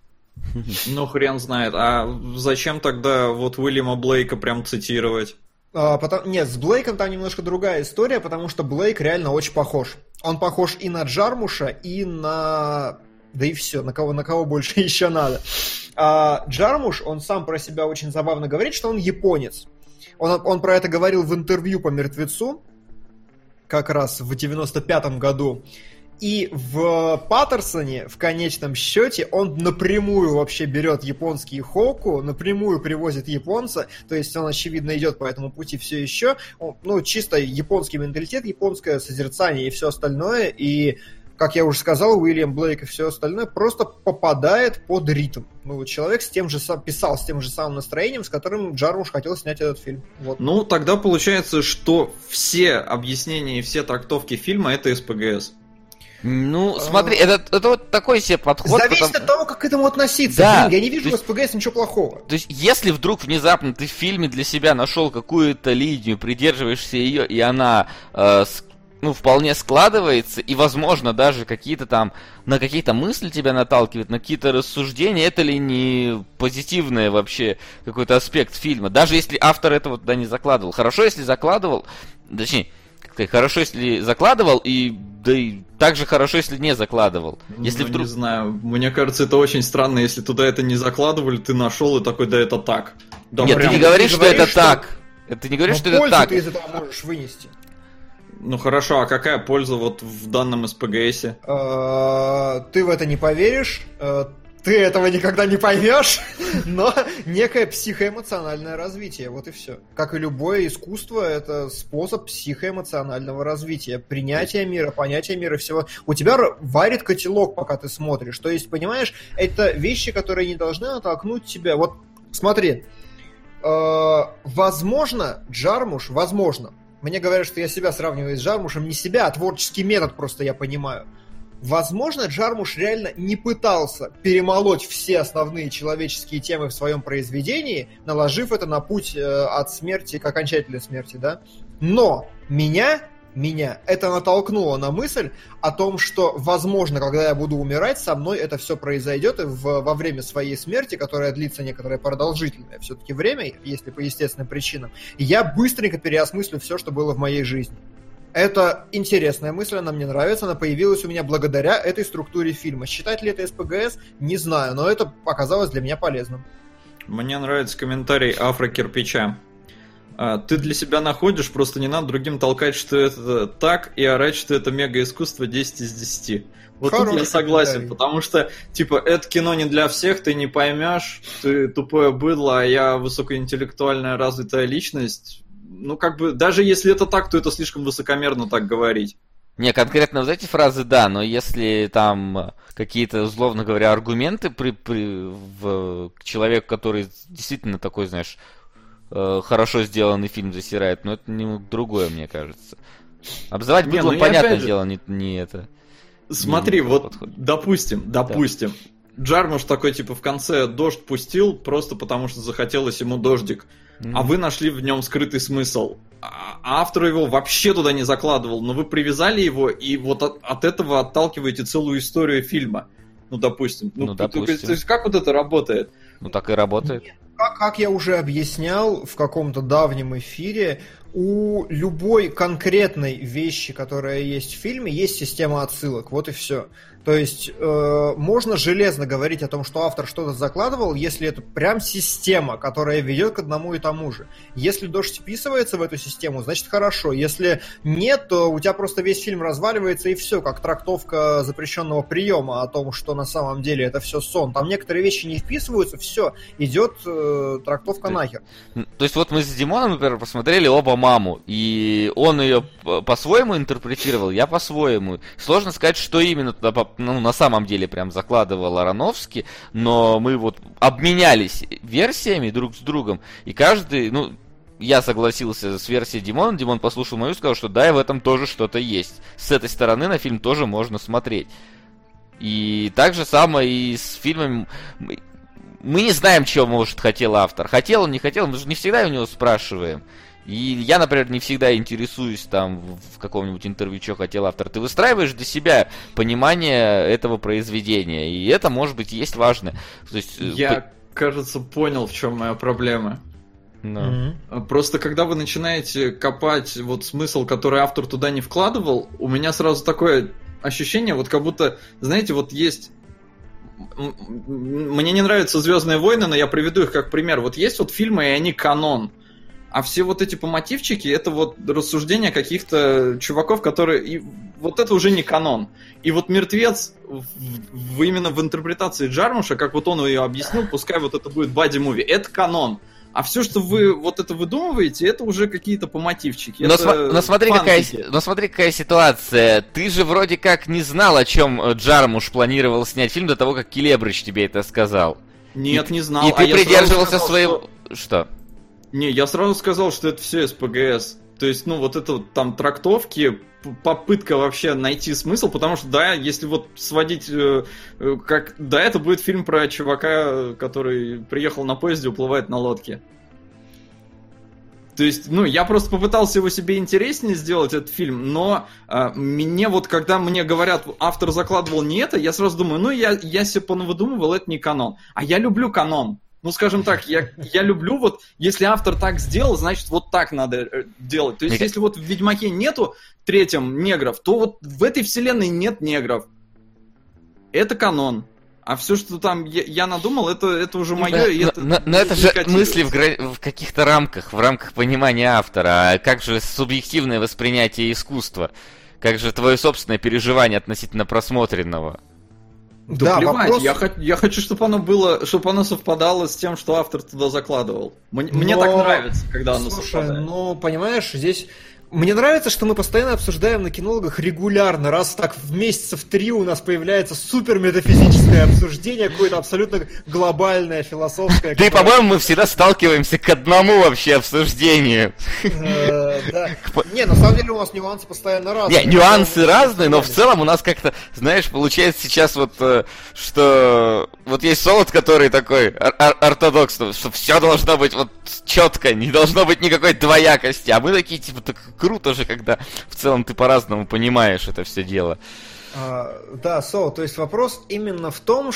Ну, хрен знает. А зачем тогда вот Уильяма Блейка прям цитировать? Нет, с Блейком там немножко другая история, потому что Блейк реально очень похож. Он похож и на Джармуша, и на... Да и все, на кого больше еще надо. А Джармуш, он сам про себя очень забавно говорит, что он японец. Он про это говорил в интервью по «Мертвецу», как раз в 95-м году. И в Паттерсоне, в конечном счете, он напрямую вообще берет японский хоку, напрямую привозит японца, то есть он, очевидно, идет по этому пути все еще. Ну, чисто японский менталитет, японское созерцание и все остальное, и... Как я уже сказал, Уильям Блейк и все остальное просто попадает под ритм. Ну, человек писал с тем же самым настроением, с которым Джармуш хотел снять этот фильм. Вот. Ну, тогда получается, что все объяснения и все трактовки фильма — это СПГС. Ну, смотри, это вот такой себе подход. Зависит от того, как к этому относиться. Да, блин, я не вижу в СПГС ничего плохого. То есть, если вдруг внезапно ты в фильме для себя нашел какую-то линию, придерживаешься ее, и она... вполне складывается, и, возможно, даже какие-то там, на какие-то мысли тебя наталкивает, на какие-то рассуждения, это ли не позитивный вообще какой-то аспект фильма, даже если автор этого туда не закладывал. Хорошо, если закладывал, точнее, хорошо, если закладывал, и да и так же хорошо, если не закладывал. Если вдруг... Не знаю, мне кажется, это очень странно, если туда это не закладывали, ты нашел и такой, да это так. Да, нет, прям... ты не говоришь, что это так. Ты не говоришь, что это так. Ты из этого можешь вынести. Ну хорошо, а какая польза вот в данном СПГСе? Ты в это не поверишь, ты этого никогда не поймешь, но некое психоэмоциональное развитие, вот и все. Как и любое искусство, это способ психоэмоционального развития, принятия мира, понятия мира, всего. У тебя варит котелок, пока ты смотришь. То есть, понимаешь, это вещи, которые не должны оттолкнуть тебя. Вот смотри, возможно, Джармуш, возможно, мне говорят, что я себя сравниваю с Джармушем, не себя, а творческий метод просто я понимаю. Возможно, Джармуш реально не пытался перемолоть все основные человеческие темы в своем произведении, наложив это на путь от смерти к окончательной смерти, да? Но меня это натолкнуло на мысль о том, что, возможно, когда я буду умирать, со мной это все произойдет и во время своей смерти, которая длится некоторое продолжительное все-таки время, если по естественным причинам, я быстренько переосмыслю все, что было в моей жизни. Это интересная мысль, она мне нравится, она появилась у меня благодаря этой структуре фильма. Считать ли это СПГС, не знаю, но это показалось для меня полезным. Мне нравится комментарий Афрокирпича. Ты для себя находишь, просто не надо другим толкать, что это так, и орать, что это мега-искусство 10 из 10. Вот тут я согласен, потому что, типа, это кино не для всех, ты не поймешь, ты тупое быдло, а я высокоинтеллектуальная развитая личность. Ну, как бы, даже если это так, то это слишком высокомерно так говорить. Не, конкретно вот эти фразы, да, но если там какие-то, условно говоря, аргументы к человеку, который действительно такой, знаешь, хорошо сделанный фильм засирает, но это не другое, мне кажется. Обзывать быдлом, понятное дело, не это. Смотри, не вот, подходит. допустим, Джармуш такой, типа, в конце дождь пустил, просто потому что захотелось ему дождик. А вы нашли в нем скрытый смысл. А автор его вообще туда не закладывал, но вы привязали его, и вот от этого отталкиваете целую историю фильма. Ну, допустим. Допустим. То есть, как вот это работает? Ну, так и работает. Как я уже объяснял в каком-то давнем эфире, у любой конкретной вещи, которая есть в фильме, есть система отсылок. Вот и все. То есть можно железно говорить о том, что автор что-то закладывал, если это прям система, которая ведет к одному и тому же. Если дождь вписывается в эту систему, значит хорошо. Если нет, то у тебя просто весь фильм разваливается и все, как трактовка запрещенного приема о том, что на самом деле это все сон. Там некоторые вещи не вписываются, все, идет трактовка нахер. То есть вот мы с Димоном, например, посмотрели оба «Маму», и он ее по-своему интерпретировал, я по-своему. Сложно сказать, что именно туда на самом деле прям закладывал Аронофски, но мы вот обменялись версиями друг с другом, и каждый, я согласился с версией Димона, Димон послушал мою и сказал, что да, и в этом тоже что-то есть. С этой стороны на фильм тоже можно смотреть. И так же самое и с фильмами. мы не знаем, чего, может, хотел автор. Хотел он, не хотел, мы же не всегда у него спрашиваем. И я, например, не всегда интересуюсь там в каком-нибудь интервью, что хотел автор. Ты выстраиваешь для себя понимание этого произведения, и это, может быть, есть важно. То есть, я, кажется, понял, в чем моя проблема. No. Просто когда вы начинаете копать вот смысл, который автор туда не вкладывал, у меня сразу такое ощущение, вот как будто, знаете, вот есть... Мне не нравятся «Звездные войны», но я приведу их как пример. Вот есть вот фильмы, и они канон. А все вот эти помотивчики, это вот рассуждения каких-то чуваков, которые... И вот это уже не канон. И вот «Мертвец» именно в интерпретации Джармуша, как вот он ее объяснил, пускай вот это будет бади-муви, это канон. А все, что вы вот это выдумываете, это уже какие-то помотивчики. Но смотри, какая ситуация. Ты же вроде как не знал, о чем Джармуш планировал снять фильм до того, как Келебрыч тебе это сказал. Нет, не знал. И ты придерживался своего... Что? Не, я сразу сказал, что это все СПГС. То есть, ну, вот это вот там трактовки, попытка вообще найти смысл, потому что, да, если вот сводить, как, да, это будет фильм про чувака, который приехал на поезде, уплывает на лодке. То есть, ну, я просто попытался его себе интереснее сделать, этот фильм, но мне вот, когда мне говорят, автор закладывал не это, я сразу думаю, ну, я себе понавыдумывал, это не канон. А я люблю канон. Ну, скажем так, я люблю вот, если автор так сделал, значит, вот так надо делать. То есть, если вот в «Ведьмаке» нету третьем негров, то вот в этой вселенной нет негров. Это канон. А все, что там я надумал, это уже мое. Но это же мысли в каких-то рамках, в рамках понимания автора. А как же субъективное воспринятие искусства? Как же твое собственное переживание относительно просмотренного? Да, плевать, вопрос... я хочу, чтобы оно было, чтобы оно совпадало с тем, что автор туда закладывал. Мне так нравится, когда оно совпадает. Ну, понимаешь, здесь... Мне нравится, что мы постоянно обсуждаем на кинологах регулярно. Раз так в месяцев 3 у нас появляется супер метафизическое обсуждение, какое-то абсолютно глобальное, философское. Да и, по-моему, мы всегда сталкиваемся к одному вообще обсуждению. Не, на самом деле у нас нюансы постоянно разные. Не, нюансы разные, но в целом у нас как-то, знаешь, получается сейчас вот, что вот есть Солод, который такой ортодокс, что все должно быть вот четко, не должно быть никакой двоякости, а мы такие, типа, так круто же, когда в целом ты по-разному понимаешь это все дело. Да, Сол, то есть вопрос именно в том,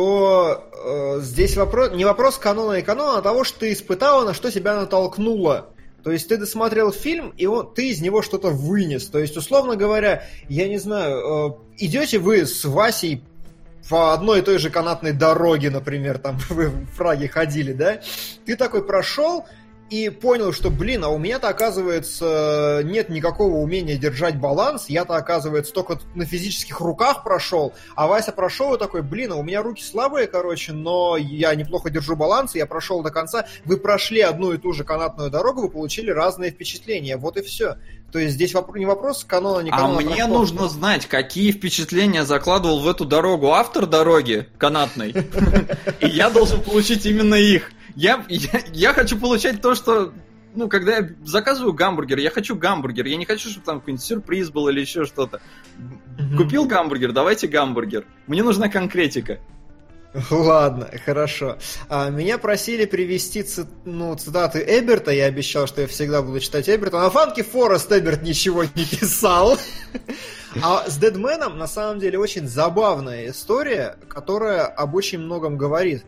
что здесь вопрос, не вопрос канона и канона, а того, что ты испытала, на что тебя натолкнуло. То есть ты досмотрел фильм, и ты из него что-то вынес. То есть, условно говоря, я не знаю, идете вы с Васей по одной и той же канатной дороге, например, там вы в Праге ходили, да? Ты такой прошел и понял, что, блин, а у меня-то, оказывается, нет никакого умения держать баланс, я-то, оказывается, только на физических руках прошел, а Вася прошел и такой, блин, а у меня руки слабые, короче, но я неплохо держу баланс, и я прошел до конца. Вы прошли одну и ту же канатную дорогу, вы получили разные впечатления, вот и все. То есть здесь не вопрос канона, не канона. А мне нужно знать, какие впечатления закладывал в эту дорогу автор дороги канатной, и я должен получить именно их. Я хочу получать то, что... Ну, когда я заказываю гамбургер, я хочу гамбургер. Я не хочу, чтобы там какой-нибудь сюрприз был или еще что-то. Купил гамбургер, давайте гамбургер. Мне нужна конкретика. Ладно, хорошо. Меня просили привести цитаты Эберта. Я обещал, что я всегда буду читать Эберта. На Фанки Форест Эберт ничего не писал. А с Дэдменом, на самом деле, очень забавная история, которая об очень многом говорит.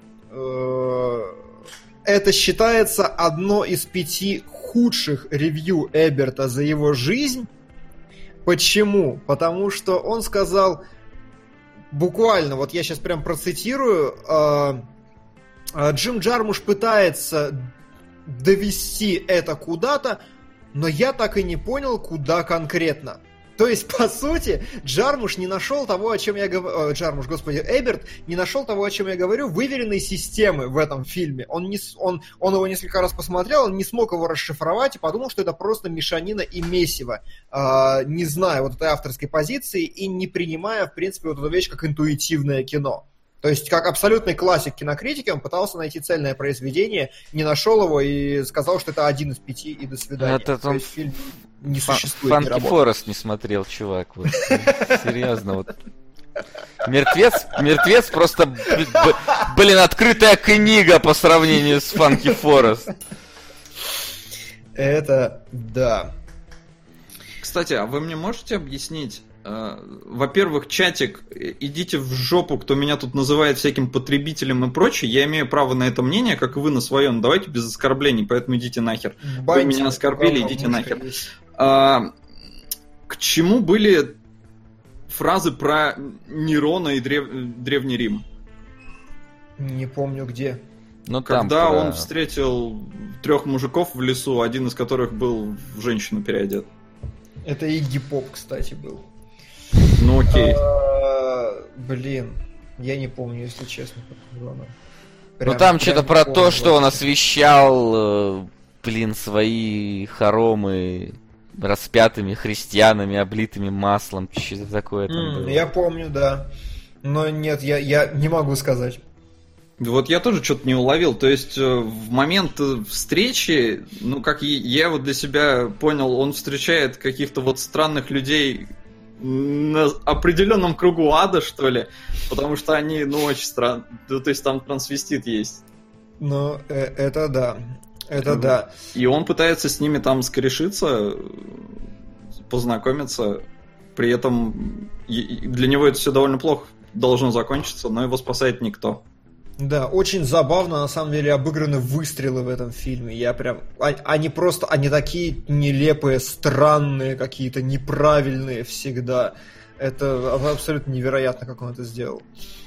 Это считается одно из 5 худших ревью Эберта за его жизнь. Почему? Потому что он сказал, буквально, вот я сейчас прям процитирую, Джим Джармуш пытается довести это куда-то, но я так и не понял, куда конкретно. То есть, по сути, Джармуш не нашел того, о чем я говорю... Эберт не нашел того, о чем я говорю, выверенной системы в этом фильме. Он его несколько раз посмотрел, он не смог его расшифровать и подумал, что это просто мешанина и месиво, не зная вот этой авторской позиции и не принимая, в принципе, вот эту вещь как интуитивное кино. То есть, как абсолютный классик кинокритики, он пытался найти цельное произведение, не нашел его и сказал, что это 1 из 5, и до свидания. Это То есть, фильм не существует, не работает. Фанки Форест не смотрел, чувак. Вот. Серьезно, вот. Мертвец просто, блин, открытая книга по сравнению с Funky Forest. Это да. Кстати, а вы мне можете объяснить? Во-первых, чатик, идите в жопу, кто меня тут называет всяким потребителем и прочее. Я имею право на это мнение, как и вы на своем. Давайте без оскорблений, поэтому идите нахер. Вы меня оскорбили, идите нахер. К чему были фразы про Нерона и Древний Рим? Не помню где. Ну, когда он встретил 3 мужиков в лесу, один из которых был в женщину переодет. Это Игги Поп, кстати, был. Ну окей. Блин, я не помню, если честно. Ну там что-то про то, что он освещал, свои хоромы распятыми христианами, облитыми маслом. Что-то такое там было. Я помню, да. Но нет, я не могу сказать. Вот я тоже что-то не уловил. То есть в момент встречи, как я вот для себя понял, он встречает каких-то вот странных людей на определенном кругу ада, что ли, потому что они, очень странные. То есть там трансвестит есть. Ну, это да. Это да. И он пытается с ними там скорешиться, познакомиться. При этом для него это все довольно плохо должно закончиться, но его спасает никто. Да, очень забавно, на самом деле, обыграны выстрелы в этом фильме. Они такие нелепые, странные, какие-то неправильные всегда. Это абсолютно невероятно, как он это сделал.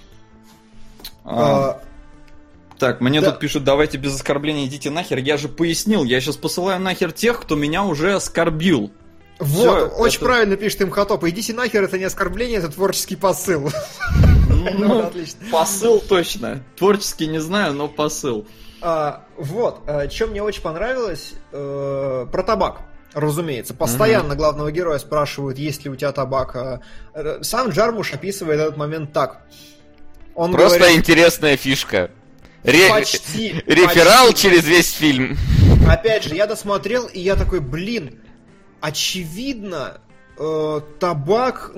Так, мне тут пишут, давайте без оскорбления идите нахер. Я же пояснил, я сейчас посылаю нахер тех, кто меня уже оскорбил. Вот, очень правильно пишет Имхотоп. Идите нахер, это не оскорбление, это творческий посыл. Отлично. Посыл точно. Творческий не знаю, но посыл. Что мне очень понравилось, про табак. Разумеется. Постоянно главного героя спрашивают, есть ли у тебя табак. Сам Джармуш описывает этот момент так. Он просто говорит, интересная фишка. Реферал через весь фильм. Опять же, я досмотрел, и я такой, очевидно, табак,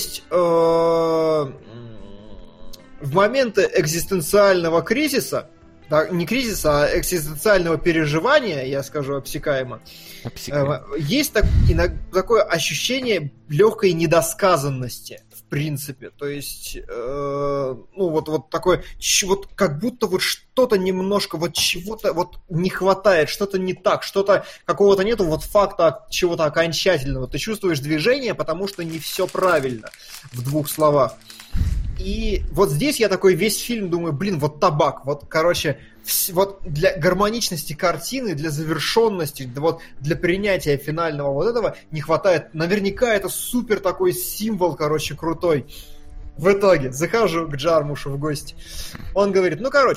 в моменты экзистенциального кризиса, не кризиса, а экзистенциального переживания, я скажу обсекаемо, есть такое ощущение легкой недосказанности, в принципе. То есть, такое, как будто что-то немножко, чего-то не хватает, что-то не так, что-то какого-то нету факта чего-то окончательного. Ты чувствуешь движение, потому что не все правильно, в 2 словах. И здесь я такой весь фильм думаю, табак, для гармоничности картины, для завершенности, для принятия финального этого не хватает. Наверняка это супер такой символ, крутой. В итоге захожу к Джармушу в гости. Он говорит,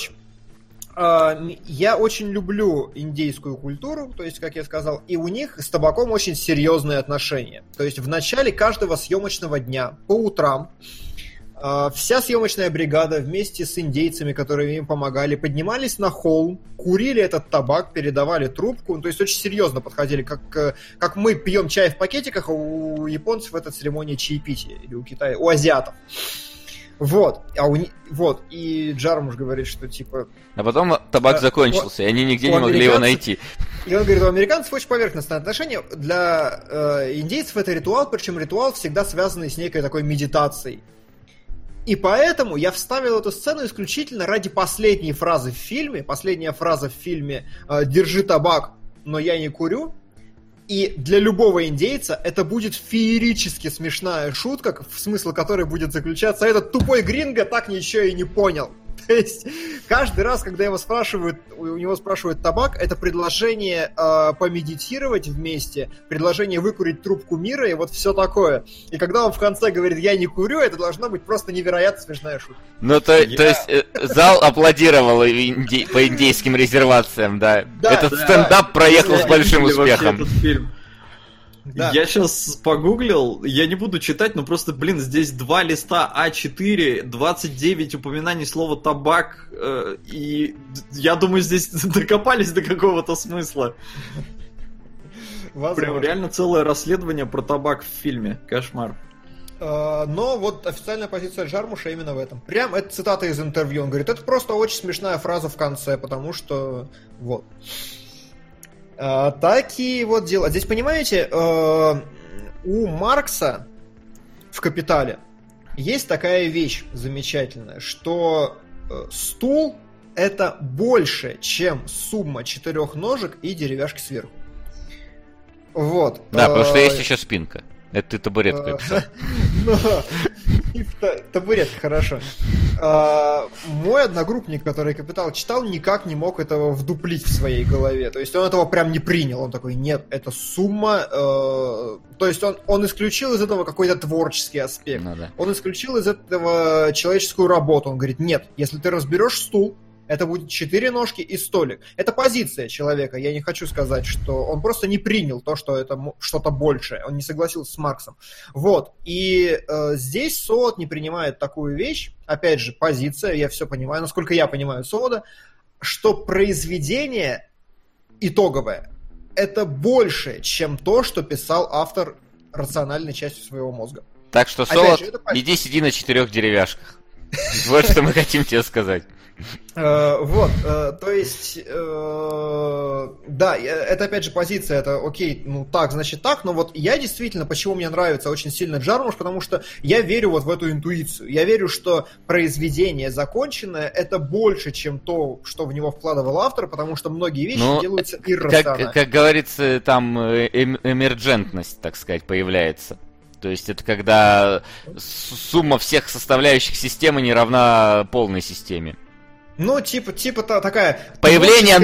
я очень люблю индейскую культуру, то есть, как я сказал, и у них с табаком очень серьезные отношения. То есть в начале каждого съемочного дня, по утрам, вся съемочная бригада вместе с индейцами, которые им помогали, поднимались на холм, курили этот табак, передавали трубку. То есть очень серьезно подходили, как мы пьем чай в пакетиках, а у японцев это церемония чаепития, или у азиатов. И Джармуш говорит, что А потом табак закончился, и они нигде не могли его найти. И он говорит, у американцев очень поверхностное отношение. Для индейцев это ритуал, причем ритуал всегда связанный с некой такой медитацией. И поэтому я вставил эту сцену исключительно ради последней фразы в фильме. Последняя фраза в фильме «Держи табак, но я не курю». И для любого индейца это будет феерически смешная шутка, смысл которой будет заключаться: этот тупой гринго так ничего и не понял. То есть каждый раз, когда у него спрашивают табак, это предложение помедитировать вместе, предложение выкурить трубку мира и все такое. И когда он в конце говорит «я не курю», это должна быть просто невероятно смешная шутка. То есть зал аплодировал по индейским резервациям, да. Этот стендап проехал с большим успехом. Да. Я сейчас погуглил, я не буду читать, но просто, здесь 2 листа А4, 29 упоминаний слова «табак», и я думаю, здесь докопались до какого-то смысла. Прям реально целое расследование про табак в фильме. Кошмар. Но вот официальная позиция Джармуша именно в этом. Прям это цитата из интервью. Он говорит, это просто очень смешная фраза в конце, потому что вот. Такие вот дела. Здесь, понимаете, у Маркса в «Капитале» есть такая вещь замечательная, что стул — это больше, чем сумма 4 ножек и деревяшки сверху. Вот. Да, потому что есть еще спинка. Это ты табуретку описал. Табуретка, хорошо. Мой одногруппник, который «Капитал» читал, никак не мог этого вдуплить в своей голове. То есть он этого прям не принял. Он такой, нет, это сумма... То есть он исключил из этого какой-то творческий аспект. Он исключил из этого человеческую работу. Он говорит, нет, если ты разберешь стул, это будет 4 ножки и столик. Это позиция человека. Я не хочу сказать, что он просто не принял то, что это что-то большее. Он не согласился с Марксом. Вот. И здесь Солод не принимает такую вещь. Опять же, позиция, я все понимаю, насколько я понимаю Солода, что произведение итоговое — это больше, чем то, что писал автор рациональной частью своего мозга. Так что, Солод, иди сиди на 4 деревяшках. Вот что мы хотим тебе сказать. Вот, то есть, да, это опять же позиция, это окей, ну так, значит так, но вот я действительно, почему мне нравится очень сильно Джармуш, потому что я верю вот в эту интуицию, я верю, что произведение законченное — это больше, чем то, что в него вкладывал автор, потому что многие вещи делаются иррационально. Как говорится, там эмерджентность, так сказать, появляется. То есть это когда сумма всех составляющих системы не равна полной системе. Ну, типа такая... Появление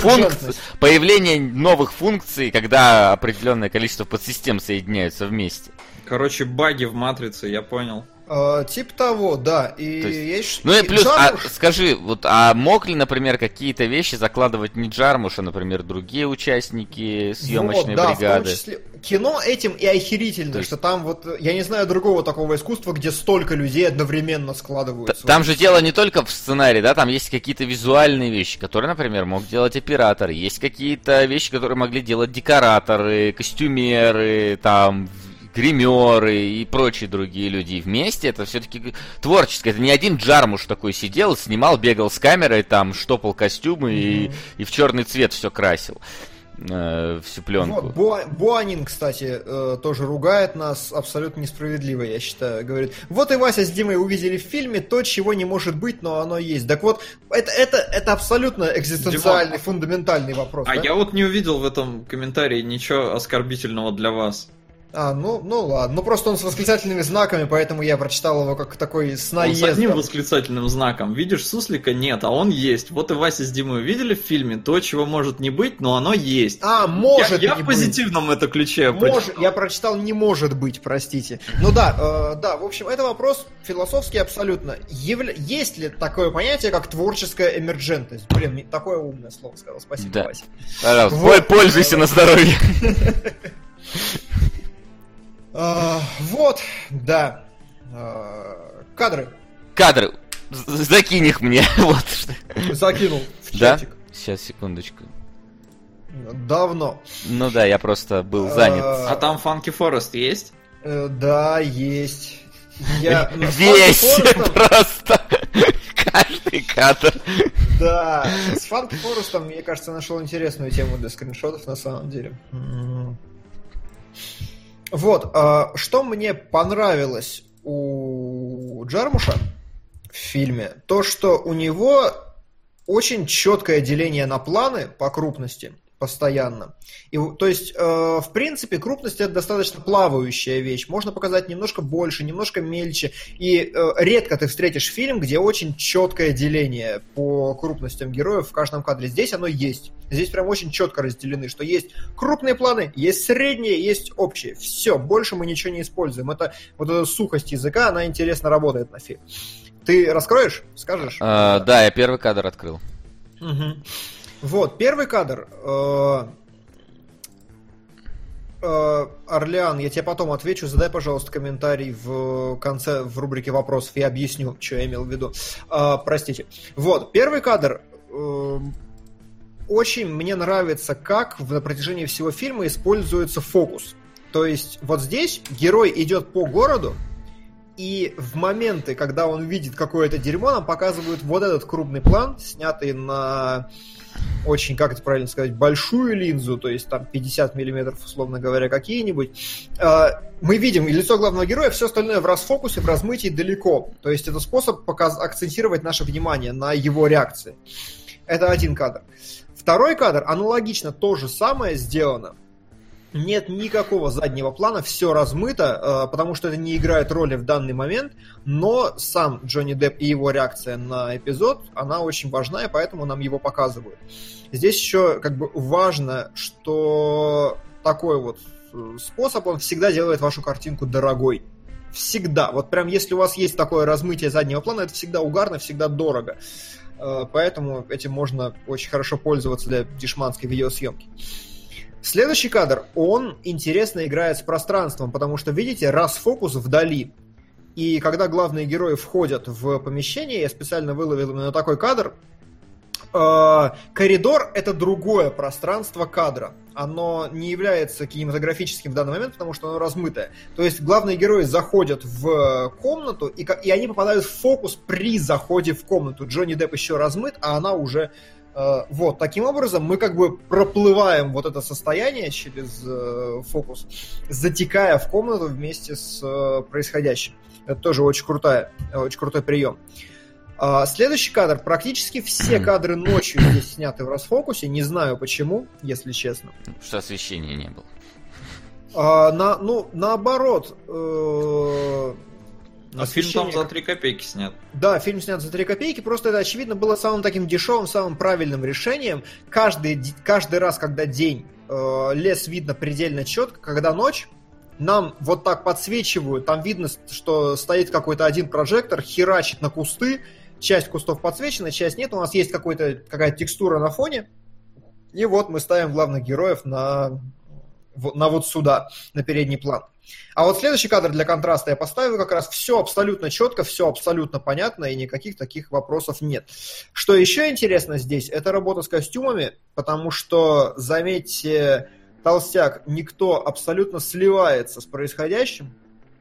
новых функций, когда определенное количество подсистем соединяются вместе. Короче, баги в матрице, я понял. Типа того, да. И ну и плюс, скажи, вот, а мог ли, например, какие-то вещи закладывать не Джармуш, а, например, другие участники съемочной бригады? В том числе. Кино этим и охерительно, что там вот, я не знаю другого такого искусства, где столько людей одновременно складываются. Там же дело не только в сценарии, да, там есть какие-то визуальные вещи, которые, например, мог делать оператор, есть какие-то вещи, которые могли делать декораторы, костюмеры, там... гримеры и прочие другие люди. И вместе это все-таки творческое. Это не один Джармуш такой сидел, снимал, бегал с камерой, там штопал костюмы и в черный цвет все красил. Всю пленку. Вот, Буанин, кстати, тоже ругает нас абсолютно несправедливо, я считаю. Говорит, вот и Вася с Димой увидели в фильме то, чего не может быть, но оно есть. Так вот, это абсолютно экзистенциальный, фундаментальный вопрос. А да? Я вот не увидел в этом комментарии ничего оскорбительного для вас. Ну ладно. Ну просто он с восклицательными знаками, поэтому я прочитал его как такой с наездом. Он с одним восклицательным знаком. Видишь, суслика нет, а он есть. Вот и Вася с Димой увидели в фильме то, чего может не быть, но оно есть. Может я в позитивном это ключе прочитал. Я прочитал «не может быть», простите. Ну да, в общем, это вопрос философский абсолютно. Есть ли такое понятие, как творческая эмерджентность? Блин, такое умное слово сказал. Спасибо, да. Вася. Пожалуйста, вот. Пользуйся на здоровье. Вот, да. Кадры. Закинь их мне. Вот. Закинул в чатик. Да? Сейчас, секундочку. Давно. Ну да, я просто был занят. А там Funky Forest есть? Да, есть. Весь просто. Каждый кадр. Да, с Funky Forest, мне кажется, нашел интересную тему для скриншотов на самом деле. Вот, что мне понравилось у Джармуша в фильме, то, что у него очень четкое деление на планы по крупности постоянно. И, то есть, в принципе, крупность — это достаточно плавающая вещь. Можно показать немножко больше, немножко мельче. И редко ты встретишь фильм, где очень четкое деление по крупностям героев в каждом кадре. Здесь оно есть. Здесь прям очень четко разделены, что есть крупные планы, есть средние, есть общие. Все, больше мы ничего не используем. Это вот эта сухость языка, она интересно работает на фильм. Ты раскроешь? Скажешь? Да, я первый кадр открыл. Угу. Вот, первый кадр. Орлеан, я тебе потом отвечу. Задай, пожалуйста, комментарий в конце, в рубрике вопросов. Я объясню, что я имел в виду. Простите. Вот, первый кадр. Очень мне нравится, как на протяжении всего фильма используется фокус. То есть, вот здесь герой идет по городу, И в моменты, когда он видит какое-то дерьмо, нам показывают вот этот крупный план, снятый на очень, как это правильно сказать, большую линзу, то есть там 50 миллиметров, условно говоря, какие-нибудь. Мы видим лицо главного героя, все остальное в расфокусе, в размытии далеко. То есть это способ акцентировать наше внимание на его реакции. Это один кадр. Второй кадр, аналогично то же самое сделано. Нет никакого заднего плана, все размыто, потому что это не играет роли в данный момент, но сам Джонни Депп и его реакция на эпизод, она очень важна, и поэтому нам его показывают. Здесь еще как бы важно, что такой вот способ, он всегда делает вашу картинку дорогой. Всегда. Вот прям если у вас есть такое размытие заднего плана, это всегда угарно, всегда дорого. Поэтому этим можно очень хорошо пользоваться для дешманской видеосъемки. Следующий кадр, он интересно играет с пространством, потому что, видите, расфокус вдали. И когда главные герои входят в помещение, я специально выловил именно такой кадр, коридор — это другое пространство кадра. Оно не является кинематографическим в данный момент, потому что оно размытое. То есть главные герои заходят в комнату, и они попадают в фокус при заходе в комнату. Джонни Депп еще размыт, а она уже... Вот, таким образом мы как бы проплываем вот это состояние через фокус, затекая в комнату вместе с происходящим. Это тоже очень крутой прием. Следующий кадр. Практически все кадры ночью здесь сняты в расфокусе. Не знаю почему, если честно. Что освещения не было. Наоборот. Фильм там за 3 копейки снят. Да, фильм снят за 3 копейки, просто это, очевидно, было самым таким дешевым, самым правильным решением. Каждый раз, когда день, лес видно предельно четко, когда ночь, нам вот так подсвечивают, там видно, что стоит какой-то один прожектор, херачит на кусты, часть кустов подсвечена, часть нет, у нас есть какая-то текстура на фоне, и вот мы ставим главных героев на вот сюда, на передний план. А вот следующий кадр для контраста я поставил как раз все абсолютно четко, все абсолютно понятно, и никаких таких вопросов нет. Что еще интересно здесь, это работа с костюмами, потому что, заметьте, толстяк, никто абсолютно сливается с происходящим,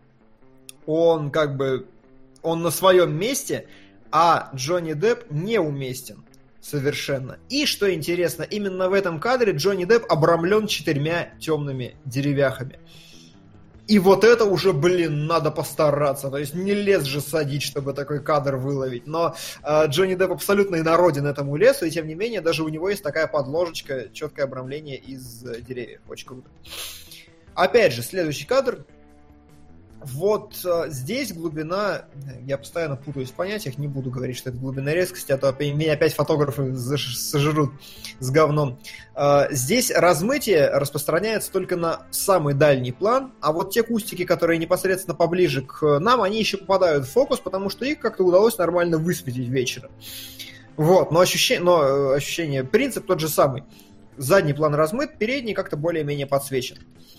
он на своем месте, а Джонни Депп неуместен совершенно. И, что интересно, именно в этом кадре Джонни Депп обрамлен 4 темными деревяхами. И вот это уже, надо постараться. То есть не лес же садить, чтобы такой кадр выловить. Но Джонни Депп абсолютно инороден этому лесу, и тем не менее даже у него есть такая подложечка, четкое обрамление из деревьев. Очень круто. Опять же, следующий кадр. Вот здесь глубина, я постоянно путаюсь в понятиях, не буду говорить, что это глубина резкости, а то меня опять фотографы сожрут с говном. Здесь размытие распространяется только на самый дальний план, а вот те кустики, которые непосредственно поближе к нам, они еще попадают в фокус, потому что их как-то удалось нормально высветить вечером. Вот, но ощущение, принцип тот же самый. Задний план размыт, передний как-то более-менее подсвечен.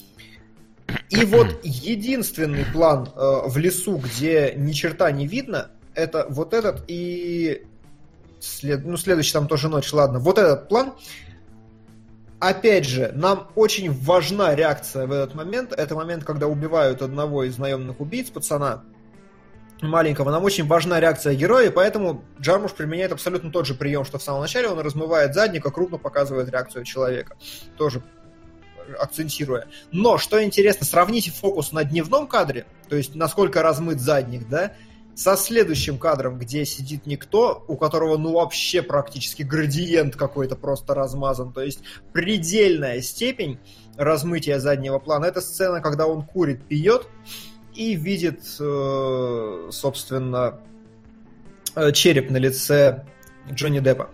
И вот единственный план в лесу, где ни черта не видно, это вот этот и... следующий там тоже ночь, ладно. Вот этот план. Опять же, нам очень важна реакция в этот момент. Это момент, когда убивают одного из наемных убийц, пацана маленького. Нам очень важна реакция героя, поэтому Джармуш применяет абсолютно тот же прием, что в самом начале. Он размывает задник, а крупно показывает реакцию человека. Тоже акцентируя. Но, что интересно, сравните фокус на дневном кадре, то есть насколько размыт задник, да, со следующим кадром, где сидит никто, у которого, вообще практически градиент какой-то просто размазан, то есть предельная степень размытия заднего плана. Это сцена, когда он курит, пьет и видит, собственно, череп на лице Джонни Деппа.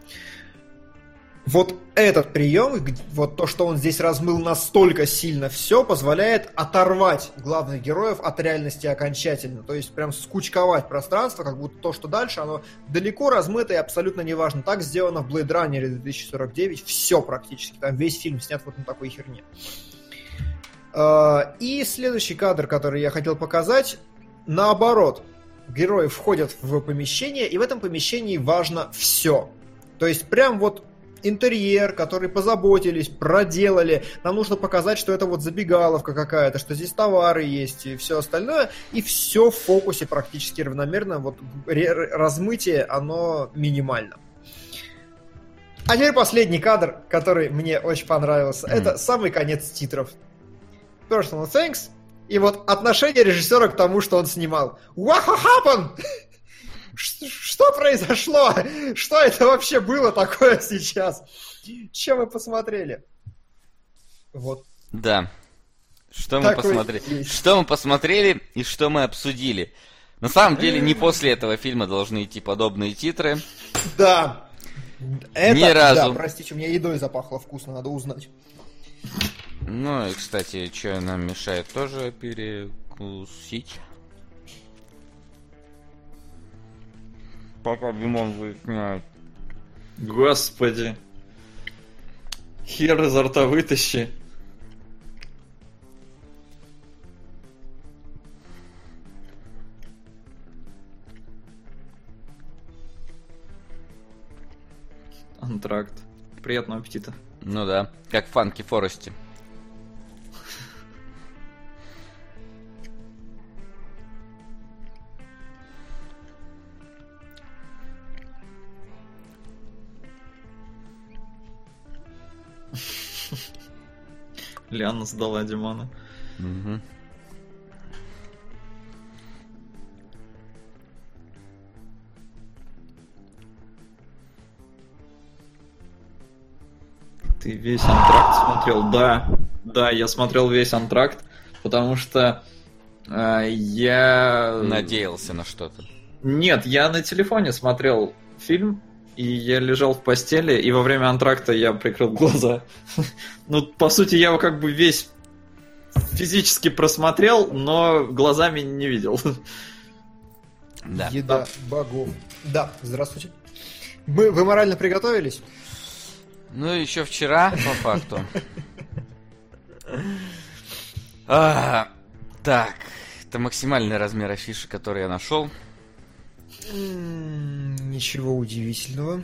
Вот этот прием, вот то, что он здесь размыл настолько сильно все, позволяет оторвать главных героев от реальности окончательно. То есть прям скучковать пространство, как будто то, что дальше, оно далеко размыто и абсолютно неважно. Так сделано в Blade Runner 2049. Все практически. Там весь фильм снят вот на такой херне. И следующий кадр, который я хотел показать, наоборот. Герои входят в помещение, и в этом помещении важно все. То есть прям вот интерьер, которые позаботились, проделали. Нам нужно показать, что это вот забегаловка какая-то, что здесь товары есть и все остальное. И все в фокусе практически равномерно. Вот размытие, оно минимально. А теперь последний кадр, который мне очень понравился. Это самый конец титров. Personal thanks. И вот отношение режиссера к тому, что он снимал. What happened? Что произошло? Что это вообще было такое сейчас? Чем вы посмотрели? Вот. Да. Что мы посмотрели? Что мы посмотрели и что мы обсудили. На самом деле, не после этого фильма должны идти подобные титры. Да. Это, ни разу. Да, простите, у меня едой запахло вкусно, надо узнать. Ну и, кстати, что нам мешает тоже перекусить? Пока Димон выясняет. Господи. Хер изо рта вытащи. Антракт. Приятного аппетита. Ну да, как в Фанки Форесте. Лиана сдала Димона. Угу. Ты весь антракт смотрел? Да, я смотрел весь антракт, потому что я... Надеялся на что-то. Нет, я на телефоне смотрел фильм, и я лежал в постели, и во время антракта я прикрыл глаза. Ну, по сути, я его как бы весь физически просмотрел, но глазами не видел. Да. Еда богов. Да, здравствуйте. Вы морально приготовились? Ну, еще вчера, по факту. Так, это максимальный размер афиши, который я нашел. Ничего удивительного.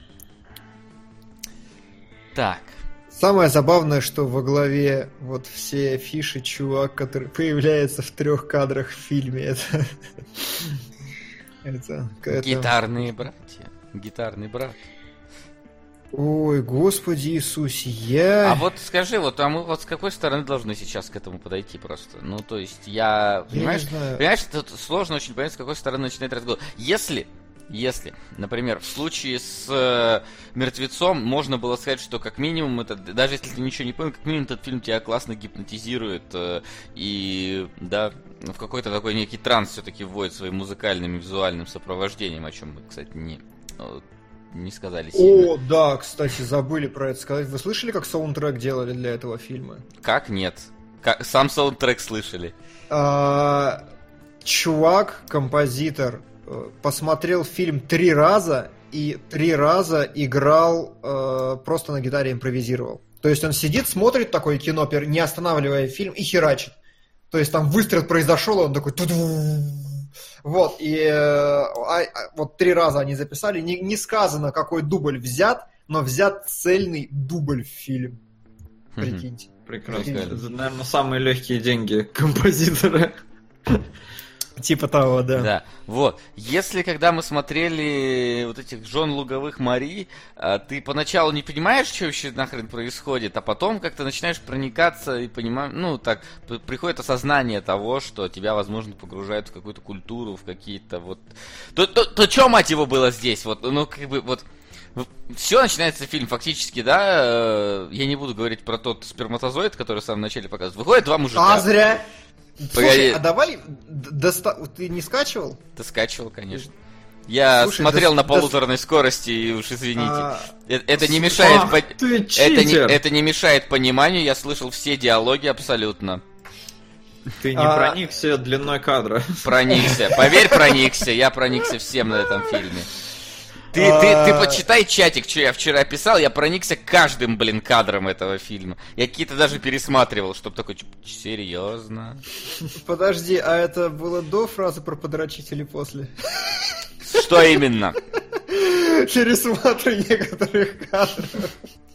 Так. Самое забавное, что во главе вот всей афиши чувак, который появляется в 3 кадрах в фильме. Это Гитарные братья. Гитарный брат. Ой, Господи Иисусе, А вот скажи, вот, а мы вот с какой стороны должны сейчас к этому подойти просто? Ну, то есть, понимаешь, тут сложно очень понять, с какой стороны начинать разговор. Если, например, в случае с «Мертвецом» можно было сказать, что как минимум, это, даже если ты ничего не понял, как минимум этот фильм тебя классно гипнотизирует и, да, в какой-то такой некий транс все-таки вводит своим музыкальным и визуальным сопровождением, о чем мы, кстати, не сказали сильно. О, да, кстати, забыли про это сказать. Вы слышали, как саундтрек делали для этого фильма? Как нет? Сам саундтрек слышали. Чувак, композитор, посмотрел фильм 3 раза и 3 раза играл, просто на гитаре импровизировал. То есть он сидит, смотрит такое кино, не останавливая фильм, и херачит. То есть там выстрел произошел, и он такой... Вот, и вот 3 раза они записали. Не сказано, какой дубль взят, но взят цельный дубль в фильм. Прикиньте. Прекрасно. Это, наверное, самые легкие деньги композитора. Типа того, да. Да, вот. Если, когда мы смотрели вот этих жен луговых Мари, ты поначалу не понимаешь, что вообще нахрен происходит, а потом как-то начинаешь проникаться и понимаешь, ну, так, приходит осознание того, что тебя, возможно, погружают в какую-то культуру, в какие-то вот... То что, мать его, было здесь? Вот, ну, как бы, вот... Все, начинается фильм фактически, да, я не буду говорить про тот сперматозоид, который в самом начале показывают. Выходят 2 мужика. А зря... Погоди. Слушай, а давай... Ты не скачивал? Ты скачивал, конечно. Я смотрел на полуторной скорости, и уж извините. Это не мешает... Это не мешает пониманию, я слышал все диалоги абсолютно. Ты не проникся длиной кадра. Проникся. Поверь, проникся. Я проникся всем на этом фильме. Ты почитай чатик, что я вчера писал, я проникся каждым, кадром этого фильма. Я какие-то даже пересматривал, чтобы такой, серьезно? Подожди, а это было до фразы про подрочить или после? Что именно? пересмотру некоторых кадров.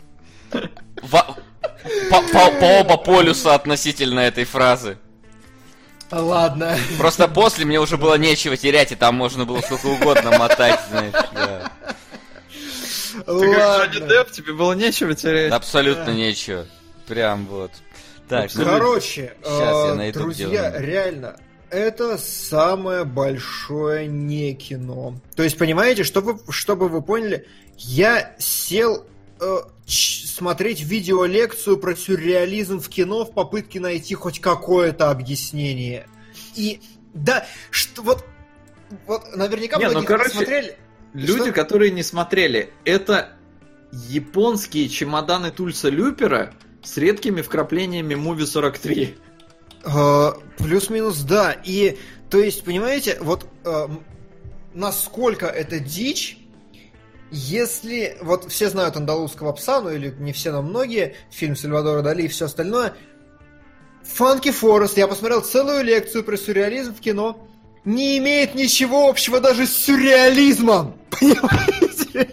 По оба полюса относительно этой фразы. Ладно. Просто после мне уже было нечего терять, и там можно было сколько угодно мотать, знаешь, да. Ты как Джонни Депп, тебе было нечего терять? Абсолютно нечего. Прям вот. Так, короче, сейчас я найду, друзья, реально, это самое большое не кино. То есть, понимаете, чтобы вы поняли, я сел смотреть видеолекцию про сюрреализм в кино в попытке найти хоть какое-то объяснение. И да, что вот наверняка многие смотрели. Люди, которые не смотрели, это японские чемоданы Тульса Люпера с редкими вкраплениями Movie 43. Плюс-минус, да. И, то есть, понимаете, вот насколько это дичь, если... Вот все знают «Андалузского пса», ну или не все, но многие, фильм Сальвадора Дали и все остальное. «Фанки Форест», я посмотрел целую лекцию про сюрреализм в кино, не имеет ничего общего даже с сюрреализмом. Понимаете?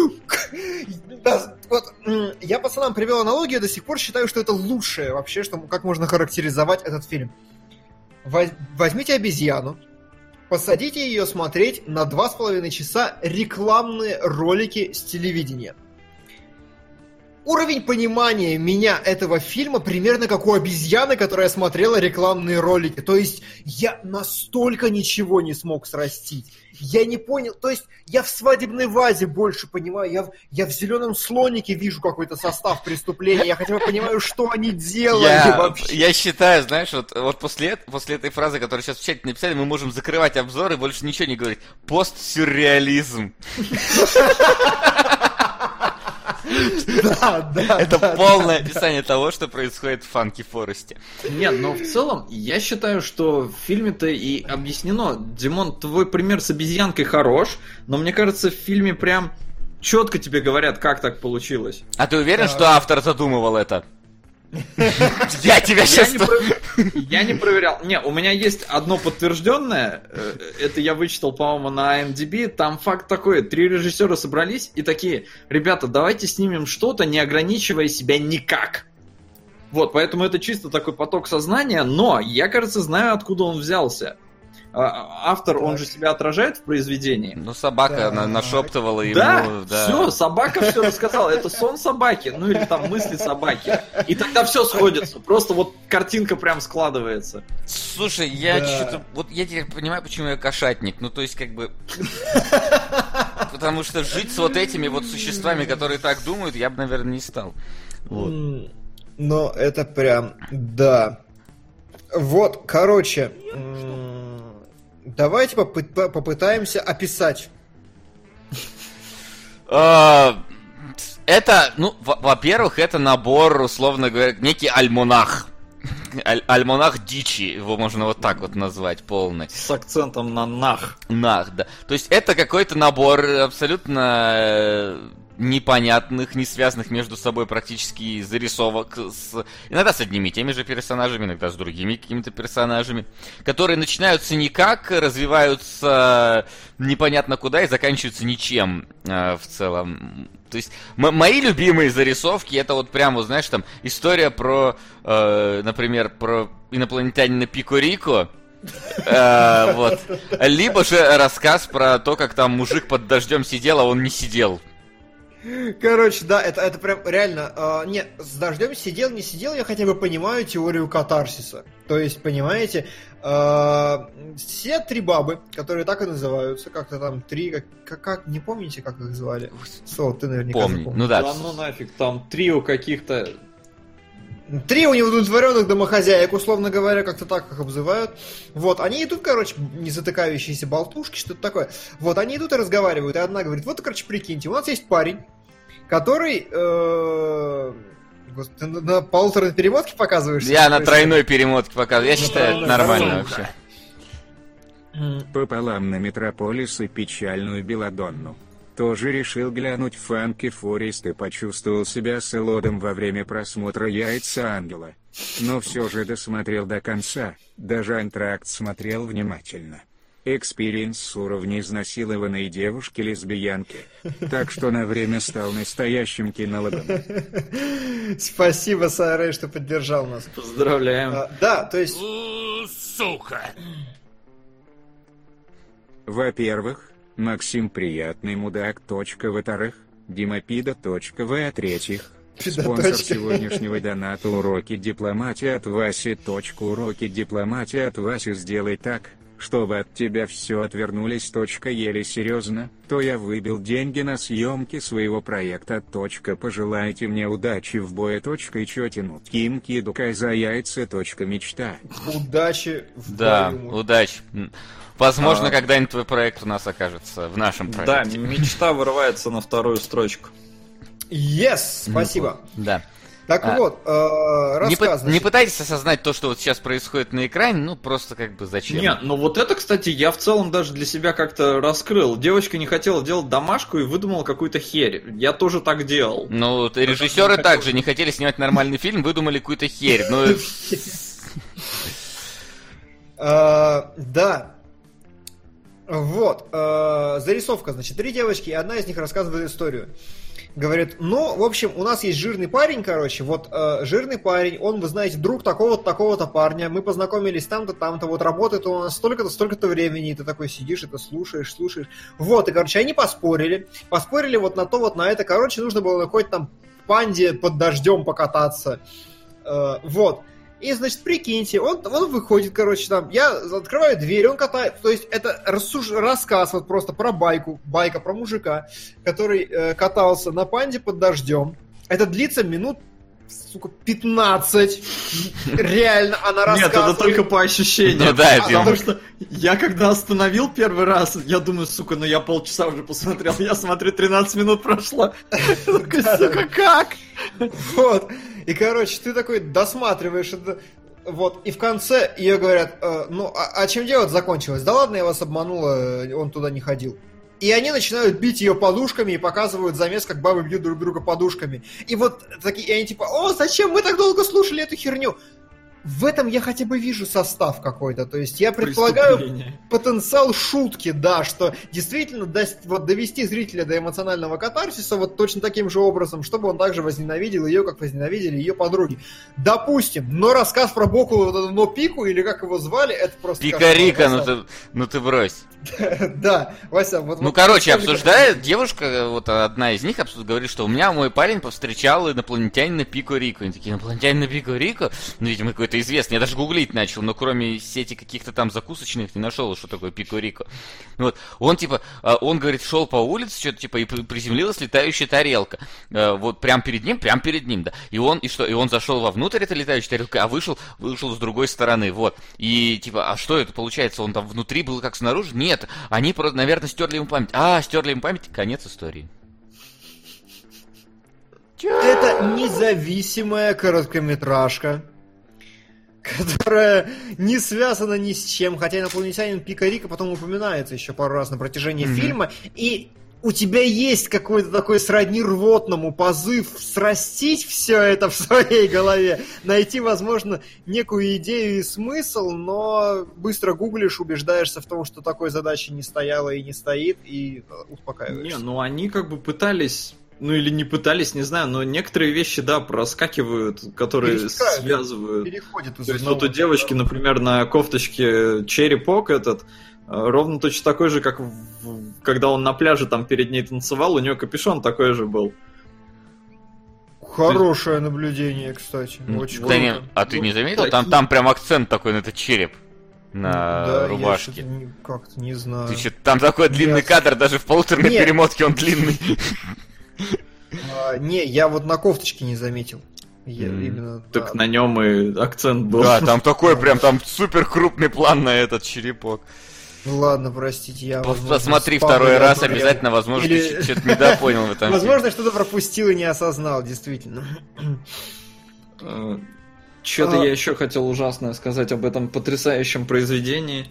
Вот, я пацанам привел аналогию, до сих пор считаю, что это лучшее вообще, как можно характеризовать этот фильм. Возьмите обезьяну, посадите ее смотреть на 2,5 часа рекламные ролики с телевидения. Уровень понимания меня этого фильма примерно как у обезьяны, которая смотрела рекламные ролики. То есть я настолько ничего не смог срастить. Я не понял, то есть я в «Свадебной вазе» больше понимаю, я в «Зеленом слонике» вижу какой-то состав преступления, я хотя бы понимаю, что они делали вообще. Я считаю, знаешь, вот после этой фразы, которую сейчас в чате написали, мы можем закрывать обзор и больше ничего не говорить. Постсюрреализм. Да. Это полное описание того, что происходит в Фанки Форесте. Нет, но в целом, я считаю, что в фильме-то и объяснено. Димон, твой пример с обезьянкой хорош, но мне кажется, в фильме прям четко тебе говорят, как так получилось. А ты уверен, что автор задумывал это? Я тебя сейчас... Я не проверял. Не, у меня есть одно подтвержденное. Это я вычитал, по-моему, на IMDb. Там факт такой. 3 режиссера собрались и такие: ребята, давайте снимем что-то, не ограничивая себя никак. Вот, поэтому это чисто такой поток сознания. Но я, кажется, знаю, откуда он взялся. Автор, он же себя отражает в произведении. Ну, собака нашептывала ему. Да, все, собака все рассказала. Это сон собаки, ну или там мысли собаки. И тогда все сходится. Просто вот картинка прям складывается. Слушай, вот я теперь понимаю, почему я кошатник. Ну, то есть, как бы... Потому что жить с вот этими вот существами, которые так думают, я бы, наверное, не стал. Вот. Но это прям... Да. Вот, короче... Давайте попытаемся описать. Это, ну, во-первых, это набор, условно говоря, некий альманах. Альманах дичи, его можно вот так вот назвать полный. С акцентом на нах. Нах, да. То есть это какой-то набор абсолютно непонятных, не связанных между собой практически зарисовок, иногда с одними и теми же персонажами, иногда с другими какими-то персонажами, которые начинаются никак, развиваются непонятно куда и заканчиваются ничем в целом. То есть мои любимые зарисовки — это вот прям, вот знаешь, там история про, например, про инопланетянина Пико-Рико, вот, либо же рассказ про то, как там мужик под дождем сидел, а он не сидел. Короче, да, это прям реально... Нет, с дождем сидел, не сидел, я хотя бы понимаю теорию катарсиса. То есть, понимаете, все 3 бабы, которые так и называются, как-то там 3... Как не помните, как их звали? Ты наверняка помню. Ну да. Да ну нафиг, там трио каких-то... 3 неудовлетворенных домохозяек, условно говоря, как-то так их обзывают. Вот, они идут, короче, не затыкающиеся болтушки, что-то такое. Вот, они идут и разговаривают, и одна говорит: вот, короче, прикиньте, у нас есть парень, который... Ты на полуторной перемотке показываешь? Я на тройной перемотке показываю, я считаю, это нормально вообще. Пополам на Метрополис и печальную Беладонну. Тоже решил глянуть Фанки Форест и почувствовал себя селодом во время просмотра «Яйца ангела». Но все же досмотрел до конца, даже антракт смотрел внимательно. Экспириенс с уровня изнасилованной девушки-лесбиянки. Так что на время стал настоящим кинологом. Спасибо, Сайрей, что поддержал нас. Поздравляем. Да, то есть... Сука! Во-первых, Максим приятный мудак. Во-вторых, Димапида.в. А-третьих, спонсор сегодняшнего доната уроки дипломатии от Васи. Уроки дипломатии от Васи. Сделай так, чтобы от тебя все отвернулись. Еле серьезно, то я выбил деньги на съемки своего проекта. Пожелайте мне удачи в бое. И чё тянуть? Ким кидукай за яйца. Мечта. Удачи в Да, бою. удачи. Возможно, когда-нибудь твой проект у нас окажется в нашем проекте. Да, мечта вырывается на вторую строчку. Yes, спасибо. Да. Так вот, рассказ. Не пытайтесь осознать то, что вот сейчас происходит на экране, ну просто как бы зачем. Нет, ну вот это, кстати, я в целом даже для себя как-то раскрыл. Девочка не хотела делать домашку и выдумала какую-то херь. Я тоже так делал. Ну, режиссеры также не хотели снимать нормальный фильм, выдумали какую-то херь. Да. Вот. Зарисовка, значит, 3 девочки, и одна из них рассказывает историю. Говорит, ну, в общем, у нас есть жирный парень, короче, вот жирный парень, он, вы знаете, друг такого-то, такого-то парня, мы познакомились там-то, там-то, вот работает он у нас столько-то, столько-то времени, и ты такой сидишь, это слушаешь. Вот, и, короче, они поспорили вот на то, вот на это, короче, нужно было хоть там в панде под дождем покататься, вот. И, значит, прикиньте, он выходит, короче, там, я открываю дверь, он катает, то есть это рассказ вот просто про байка про мужика, который катался на панде под дождем. Это длится минут, сука, 15. Реально, она рассказывает. Нет, это только по ощущениям. Ну да, потому что я когда остановил первый раз, я думаю, сука, ну я полчаса уже посмотрел, я смотрю, 13 минут прошло. Сука, как? Вот. И, короче, ты такой досматриваешь это, вот, и в конце ее говорят, ну, а чем дело закончилось? Да ладно, я вас обманула, он туда не ходил. И они начинают бить ее подушками и показывают замес, как бабы бьют друг друга подушками. И вот такие, и они типа, о, зачем мы так долго слушали эту херню? В этом я хотя бы вижу состав какой-то. То есть я предполагаю потенциал шутки, да, что действительно довести зрителя до эмоционального катарсиса вот точно таким же образом, чтобы он также возненавидел ее, как возненавидели ее подруги. Допустим, но рассказ про Боку, но Пику, или как его звали, это просто... Пика-Рика, ну ты брось. Да, Вася, вот... Ну, короче, обсуждает девушка, вот одна из них говорит, что у меня мой парень повстречал инопланетянина Пико-Рико. Они такие, инопланетянина Пико-Рико? Ну, видимо, какой-то известный. Я даже гуглить начал, но кроме сети каких-то там закусочных не нашел, что такое Пико-Рико. Вот, он типа, он говорит, шел по улице, что-то типа, и приземлилась летающая тарелка. Вот прям перед ним, да. И он зашел вовнутрь этой летающей тарелки, а вышел с другой стороны, вот. И типа, а что это получается? Он там внутри был как снаружи? Нет. Они, наверное, стерли ему память. Стерли ему память, конец истории. Это независимая короткометражка, которая не связана ни с чем, хотя инопланетянин Пика-Рика потом упоминается еще пару раз на протяжении фильма, и у тебя есть какой-то такой сродни рвотному позыв срастить все это в своей голове, найти, возможно, некую идею и смысл, но быстро гуглишь, убеждаешься в том, что такой задачи не стояло и не стоит, и успокаиваешься. Не, ну они как бы пытались... Ну или не пытались, не знаю, но некоторые вещи, да, проскакивают, которые связывают. Переходят из То есть вот у девочки, например, на кофточке черепок этот, ровно точно такой же, как когда он на пляже там перед ней танцевал, у нее капюшон такой же был. Хорошее наблюдение, кстати. Очень круто. А ты не заметил? Там прям акцент такой на этот череп. На рубашке. Я как-то не знаю. Там такой длинный кадр, даже в полуторной перемотке он длинный. Не, я вот на кофточке не заметил. Именно, так на нем и акцент был. Да, там такой прям, там супер крупный план на этот черепок. Ладно, простите, я... Посмотри второй раз, обязательно, возможно, ты что-то недопонял в этом. Возможно, что-то пропустил и не осознал, действительно. Что-то я еще хотел ужасное сказать об этом потрясающем произведении.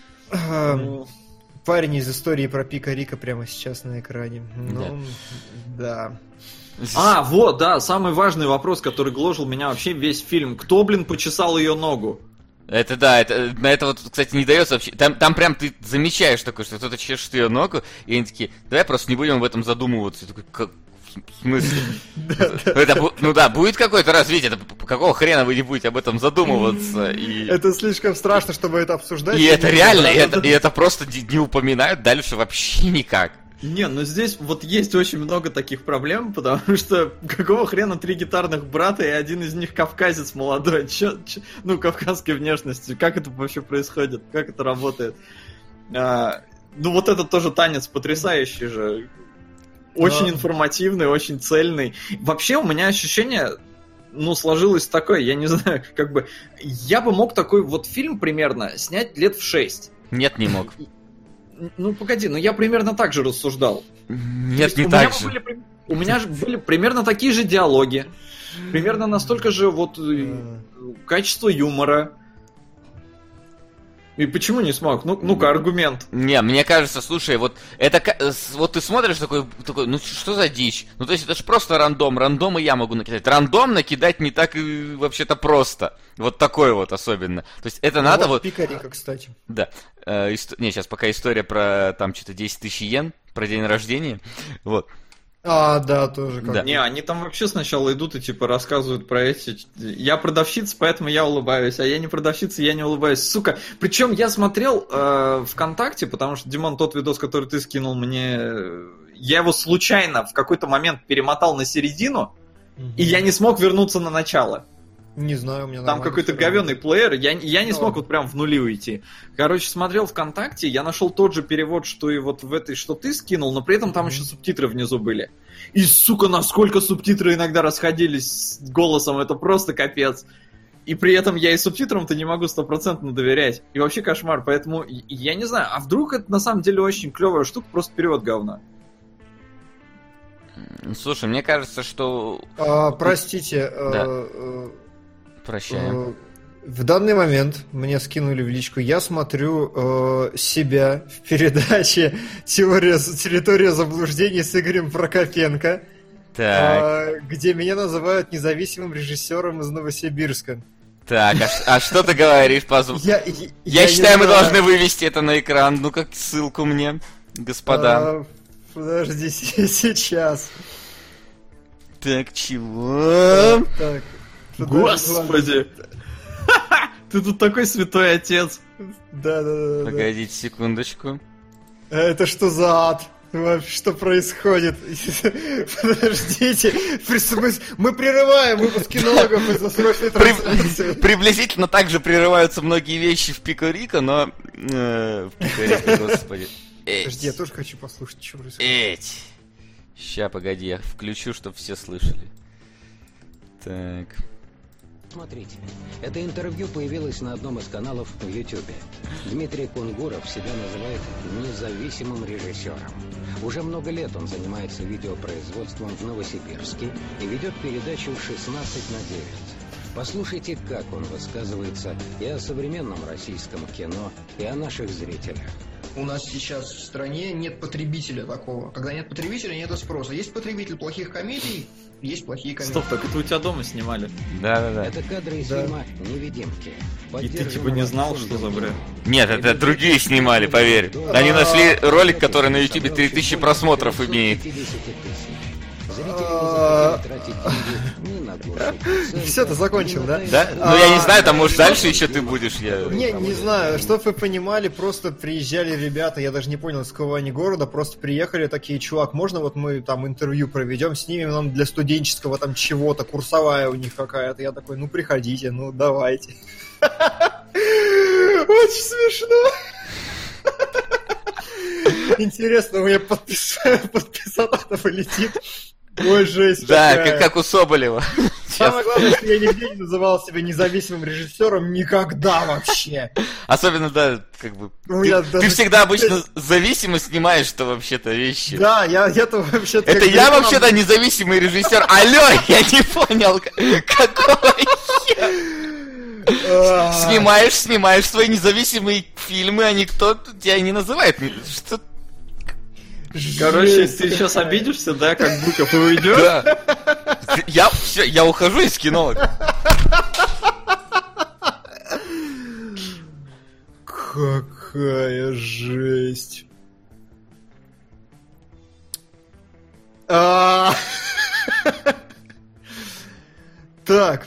Парень из истории про Пика-Рика прямо сейчас на экране. Ну, да. Вот, да, самый важный вопрос, который гложил меня вообще весь фильм. Кто, почесал ее ногу? Это да, на это вот, кстати, не дается вообще. Там прям ты замечаешь такое, что кто-то чешет ее ногу, и они такие, давай просто не будем об этом задумываться. И такой, как... В смысле? Ну да, будет какой-то раз, видите, какого хрена вы не будете об этом задумываться? Это слишком страшно, чтобы это обсуждать. И это реально, и это просто не упоминают дальше вообще никак. Не, но здесь вот есть очень много таких проблем, потому что какого хрена 3 гитарных брата, и один из них кавказец молодой, ну, кавказской внешности, как это вообще происходит, как это работает? Ну, вот этот тоже танец потрясающий же, очень информативный, очень цельный. Вообще у меня ощущение, ну, сложилось такое, я не знаю, как бы, я бы мог такой вот фильм примерно снять лет в 6. Нет, не мог. Ну, погоди, но я примерно так же рассуждал. Нет, не так же. У меня же были примерно такие же диалоги, примерно настолько же вот качество юмора. И почему не смог? Ну-ка, аргумент. Не, мне кажется, слушай, вот это вот ты смотришь такой, ну что за дичь? Ну то есть это же просто рандом и я могу накидать. Рандом накидать не так и вообще-то просто. Вот такой вот особенно. То есть это надо вот... Пикарика, кстати. Да. Не, сейчас пока история про там что-то 10 тысяч йен, про день рождения. Вот. Да, тоже как. Да. Не, они там вообще сначала идут и типа рассказывают про эти... Я продавщица, поэтому я улыбаюсь, а я не продавщица, я не улыбаюсь. Сука! Причем я смотрел ВКонтакте, потому что, Димон, тот видос, который ты скинул мне, я его случайно в какой-то момент перемотал на середину, и я не смог вернуться на начало. Не знаю, у меня там какой-то говёный плеер, я не смог вот прям в нули уйти. Короче, смотрел ВКонтакте, я нашел тот же перевод, что и вот в этой, что ты скинул, но при этом там еще субтитры внизу были. И, сука, насколько субтитры иногда расходились с голосом, это просто капец. И при этом я и субтитрам-то не могу 100% доверять. И вообще кошмар, поэтому я не знаю, а вдруг это на самом деле очень клевая штука, просто перевод говна. Слушай, мне кажется, что... Простите, Прощаем. В данный момент мне скинули в личку, я смотрю себя в передаче «Территория заблуждений» с Игорем Прокопенко, где меня называют независимым режиссером из Новосибирска. Так, а что ты говоришь? Я считаю, мы должны вывести это на экран. Ну-ка, ссылку мне, господа. Подождите, сейчас. Так, чего? Так. Господи! Ты тут такой святой отец. Да. Погодите секундочку. Это что за ад? Что происходит? Подождите. Мы прерываем выпуск кинологов из-за срочной трансляции. Приблизительно так же прерываются многие вещи в Пико-Рико, но... В Пико-Рико, господи. Подожди, я тоже хочу послушать, что происходит. Ща, погоди, я включу, чтобы все слышали. Так... Смотрите, это интервью появилось на одном из каналов в Ютубе. Дмитрий Кунгуров себя называет независимым режиссером. Уже много лет он занимается видеопроизводством в Новосибирске и ведет передачу «16 на 9». Послушайте, как он высказывается и о современном российском кино, и о наших зрителях. У нас сейчас в стране нет потребителя такого. Когда нет потребителя, нет спроса. Есть потребитель плохих комедий, есть плохие комедии. Стоп, так это у тебя дома снимали? Да. Это кадры из фильма «Невидимки». И ты типа не знал, что за бред? Нет, это другие снимали, поверь. Они нашли ролик, который на ютубе 3000 просмотров имеет. Все, ты закончил, да? Да? Ну я не знаю, там может дальше еще ты будешь. Не знаю, чтобы вы понимали, просто приезжали ребята, я даже не понял, из какого они города, просто приехали такие, чувак, можно вот мы там интервью проведем, снимем нам для студенческого там чего-то, курсовая у них какая-то. Я такой, ну приходите, ну давайте. Очень смешно. Интересно, у меня подписано полетит. Ой, жесть. Да, как у Соболева. Самое главное, что я нигде не называл себя независимым режиссером никогда вообще. Особенно, да, как бы... Ты всегда обычно зависимо снимаешь-то вообще-то вещи. Да, я-то вообще-то... Это я вообще-то независимый режиссер. Алло, я не понял, какой Снимаешь свои независимые фильмы, а никто тебя не называет. Что... Короче, ты сейчас обидишься, да, как Быков, и уйдешь? Да. Я ухожу из кинолога. Какая жесть. Так.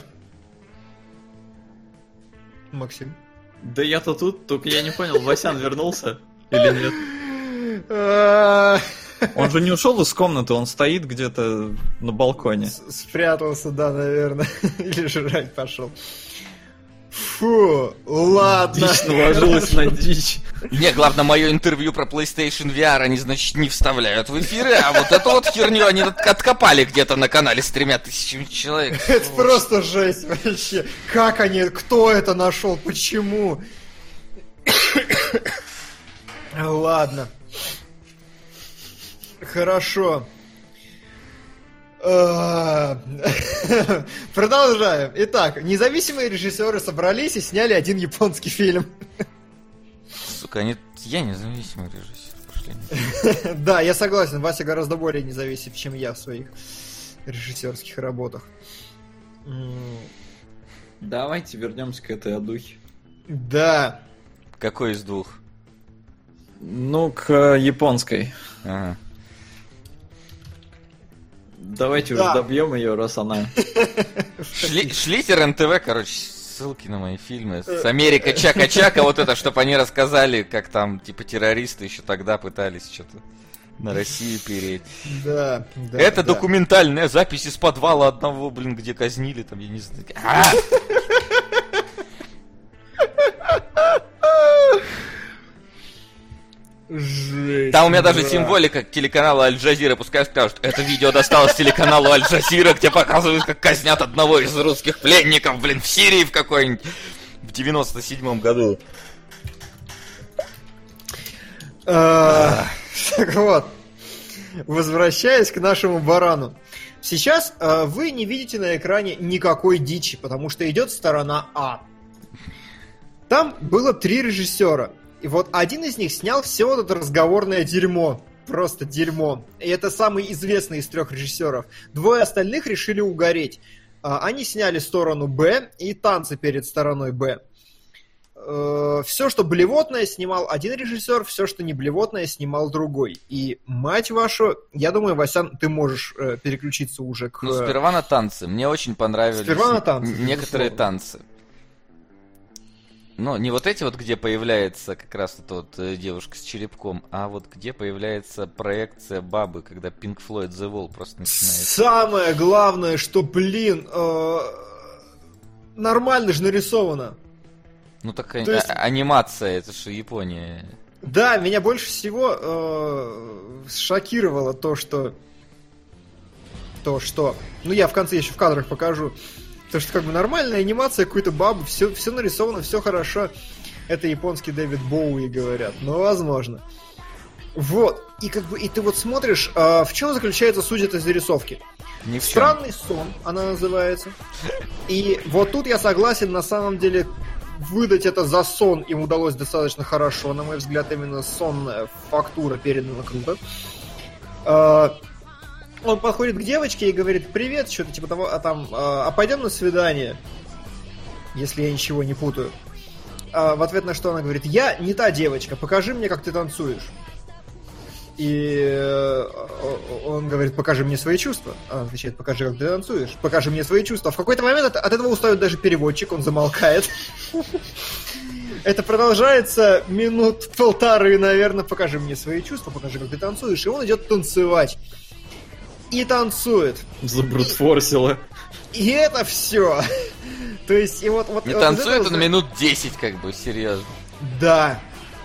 Максим. Да я-то тут, только я не понял, Васян вернулся или нет? Он же не ушел из комнаты, он стоит где-то на балконе. Спрятался, да, наверное. Или жрать пошел. Фу, ладно. Дичь наложилась на дичь. Не, главное, мое интервью про PlayStation VR они, значит, не вставляют в эфиры, а вот эту вот херню они откопали где-то на канале с 3000 человек. Это просто жесть вообще. Как они, кто это нашел, почему? Ладно. Хорошо. Продолжаем. Итак, независимые режиссеры собрались и сняли один японский фильм. Сука, я независимый режиссер, пошли. Да, я согласен, Вася гораздо более независим, чем я в своих режиссерских работах. Давайте вернемся к этой одухе. Да. Какой из двух? Ну, к японской. Ага. Давайте уже добьем ее, раз она... Шлите РЕН-ТВ, короче, ссылки на мои фильмы. С Америка Чака-Чака, вот это, чтобы они рассказали, как там, типа, террористы еще тогда пытались что-то на Россию переть. Да, это документальная запись из подвала одного, где казнили, там, я не знаю. Жесть. Там у меня даже символика телеканала Аль-Джазира. Пускай скажут, это видео досталось телеканалу Аль-Джазира, где показывают, как казнят одного из русских пленников, в Сирии в какой-нибудь в 97-м году. Так вот, возвращаясь к нашему барану. Сейчас вы не видите на экране никакой дичи, потому что идет сторона А. Там было 3 режиссера. И вот один из них снял все вот это разговорное дерьмо. Просто дерьмо. И это самый известный из 3 режиссеров. 2 остальных решили угореть. Они сняли сторону Б и танцы перед стороной Б. Все, что блевотное, снимал один режиссер, все, что не блевотное, снимал другой. И, мать вашу, я думаю, Васян, ты можешь переключиться уже к... Ну, сперва на танцы. Мне очень понравились некоторые танцы. Ну, не вот эти вот, где появляется как раз вот девушка с черепком, а вот где появляется проекция бабы, когда Pink Floyd The Wall просто начинается. Самое главное, что, нормально же нарисовано. Ну, так анимация, это же Япония. Да, меня больше всего шокировало то, что... Ну, я в конце еще в кадрах покажу. То, что как бы нормальная анимация, какую-то бабу, все нарисовано, все хорошо. Это японский Дэвид Боуи, говорят. Ну, возможно. Вот. И как бы и ты вот смотришь, в чем заключается суть этой зарисовки. Странный сон, она называется. И вот тут я согласен, на самом деле, выдать это за сон им удалось достаточно хорошо. На мой взгляд, именно сонная фактура передана круто. Он подходит к девочке и говорит: привет, что-то типа того, а пойдем на свидание, если я ничего не путаю. В ответ на что она говорит: я не та девочка, покажи мне, как ты танцуешь. И он говорит: покажи мне свои чувства. Она отвечает: покажи, как ты танцуешь. Покажи мне свои чувства. В какой-то момент от этого устает даже переводчик, он замолкает. Это продолжается минут 1,5, наверное. Покажи мне свои чувства, покажи, как ты танцуешь. И он идет танцевать. И танцует. Забрутфорсила. И это все. То есть, и вот не танцует он минут 10, как бы, серьезно. Да.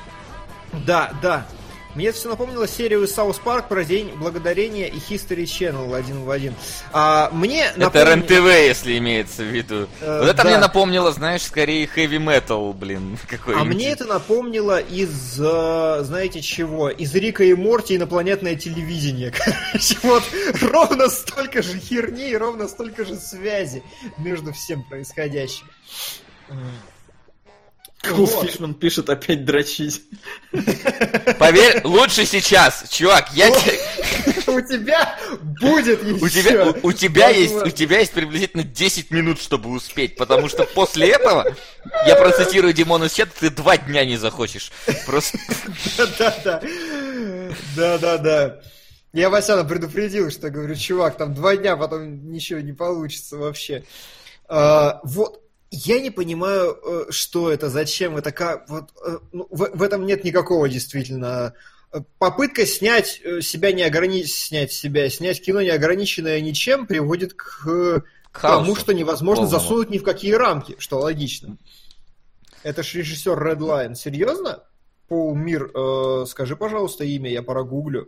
Мне это все напомнило серию South Park про День Благодарения и History Channel один в один. Мне это РЕН-ТВ, если имеется в виду. Вот это мне напомнило, знаешь, скорее хэви метал, какой-нибудь. Мне это напомнило из, знаете чего? Из Рика и Морти инопланетное телевидение. Короче, вот ровно столько же херни и ровно столько же связи между всем происходящим. Фишман пишет: опять дрочить. Поверь, лучше сейчас, чувак, я тебе... что у тебя будет еще. У тебя есть приблизительно 10 минут, чтобы успеть, потому что после этого, я процитирую Димона из чата, ты 2 дня не захочешь. Просто... Да. Я Васяна предупредил, что говорю, чувак, там 2 дня, потом ничего не получится вообще. Вот. Я не понимаю, что это, зачем это, как... Вот, в этом нет никакого действительно... Попытка снять кино неограниченное ничем приводит к тому, что невозможно засунуть ни в какие рамки, что логично. Это ж режиссер Red Line. Серьезно? Пол Мир, скажи, пожалуйста, имя, я прогуглю.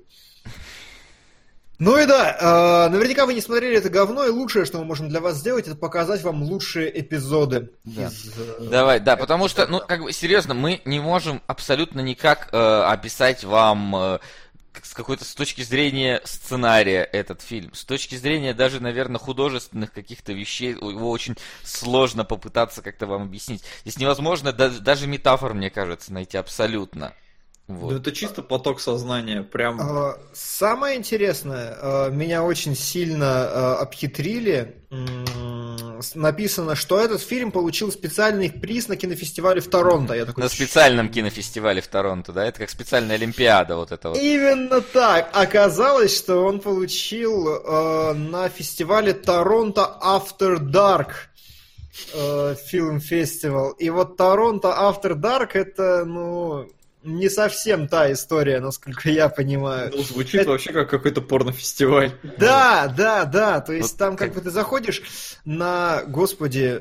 Ну и да, наверняка вы не смотрели это говно, и лучшее, что мы можем для вас сделать, это показать вам лучшие эпизоды. Да. Давай, да, потому что, серьезно, мы не можем абсолютно никак описать вам с точки зрения сценария этот фильм. С точки зрения даже, наверное, художественных каких-то вещей, его очень сложно попытаться как-то вам объяснить. Здесь невозможно даже метафор, мне кажется, найти абсолютно. Вот. Ну, это чисто поток сознания, прям. Самое интересное, меня очень сильно обхитрили. Написано, что этот фильм получил специальный приз на кинофестивале в Торонто. Я такой, на специальном кинофестивале в Торонто, да? Это как специальная олимпиада вот это вот. Именно так. Оказалось, что он получил на фестивале Торонто After Dark Film Festival. И вот Торонто After Dark это, не совсем та история, насколько я понимаю. Ну, звучит вообще как какой-то порнофестиваль. Да. То есть вот там как бы ты заходишь на... Господи...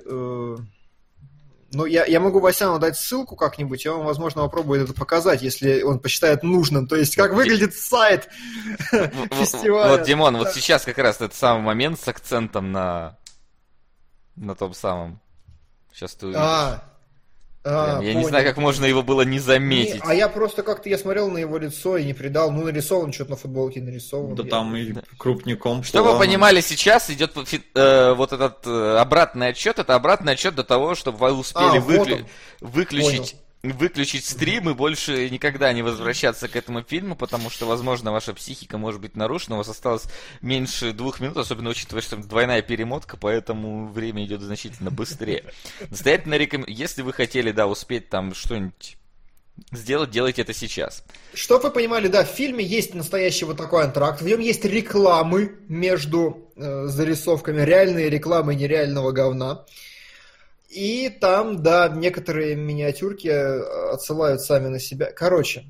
я могу Васяну дать ссылку как-нибудь, и он, возможно, попробует это показать, если он посчитает нужным. То есть, как выглядит сайт фестиваля. Вот, Димон, вот сейчас как раз этот самый момент с акцентом на том самом. Сейчас ты увидишь. Я не знаю, как можно его было не заметить. Я просто как-то, я смотрел на его лицо и не придал. Нарисован, что-то на футболке нарисован. Да там и крупником. Чтобы вы понимали, сейчас идет вот этот обратный отсчет. Это обратный отсчет до того, чтобы вы успели выключить стрим и больше никогда не возвращаться к этому фильму, потому что, возможно, ваша психика может быть нарушена. У вас осталось меньше 2 минут, особенно учитывая, что двойная перемотка, поэтому время идет значительно быстрее. Настоятельно рекомендую, если вы хотели, успеть там что-нибудь сделать, делайте это сейчас. Чтобы вы понимали, в фильме есть настоящий вот такой антракт, в нем есть рекламы между зарисовками, реальные рекламы нереального говна. И там, некоторые миниатюрки отсылают сами на себя. Короче,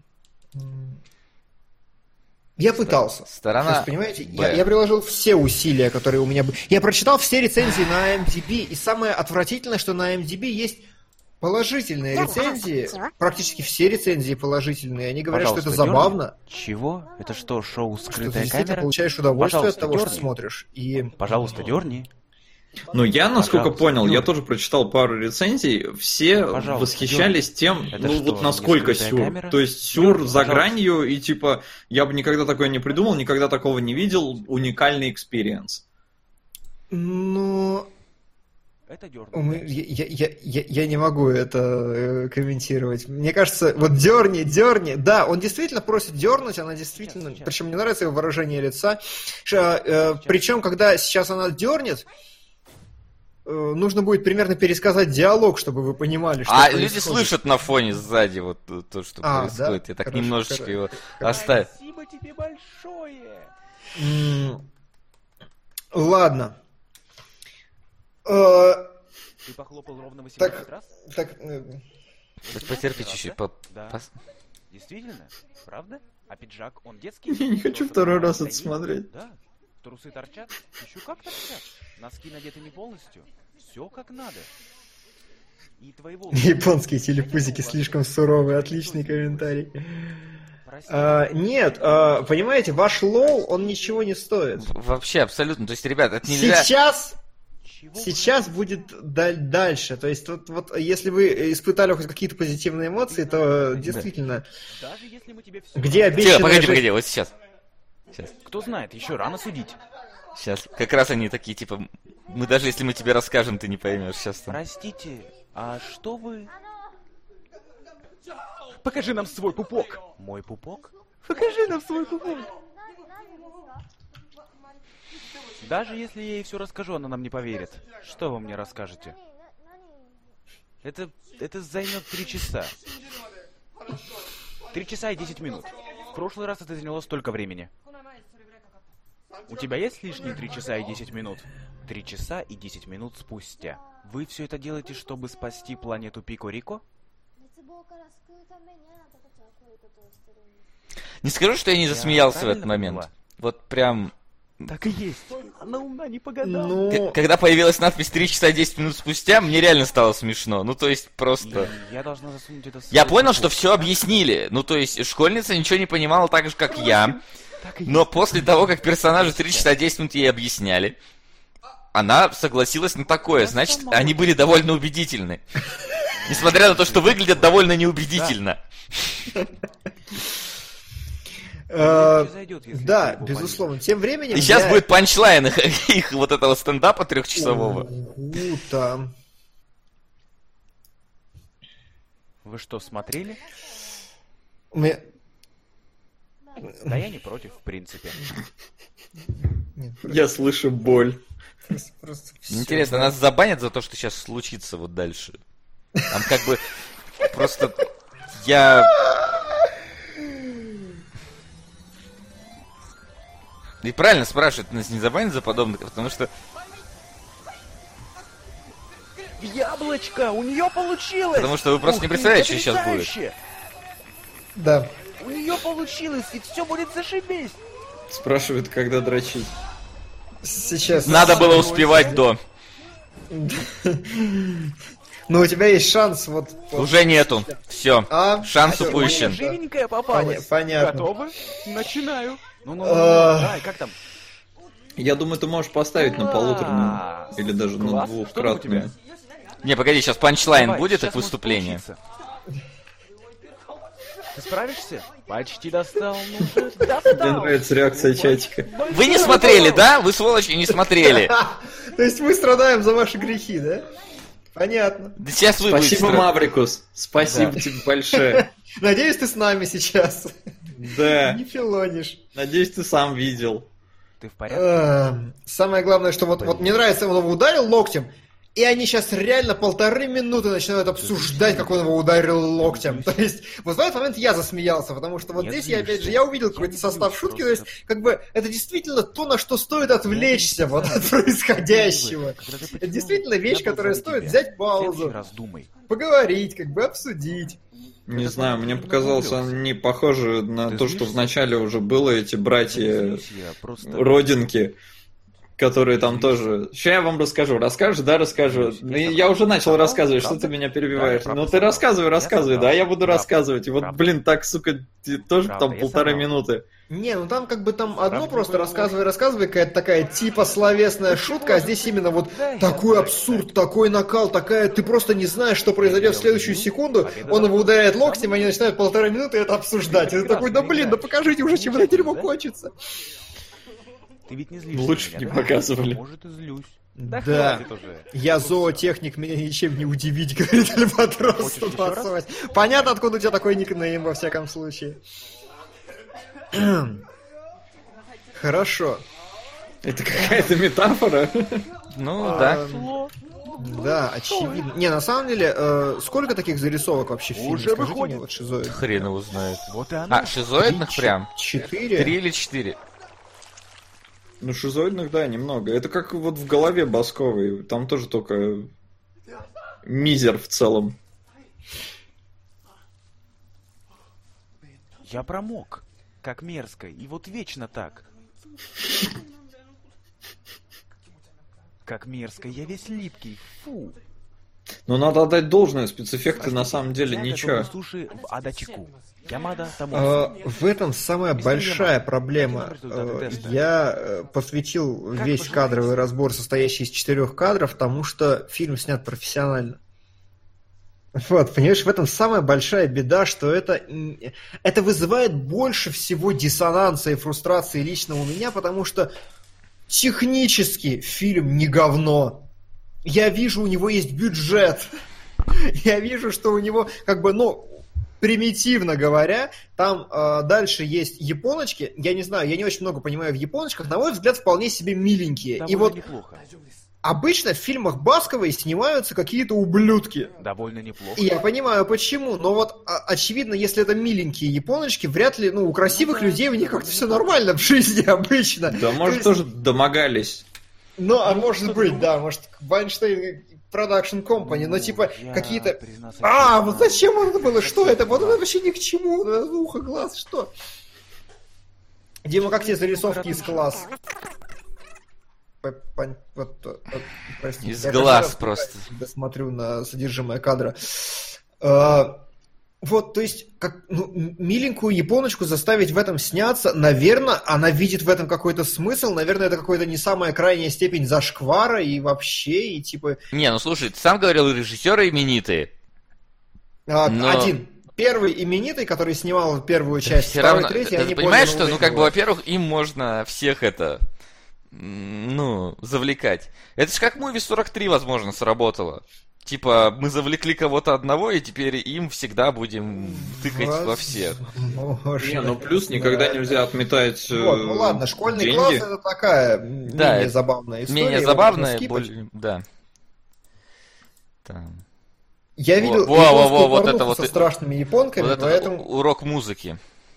я пытался. Сторона. Понимаете, я приложил все усилия, которые у меня были. Я прочитал все рецензии на IMDb, и самое отвратительное, что на IMDb есть положительные рецензии. Практически все рецензии положительные. Они говорят, что это забавно. Чего? Это что, шоу «Скрытая камера»? Ты получаешь удовольствие от того, что смотришь. Пожалуйста, дерни. Ну, я, насколько понял, я тоже прочитал пару рецензий, все восхищались тем, насколько сюр. То есть сюр за гранью, и я бы никогда такое не придумал, никогда такого не видел, уникальный экспириенс. Я не могу это комментировать. Мне кажется, вот дерни. Да, он действительно просит дернуть, она действительно... Причем мне нравится его выражение лица. Причем, когда сейчас она дернет, нужно будет примерно пересказать диалог, чтобы вы понимали, что происходит. Люди слышат на фоне сзади вот то, что происходит. Я так немножечко его оставил. Спасибо тебе большое. Ладно. Ты похлопал ровно 18 раз? Потерпи чуть-чуть. Действительно? Правда? А пиджак, он детский? Я не хочу второй раз это смотреть. Да. Трусы торчат? Еще как торчат? Носки надеты не полностью? Все как надо. И твои волосы... Японские телепузики слишком суровые. Отличный комментарий. Нет, понимаете, ваш лол, он ничего не стоит. Вообще, абсолютно. То есть, ребят, это нельзя... Сейчас будет дальше. То есть, вот если вы испытали хоть какие-то позитивные эмоции, то действительно... Где обещанная... Погоди, вот сейчас. Кто знает, еще рано судить. Сейчас, как раз они такие, мы даже если мы тебе расскажем, ты не поймешь. Сейчас там. Простите, а что вы... Покажи нам свой пупок. Мой пупок? Покажи нам свой пупок. Даже если я ей все расскажу, она нам не поверит. Что вы мне расскажете? Это займет 3 часа. 3 часа и 10 минут. В прошлый раз это заняло столько времени. У тебя есть лишние 3 часа и 10 минут? 3 часа и 10 минут спустя. Вы все это делаете, чтобы спасти планету Пико-Рико? Не скажу, что я не засмеялся в этот момент. Поняла? Вот прям... Так и есть. Она умна не по годам. Когда появилась надпись 3 часа и 10 минут спустя, мне реально стало смешно. Ну, то есть, просто... Я должна засунуть это в Я свой понял, что ноутбук. все объяснили. Ну, то есть, школьница ничего не понимала так же, как я. Но после того, как персонажи 3 часа 10 минут ей объясняли, она согласилась на такое. Значит, они были довольно убедительны. Несмотря на то, что выглядят довольно неубедительно. Да, безусловно. Тем временем... И сейчас будет панчлайн их вот этого стендапа 3-часового. Там. Вы что, смотрели? Да я не против, в принципе. Я слышу боль. Просто Интересно, нас забанят за то, что сейчас случится вот дальше? Там как бы просто я... И правильно спрашивают, нас не забанят за подобное, потому что... Яблочко! У нее получилось! Потому что вы просто не представляете, что сейчас будет. Да. У нее получилось, и все будет зашибись! Спрашивают, когда дрочить. Сейчас. Надо было успевать до. Но у тебя есть шанс вот... Уже нету. Все. Шанс упущен. Живенькая попалась. Понятно. Готовы? Начинаю. Ну, давай, как там? Я думаю, ты можешь поставить на полуторную или даже на двухкратную. Не, погоди, сейчас панчлайн будет их выступление. Ты справишься? Почти достал. Мне нравится реакция чатика. Вы не смотрели, да? Вы, сволочи, не смотрели. То есть мы страдаем за ваши грехи, да? Понятно. Да сейчас вы Спасибо, Маврикус. Спасибо тебе большое. Надеюсь, ты с нами сейчас. Да. Не филонишь. Надеюсь, ты сам видел. Ты в порядке? Самое главное, что вот мне нравится, он его ударил локтем, и они сейчас реально 1,5 минуты начинают обсуждать, как он его ударил локтем. То есть, вот в этот момент я засмеялся, потому что вот здесь, опять же, я увидел какой-то состав шутки, то есть, как бы, это действительно то, на что стоит отвлечься вот от происходящего. Это действительно вещь, которая стоит взять паузу, поговорить, как бы обсудить. Не знаю, мне показалось, они похожи на то, что вначале уже было, эти братья родинки, которые там тоже... Сейчас я вам расскажу. Расскажешь? Да, расскажу. Я уже начал рассказывать, что ты меня перебиваешь. Ну ты рассказывай, да, я буду рассказывать. И вот, блин, так, сука, тоже там 1,5 минуты. Не, ну там как бы там одно просто рассказывай, какая-то такая типа словесная шутка, а здесь именно вот такой абсурд, такой накал, такая, ты просто не знаешь, что произойдет в следующую секунду, он его ударяет локтем, они начинают 1,5 минуты это обсуждать. И ты такой, да блин, да покажите уже, чем это дерьмо кончится. Ты ведь не злишься. Лучше не показывали. Может, и злюсь. Да, я зоотехник, меня ничем не удивить, говорит Альбатрос 128. Понятно, откуда у тебя такой никнейм, во всяком случае. Хорошо. Это какая-то метафора? Ну, да. Да, очевидно. Не, на самом деле, сколько таких зарисовок вообще в фильме? Уже Скажите выходит. мне, вот шизоид. Хрен его знает. Вот и она. А, шизоидных прям? 4? 3 или 4? Ну, шизоидных, да, немного. Это как вот в голове Басковой. Там тоже только мизер в целом. Я промок. Как мерзко. И вот вечно так. Как мерзко. Я весь липкий. Фу. Но надо отдать должное, спецэффекты на самом деле ничего. Суши в Адачику. Ямада В этом самая большая проблема. Я посвятил весь кадровый разбор, состоящий из 4 кадров, тому что фильм снят профессионально. Вот, понимаешь, в этом самая большая беда, что это вызывает больше всего диссонанса и фрустрации лично у меня, потому что технически фильм не говно. Я вижу, у него есть бюджет. Я вижу, что у него, как бы, ну, примитивно говоря, там дальше есть японочки. Я не знаю, я не очень много понимаю в японочках. На мой взгляд, вполне себе миленькие. Довольно И вот неплохо. обычно в фильмах Басковой снимаются какие-то ублюдки. Довольно неплохо. И я понимаю, почему. Но вот, очевидно, если это миленькие японочки, вряд ли, у красивых людей у них как-то все нормально в жизни обычно. Да, может, тоже домогались. Ну, а может быть, да, может, Вайнштейн Production Company, но типа какие-то... вот зачем это было? Что это? Вот это вообще ни к чему. Ухо, глаз, что? Дима, как тебе зарисовки из класс? Простите, из глаз просто. Я смотрю на содержимое кадра. Вот, то есть, миленькую японочку заставить в этом сняться, наверное, она видит в этом какой-то смысл, наверное, это какая-то не самая крайняя степень зашквара и вообще, и типа... Не, слушай, ты сам говорил, режиссеры именитые. Один. Первый именитый, который снимал первую часть, все второй, равно, третий, ты они понимаешь, поняли, что, во-первых, им можно всех завлекать. Это же как Movie 43, возможно, сработало. Типа, мы завлекли кого-то одного, и теперь им всегда будем тыкать во всех. Не, плюс никогда нельзя отметать ладно, школьный деньги. класс это такая менее забавная история. Менее забавная, более... Да. Там. Я видел вот это вот со страшными японками, вот поэтому... урок музыки.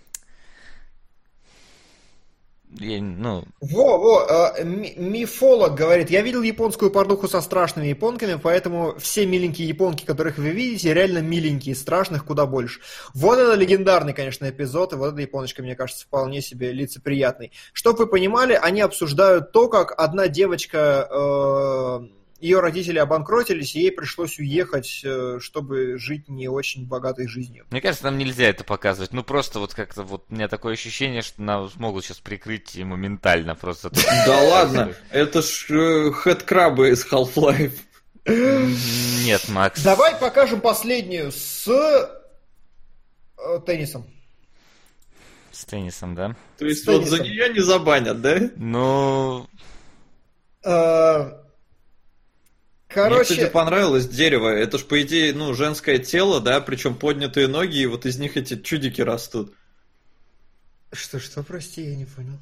Мифолог говорит, я видел японскую порнуху со страшными японками, поэтому все миленькие японки, которых вы видите, реально миленькие, страшных куда больше. Вот это легендарный, конечно, эпизод, и вот эта японочка, мне кажется, вполне себе лицеприятный. Чтоб вы понимали, они обсуждают то, как одна девочка... Ее родители обанкротились, и ей пришлось уехать, чтобы жить не очень богатой жизнью. Мне кажется, нам нельзя это показывать. Просто вот как-то у меня такое ощущение, что нас могут сейчас прикрыть моментально просто. Да ладно, это ж хэдкрабы из Half-Life. Нет, Макс. Давай покажем последнюю с теннисом. С теннисом, да? То есть вот за нее не забанят, да? Короче... Мне, кстати, понравилось дерево. Это ж, по идее, женское тело, да, причем поднятые ноги, и вот из них эти чудики растут. Что, прости, я не понял.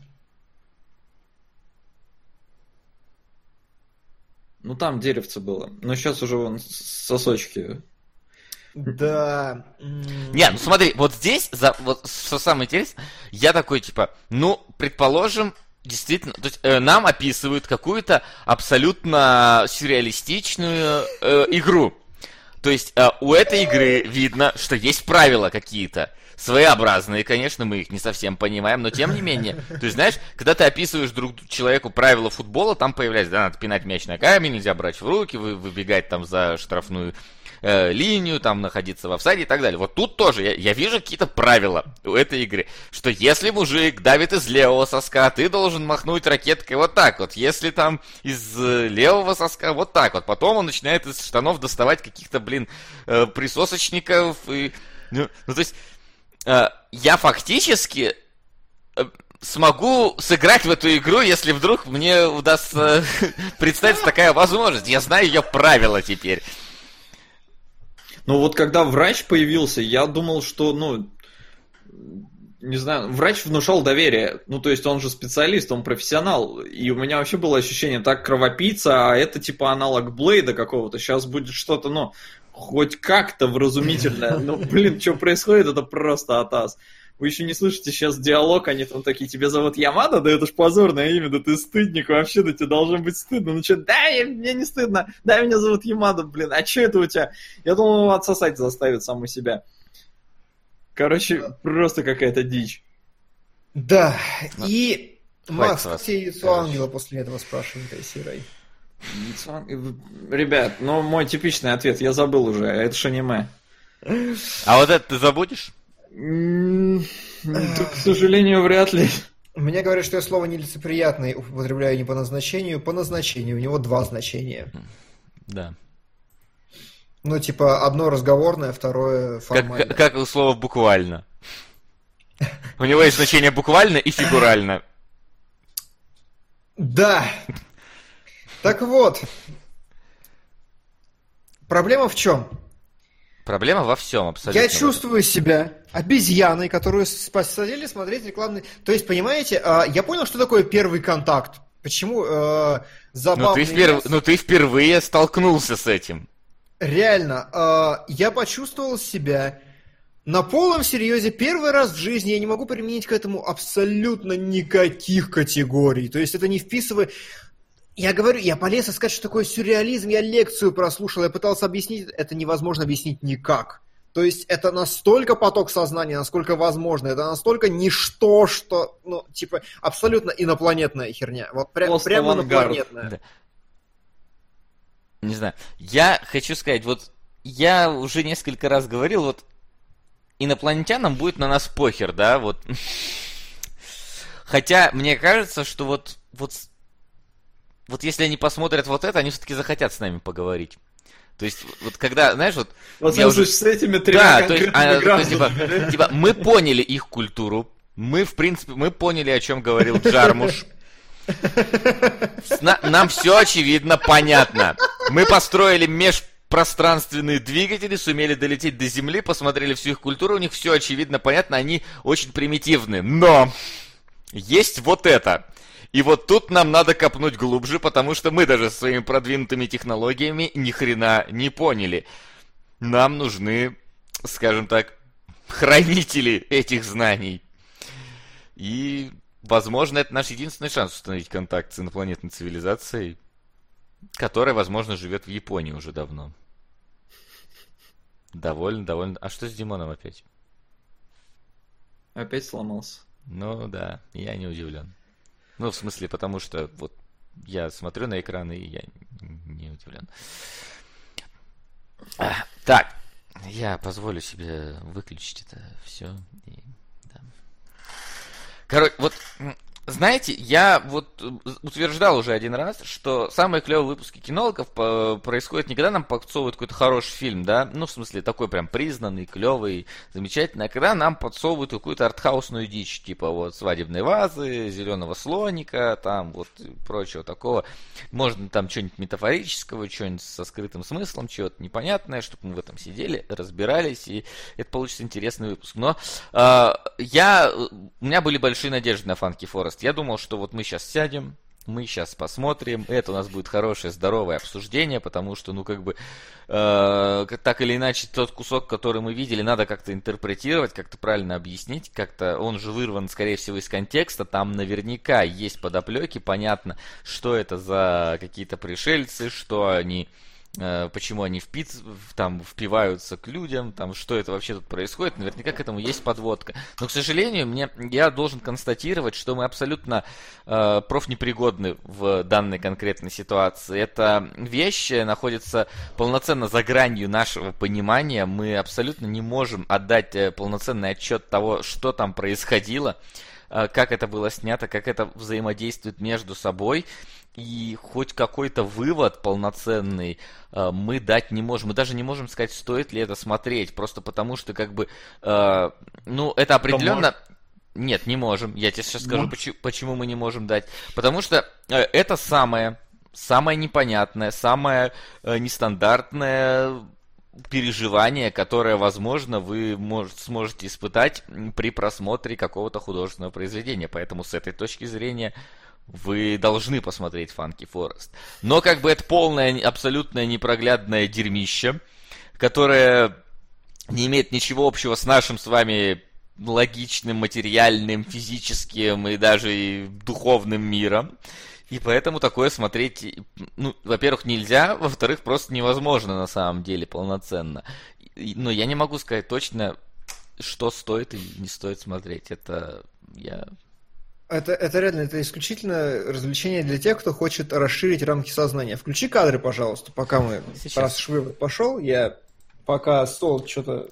Там деревце было. Но сейчас уже вон сосочки. Да. Не, смотри, вот здесь, что самое интересное, я такой, предположим, действительно, то есть нам описывают какую-то абсолютно сюрреалистичную игру. То есть у этой игры видно, что есть правила какие-то. Своеобразные, конечно, мы их не совсем понимаем, но тем не менее. То есть, знаешь, когда ты описываешь человеку правила футбола, там появляется, надо пинать мяч на камень, нельзя брать в руки, выбегать там за штрафную линию, там находиться в офсайде и так далее. Вот тут тоже я вижу какие-то правила у этой игры, что если мужик давит из левого соска, ты должен махнуть ракеткой вот так вот, если там из левого соска вот так вот, потом он начинает из штанов доставать каких-то, присосочников и... то есть я фактически смогу сыграть в эту игру, если вдруг мне удастся представить такая возможность. Я знаю ее правила теперь. Вот когда врач появился, я думал, что, не знаю, врач внушал доверие. То есть он же специалист, он профессионал. И у меня вообще было ощущение, так кровопийца, а это типа аналог Блейда какого-то. Сейчас будет что-то, хоть как-то вразумительное. Что происходит, это просто атас. Вы еще не слышите сейчас диалог, они там такие, тебя зовут Ямада? Да это ж позорное имя, да ты стыдник, вообще, да тебе должно быть стыдно. Мне не стыдно, да, меня зовут Ямада, а что это у тебя? Я думал, его отсосать заставит саму себя. Короче, просто какая-то дичь. Да, и Макс, как тебе яйцо ангела после этого, спрашивает Кайсирай? Ребят, мой типичный ответ, я забыл уже, это ж аниме. А вот это ты забудешь? К сожалению, вряд ли. Мне говорят, что я слово нелицеприятный употребляю не по назначению, по назначению. У него два значения. Да. Одно разговорное, второе формальное. Как слово буквально. У него есть значение буквально и фигурально. Да. Так вот. Проблема в чем? Проблема во всем абсолютно. Я чувствую себя обезьяной, которую посадили смотреть рекламный... То есть, понимаете, я понял, что такое первый контакт. Почему забавный... ты впервые столкнулся с этим. Реально, я почувствовал себя на полном серьезе первый раз в жизни. Я не могу применить к этому абсолютно никаких категорий. То есть это не вписывает... Я говорю, я полез искать, что такое сюрреализм, я лекцию прослушал, я пытался объяснить, это невозможно объяснить никак. То есть это настолько поток сознания, насколько возможно, это настолько ничто, что, абсолютно инопланетная херня. Вот прямо инопланетная. Да. Не знаю. Я хочу сказать, я уже несколько раз говорил, инопланетянам будет на нас похер, да, Хотя, мне кажется, что вот если они посмотрят это, они все-таки захотят с нами поговорить. То есть, когда, знаешь, с этими тремя конкретными гражданами. Мы поняли их культуру, мы поняли, о чем говорил Джармуш. Нам все очевидно, понятно. Мы построили межпространственные двигатели, сумели долететь до Земли, посмотрели всю их культуру, у них все очевидно, понятно, они очень примитивны. Но есть это. И тут нам надо копнуть глубже, потому что мы даже со своими продвинутыми технологиями ни хрена не поняли. Нам нужны, скажем так, хранители этих знаний. И, возможно, это наш единственный шанс установить контакт с инопланетной цивилизацией, которая, возможно, живет в Японии уже давно. Довольно. А что с Димоном опять? Опять сломался. Ну да, я не удивлен. В смысле, потому что я смотрю на экран, и я не удивлен. Так, я позволю себе выключить это все. Да. Короче, знаете, я утверждал уже один раз, что самые клевые выпуски кинологов происходят не когда нам подсовывают какой-то хороший фильм, да, в смысле, такой прям признанный, клевый, замечательный, а когда нам подсовывают какую-то артхаусную дичь, типа свадебной вазы, зеленого слоника, там прочего такого. Можно там что-нибудь метафорического, что-нибудь со скрытым смыслом, чего-то непонятное, чтобы мы в этом сидели, разбирались, и это получится интересный выпуск. Но у меня были большие надежды на Funky Forest. Я думал, что мы сейчас сядем, мы сейчас посмотрим, это у нас будет хорошее, здоровое обсуждение, потому что, так или иначе, тот кусок, который мы видели, надо как-то интерпретировать, как-то правильно объяснить, как-то он же вырван, скорее всего, из контекста, там наверняка есть подоплеки, понятно, что это за какие-то пришельцы, что они... почему они впиваются к людям, что это вообще тут происходит, наверняка к этому есть подводка. Но, к сожалению, я должен констатировать, что мы абсолютно профнепригодны в данной конкретной ситуации. Эта вещь находится полноценно за гранью нашего понимания, мы абсолютно не можем отдать полноценный отчет того, что там происходило, как это было снято, как это взаимодействует между собой. И хоть какой-то вывод полноценный мы дать не можем. Мы даже не можем сказать, стоит ли это смотреть. Просто потому что, это определенно... Нет, не можем. Я тебе сейчас скажу, почему мы не можем дать. Потому что это самое непонятное, самое нестандартное переживание, которое, возможно, вы сможете испытать при просмотре какого-то художественного произведения. Поэтому с этой точки зрения... вы должны посмотреть Funky Forest. Но это полное, абсолютное непроглядное дерьмище, которое не имеет ничего общего с нашим с вами логичным, материальным, физическим и даже и духовным миром. И поэтому такое смотреть, во-первых, нельзя, во-вторых, просто невозможно на самом деле полноценно. Но я не могу сказать точно, что стоит и не стоит смотреть. Это реально, это исключительно развлечение для тех, кто хочет расширить рамки сознания. Включи кадры, пожалуйста, пока мы... Раз Швы пошел, я пока стол что-то...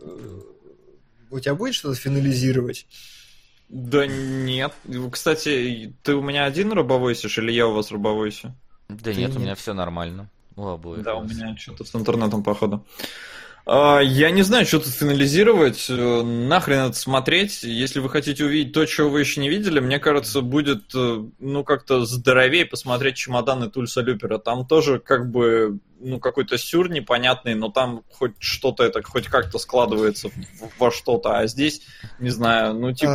У тебя будет что-то финализировать? Да нет. Кстати, ты у меня один рабовойсишь или я у вас рабовойсю? Да нет, у меня все нормально. У обоих. Да, у меня что-то с интернетом, походу. Я не знаю, что тут финализировать. Нахрен это смотреть. Если вы хотите увидеть то, чего вы еще не видели, мне кажется, будет как-то здоровее посмотреть «Чемоданы» Тульса Люпера. Там тоже как бы какой-то сюр непонятный, но там хоть что-то это хоть как-то складывается во что-то. А здесь, не знаю,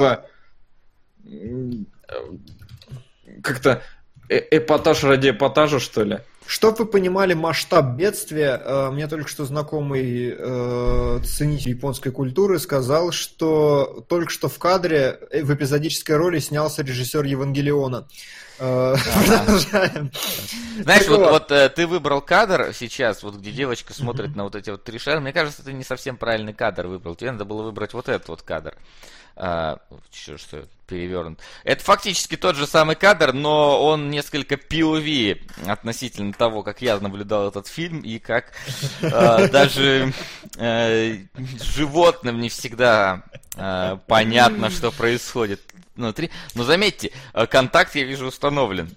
как-то эпатаж ради эпатажа, что ли. Чтоб вы понимали масштаб бедствия, мне только что знакомый ценитель японской культуры сказал, что только что в кадре в эпизодической роли снялся режиссер Евангелиона. Продолжаем. Знаешь, вот ты выбрал кадр сейчас, вот где девочка смотрит на вот эти вот 3 шара. Мне кажется, ты не совсем правильный кадр выбрал. Тебе надо было выбрать вот этот вот кадр. Что перевернут. Это фактически тот же самый кадр, но он несколько POV относительно того, как я наблюдал этот фильм, и как даже животным не всегда понятно, что происходит внутри. Но заметьте, контакт, я вижу, установлен.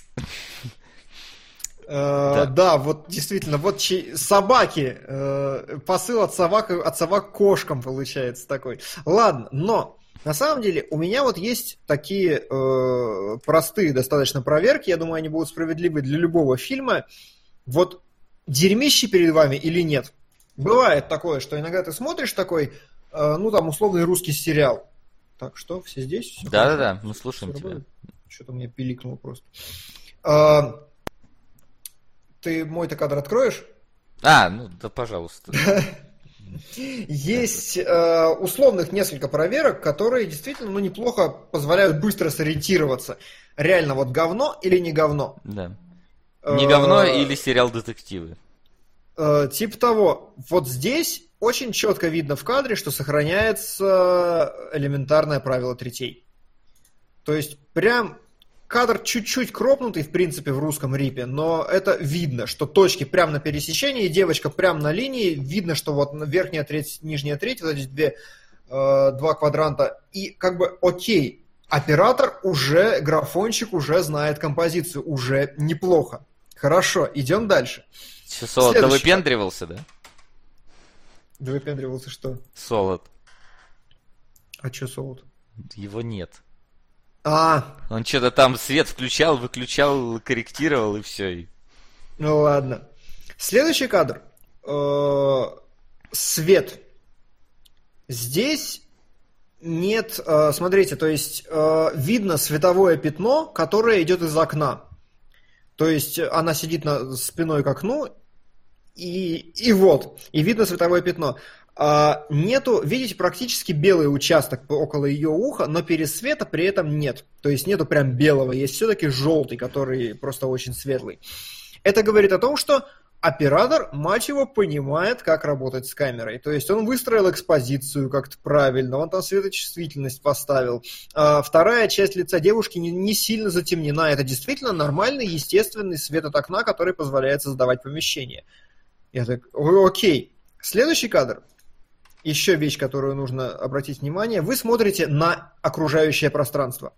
Да, вот действительно, вот собаки, посыл от собак к кошкам получается такой. Ладно, но на самом деле у меня вот есть такие простые достаточно проверки, я думаю, они будут справедливы для любого фильма. Вот дерьмище перед вами или нет? Бывает такое, что иногда ты смотришь такой, условный русский сериал. Так, что, все здесь? Да-да-да, мы слушаем тебя. Что-то мне пиликнуло просто. Ты мой-то кадр откроешь? Да, пожалуйста. Есть условных несколько проверок, которые действительно неплохо позволяют быстро сориентироваться. Реально вот говно или не говно? Да. Не говно или сериал детективы? Типа того. Вот здесь очень четко видно в кадре, что сохраняется элементарное правило третей. То есть прям кадр чуть-чуть кропнутый, в принципе, в русском рипе, но это видно, что точки прямо на пересечении, девочка прямо на линии, видно, что вот верхняя треть, нижняя треть, вот эти два квадранта, и как бы окей, оператор уже, графончик уже знает композицию, уже неплохо. Хорошо, идем дальше. Солод, ты выпендривался, да? Да выпендривался что? Солод. А что Солод? Его нет. Он что-то там свет включал, выключал, корректировал и все. Ну ладно. Следующий кадр. Свет. Здесь нет... Смотрите, то есть видно световое пятно, которое идет из окна. То есть она сидит спиной к окну, и видно световое пятно. Нету, видите, практически белый участок около ее уха, но пересвета при этом нет. То есть нету прям белого, есть все-таки желтый, который просто очень светлый. Это говорит о том, что оператор, мать его, понимает, как работать с камерой. То есть он выстроил экспозицию как-то правильно, он там светочувствительность поставил. Вторая часть лица девушки не сильно затемнена. Это действительно нормальный, естественный свет от окна, который позволяет создавать помещение. Я так, окей. Следующий кадр. Еще вещь, которую нужно обратить внимание. Вы смотрите на окружающее пространство.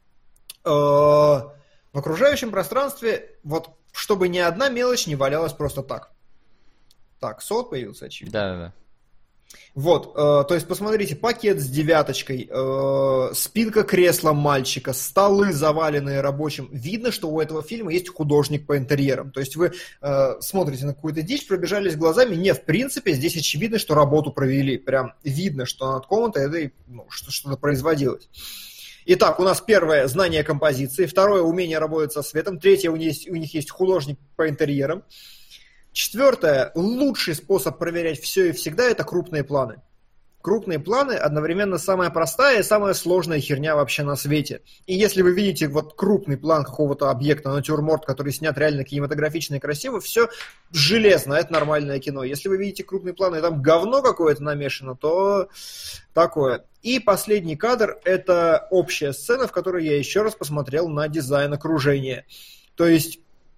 В окружающем пространстве, вот, чтобы ни одна мелочь не валялась просто так. Так, сот появился, очевидно. Да. Вот, то есть, посмотрите, пакет с девяточкой, спинка кресла мальчика, столы, заваленные рабочим. Видно, что у этого фильма есть художник по интерьерам. То есть, вы смотрите на какую-то дичь, пробежались глазами. Не, в принципе, здесь очевидно, что работу провели. Прям видно, что над комнатой это что-то производилось. Итак, у нас первое – знание композиции. Второе – умение работать со светом. Третье – у них есть художник по интерьерам. Четвертое, лучший способ проверять все и всегда – это крупные планы. Крупные планы одновременно самая простая и самая сложная херня вообще на свете. И если вы видите вот крупный план какого-то объекта, натюрморт, который снят реально кинематографично и красиво, все железно, это нормальное кино. Если вы видите крупный план и там говно какое-то намешано, то такое. И последний кадр – это общая сцена, в которой я еще раз посмотрел на дизайн окружения. То есть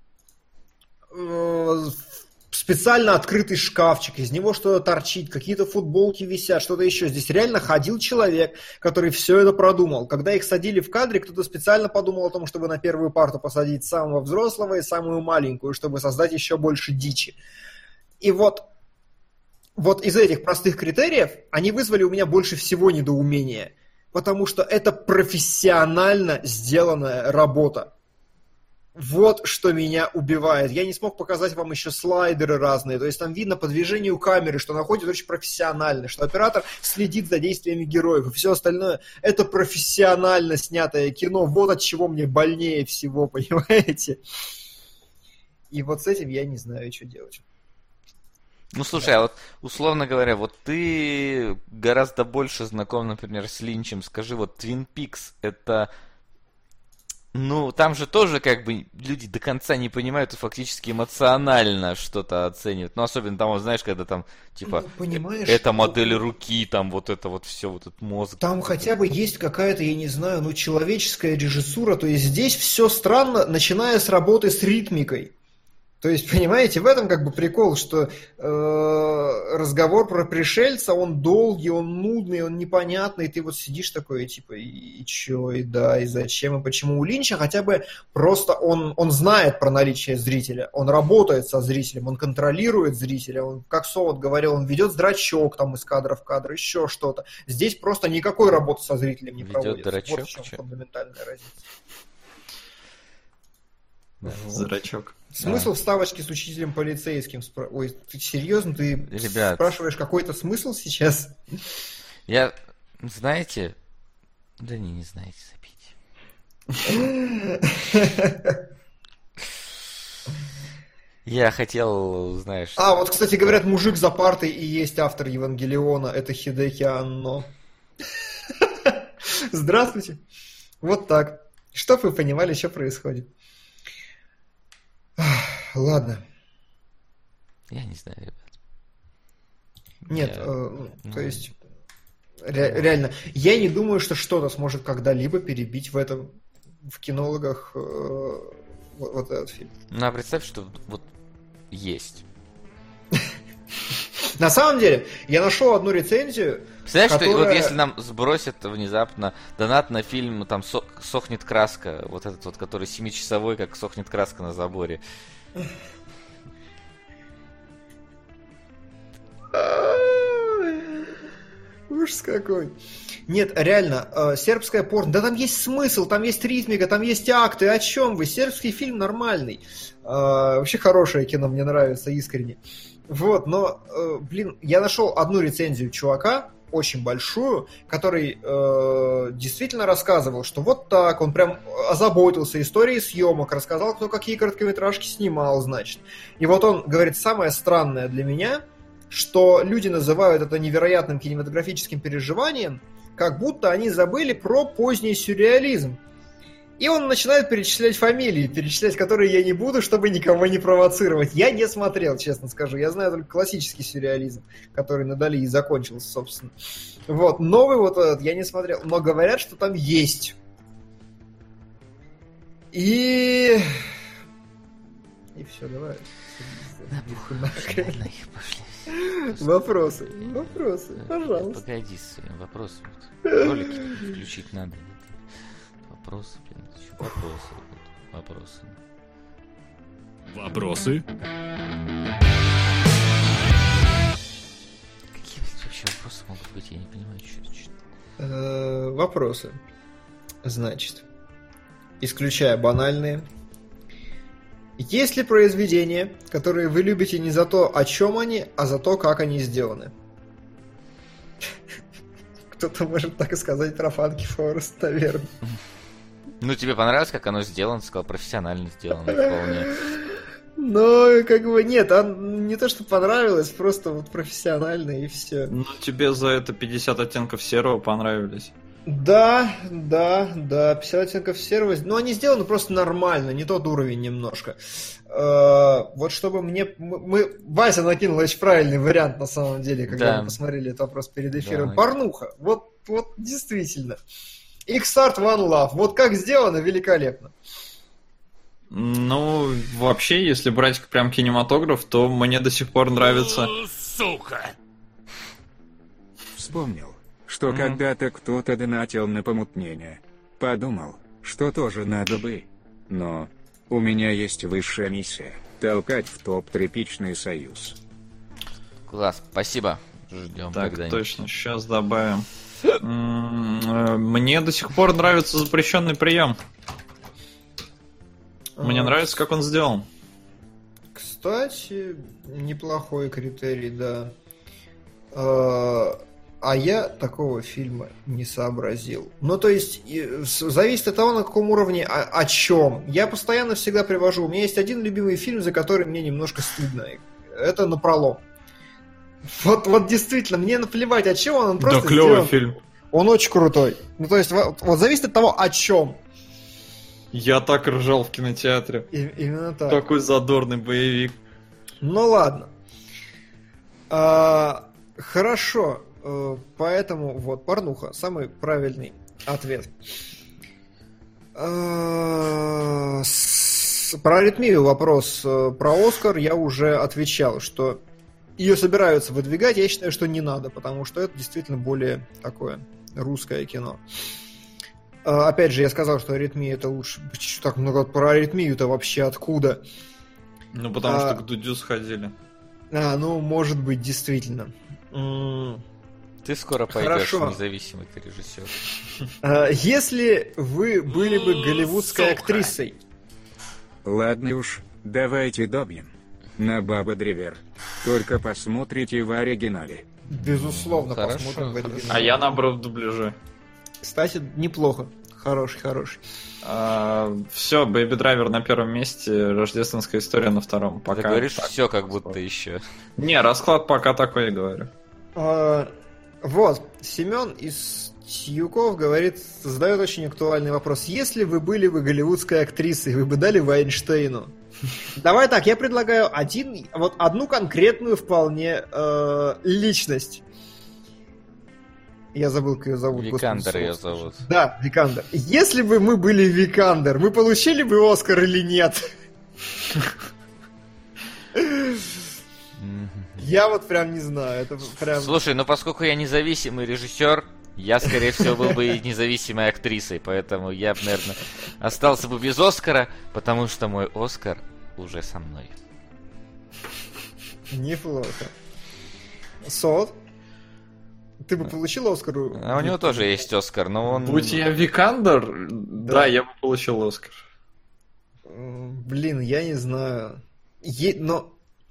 специально открытый шкафчик, из него что-то торчит, какие-то футболки висят, что-то еще. Здесь реально ходил человек, который все это продумал. Когда их садили в кадре, кто-то специально подумал о том, чтобы на первую парту посадить самого взрослого и самую маленькую, чтобы создать еще больше дичи. И вот вот из этих простых критериев они вызвали у меня больше всего недоумения. Потому что это профессионально сделанная работа. Вот что меня убивает. Я не смог показать вам еще слайдеры разные. То есть там видно по движению камеры, что она ходит очень профессионально, что оператор следит за действиями героев. И все остальное это профессионально снятое кино. Вот от чего мне больнее всего, понимаете? И вот с этим я не знаю, что делать. Ну, слушай, а вот, условно говоря, вот ты гораздо больше знаком, например, с Линчем. Скажи, вот Twin Peaks, это... Ну, там же тоже как бы люди до конца не понимают и фактически эмоционально что-то оценивают. Ну, особенно там, вот, знаешь, когда там, типа, эта модель руки, там вот это вот все, вот этот мозг. Там хотя бы есть какая-то, я не знаю, ну, человеческая режиссура. То есть здесь все странно, начиная с работы с ритмикой. То есть, понимаете, в этом как бы прикол, что разговор про пришельца, он долгий, он нудный, он непонятный, и ты вот сидишь такой, типа, и чё, и да, и зачем, и почему. У Линча хотя бы просто он знает про наличие зрителя, он работает со зрителем, он контролирует зрителя, он, как Солод говорил, он ведет здрачок там из кадра в кадр, еще что-то. Здесь просто никакой работы со зрителем не проводится. Драчок, вот в чем фундаментальная разница. Зрачок. Смысл вставочки с учителем полицейским? Ой, ты серьезно? Ты Ребят, спрашиваешь какой-то смысл сейчас? Я, знаете... Да не знаете, забейте. Я хотел, знаешь... А, вот, кстати, говорят, мужик за партой и есть автор Евангелиона. Это Хидеки Анно. Здравствуйте. Вот так. Чтоб вы понимали, что происходит. Ладно. Я не знаю, ребят. Нет, то есть, реально, я не думаю, что что-то сможет когда-либо перебить в этом, в кинологах вот этот фильм. Ну, а представь, что вот есть. На самом деле, я нашел одну рецензию, представляешь, которая... что вот если нам сбросят внезапно донат на фильм, там сохнет краска, вот этот вот, который 7-часовой, как сохнет краска на заборе. Ужас какой. Нет, реально, сербская порно, да там есть смысл, там есть ритмика, там есть акты, о чем вы? Сербский фильм нормальный. Вообще хорошее кино, мне нравится искренне. Вот, но, блин, я нашел одну рецензию чувака, очень большую, который действительно рассказывал, что вот так, он прям озаботился историей съемок, рассказал, кто какие короткометражки снимал, значит. И вот он говорит, самое странное для меня, что люди называют это невероятным кинематографическим переживанием, как будто они забыли про поздний сюрреализм. И он начинает перечислять фамилии, перечислять которые я не буду, чтобы никого не провоцировать. Я не смотрел, честно скажу. Я знаю только классический сюрреализм, который на Дали и закончился, собственно. Вот, новый вот этот я не смотрел. Но говорят, что там есть. И все, давай. Вопросы, пожалуйста. Погоди с своим вопросом. Ролики включить надо. Вопросы, блин, еще вопросы. Вопросы? Какие вообще вопросы могут быть? Я не понимаю, что. Вопросы. Значит, исключая банальные. Есть ли произведения, которые вы любите не за то, о чем они, а за то, как они сделаны? Кто-то может так и сказать про Фанки Форест, наверное. Ну, тебе понравилось, как оно сделано? Ты сказал, профессионально сделано вполне. Ну, как бы нет, не то, что понравилось, просто вот профессионально и все. Ну, тебе за это 50 оттенков серого понравились. Да, 50 оттенков серого. Но они сделаны просто нормально, не тот уровень немножко. Вот чтобы мне... Вася накинул очень правильный вариант, на самом деле, когда мы посмотрели этот вопрос перед эфиром. Да. Порнуха. Вот действительно. X-Art One Love. Вот как сделано, великолепно. Ну, вообще, если брать прям кинематограф, то мне до сих пор нравится... Сука! Вспомнил, что когда-то кто-то донатил на помутнение. Подумал, что тоже надо бы. Но у меня есть высшая миссия – толкать в топ тряпичный союз. Класс, спасибо. Ждем Так, когда-нибудь. точно, сейчас добавим. Мне до сих пор нравится запрещенный прием. Мне нравится, как он сделан. Кстати, неплохой критерий, да. А я такого фильма не сообразил. Ну, то есть, зависит от того, на каком уровне, о чем. Я постоянно всегда привожу. У меня есть один любимый фильм, за который мне немножко стыдно. Это «Напролом». Вот действительно, мне наплевать, о чем он просто да, клевый сделан. фильм. Он очень крутой. Ну, то есть, вот зависит от того, о чем. Я так ржал в кинотеатре. Именно так. Такой задорный боевик. Ну, ладно. Хорошо. Поэтому, вот, порнуха. Самый правильный ответ. Про аритмию вопрос. Про Оскар я уже отвечал, что ее собираются выдвигать. Я считаю, что не надо, потому что это действительно более такое русское кино. Опять же, я сказал, что аритмия это лучше. Почему так много про аритмию-то вообще откуда? Ну, потому что к Дудю сходили. Ну, может быть, действительно. Ты скоро пойдешь Хорошо. в независимый режиссер. Если вы были бы голливудской актрисой... Ладно уж, давайте добьем. На Баба Драйвер. Только посмотрите в оригинале. Безусловно, Хорошо, посмотрим в оригинале. А я, наоборот, в дубляже. Кстати, неплохо. Хороший. Все, Бэйби Драйвер на первом месте, Рождественская история на втором. Ты Пока говоришь так. все как будто еще. Не, расклад пока такой, я говорю. Вот, Семен из Тьюков говорит, задает очень актуальный вопрос. Если вы были бы голливудской актрисой, вы бы дали Вайнштейну? Давай так, я предлагаю одну конкретную вполне личность. Я забыл, как ее зовут. Викандер ее зовут. Да, Викандер. Если бы мы были Викандер, мы получили бы Оскар или нет? Я вот прям не знаю. Это прям... Слушай, ну поскольку я независимый режиссер, я, скорее всего, был бы и независимой актрисой, поэтому я бы, наверное, остался бы без Оскара, потому что мой Оскар уже со мной. Неплохо. Сот? Ты бы получил Оскар? А у него тоже есть Оскар, но он... Будь я Викандер, да, я бы получил Оскар. Блин, я не знаю. Но...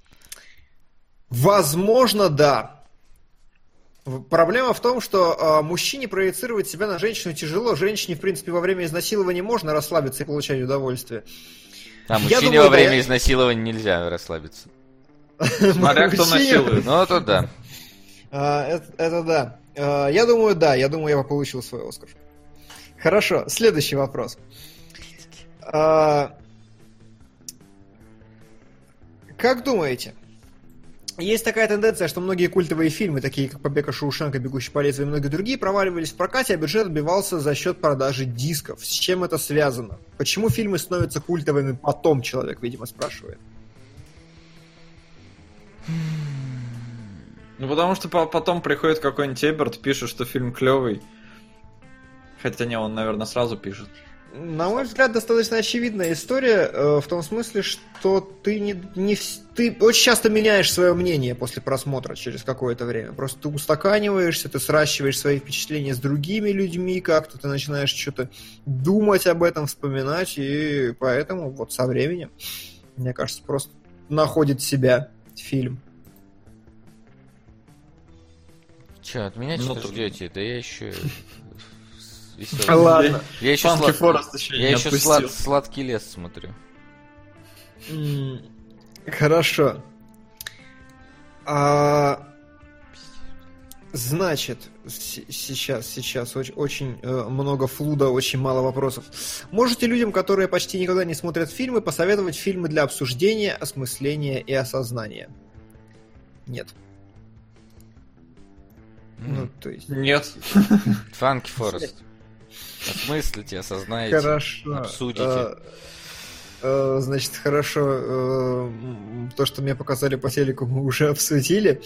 Возможно, да. Проблема в том, что мужчине проецировать себя на женщину тяжело. Женщине, в принципе, во время изнасилования можно расслабиться и получать удовольствие. А мужчине во время изнасилования нельзя расслабиться. Смотря кто насилует. Ну, это да. Это да. Я думаю, да. Я думаю, я бы получил свой Оскар. Хорошо. Следующий вопрос. Как думаете? Есть такая тенденция, что многие культовые фильмы, такие как «Побег из Шоушенка», «Бегущий по лезвию» и многие другие, проваливались в прокате, а бюджет отбивался за счет продажи дисков. С чем это связано? Почему фильмы становятся культовыми потом, человек, видимо, спрашивает? Ну, потому что потом приходит какой-нибудь Эберт, пишет, что фильм клевый. Хотя не, он, наверное, сразу пишет. На мой взгляд, достаточно очевидная история, в том смысле, что ты ты очень часто меняешь свое мнение после просмотра через какое-то время. Просто ты устаканиваешься, ты сращиваешь свои впечатления с другими людьми как-то, ты начинаешь что-то думать об этом, вспоминать, и поэтому вот со временем, мне кажется, просто находит себя фильм. Че, от меня что-то ждете? Да я еще... Ладно. Я еще, сладкий лес смотрю. Хорошо. Значит, сейчас очень много флуда, очень мало вопросов. Можете людям, которые почти никогда не смотрят фильмы, посоветовать фильмы для обсуждения, осмысления и осознания? Нет. Ну, то есть... Нет. Фанки Форест. Осмыслите, осознаете, хорошо. Обсудите. Значит, хорошо. То, что мне показали по телеку, мы уже обсудили.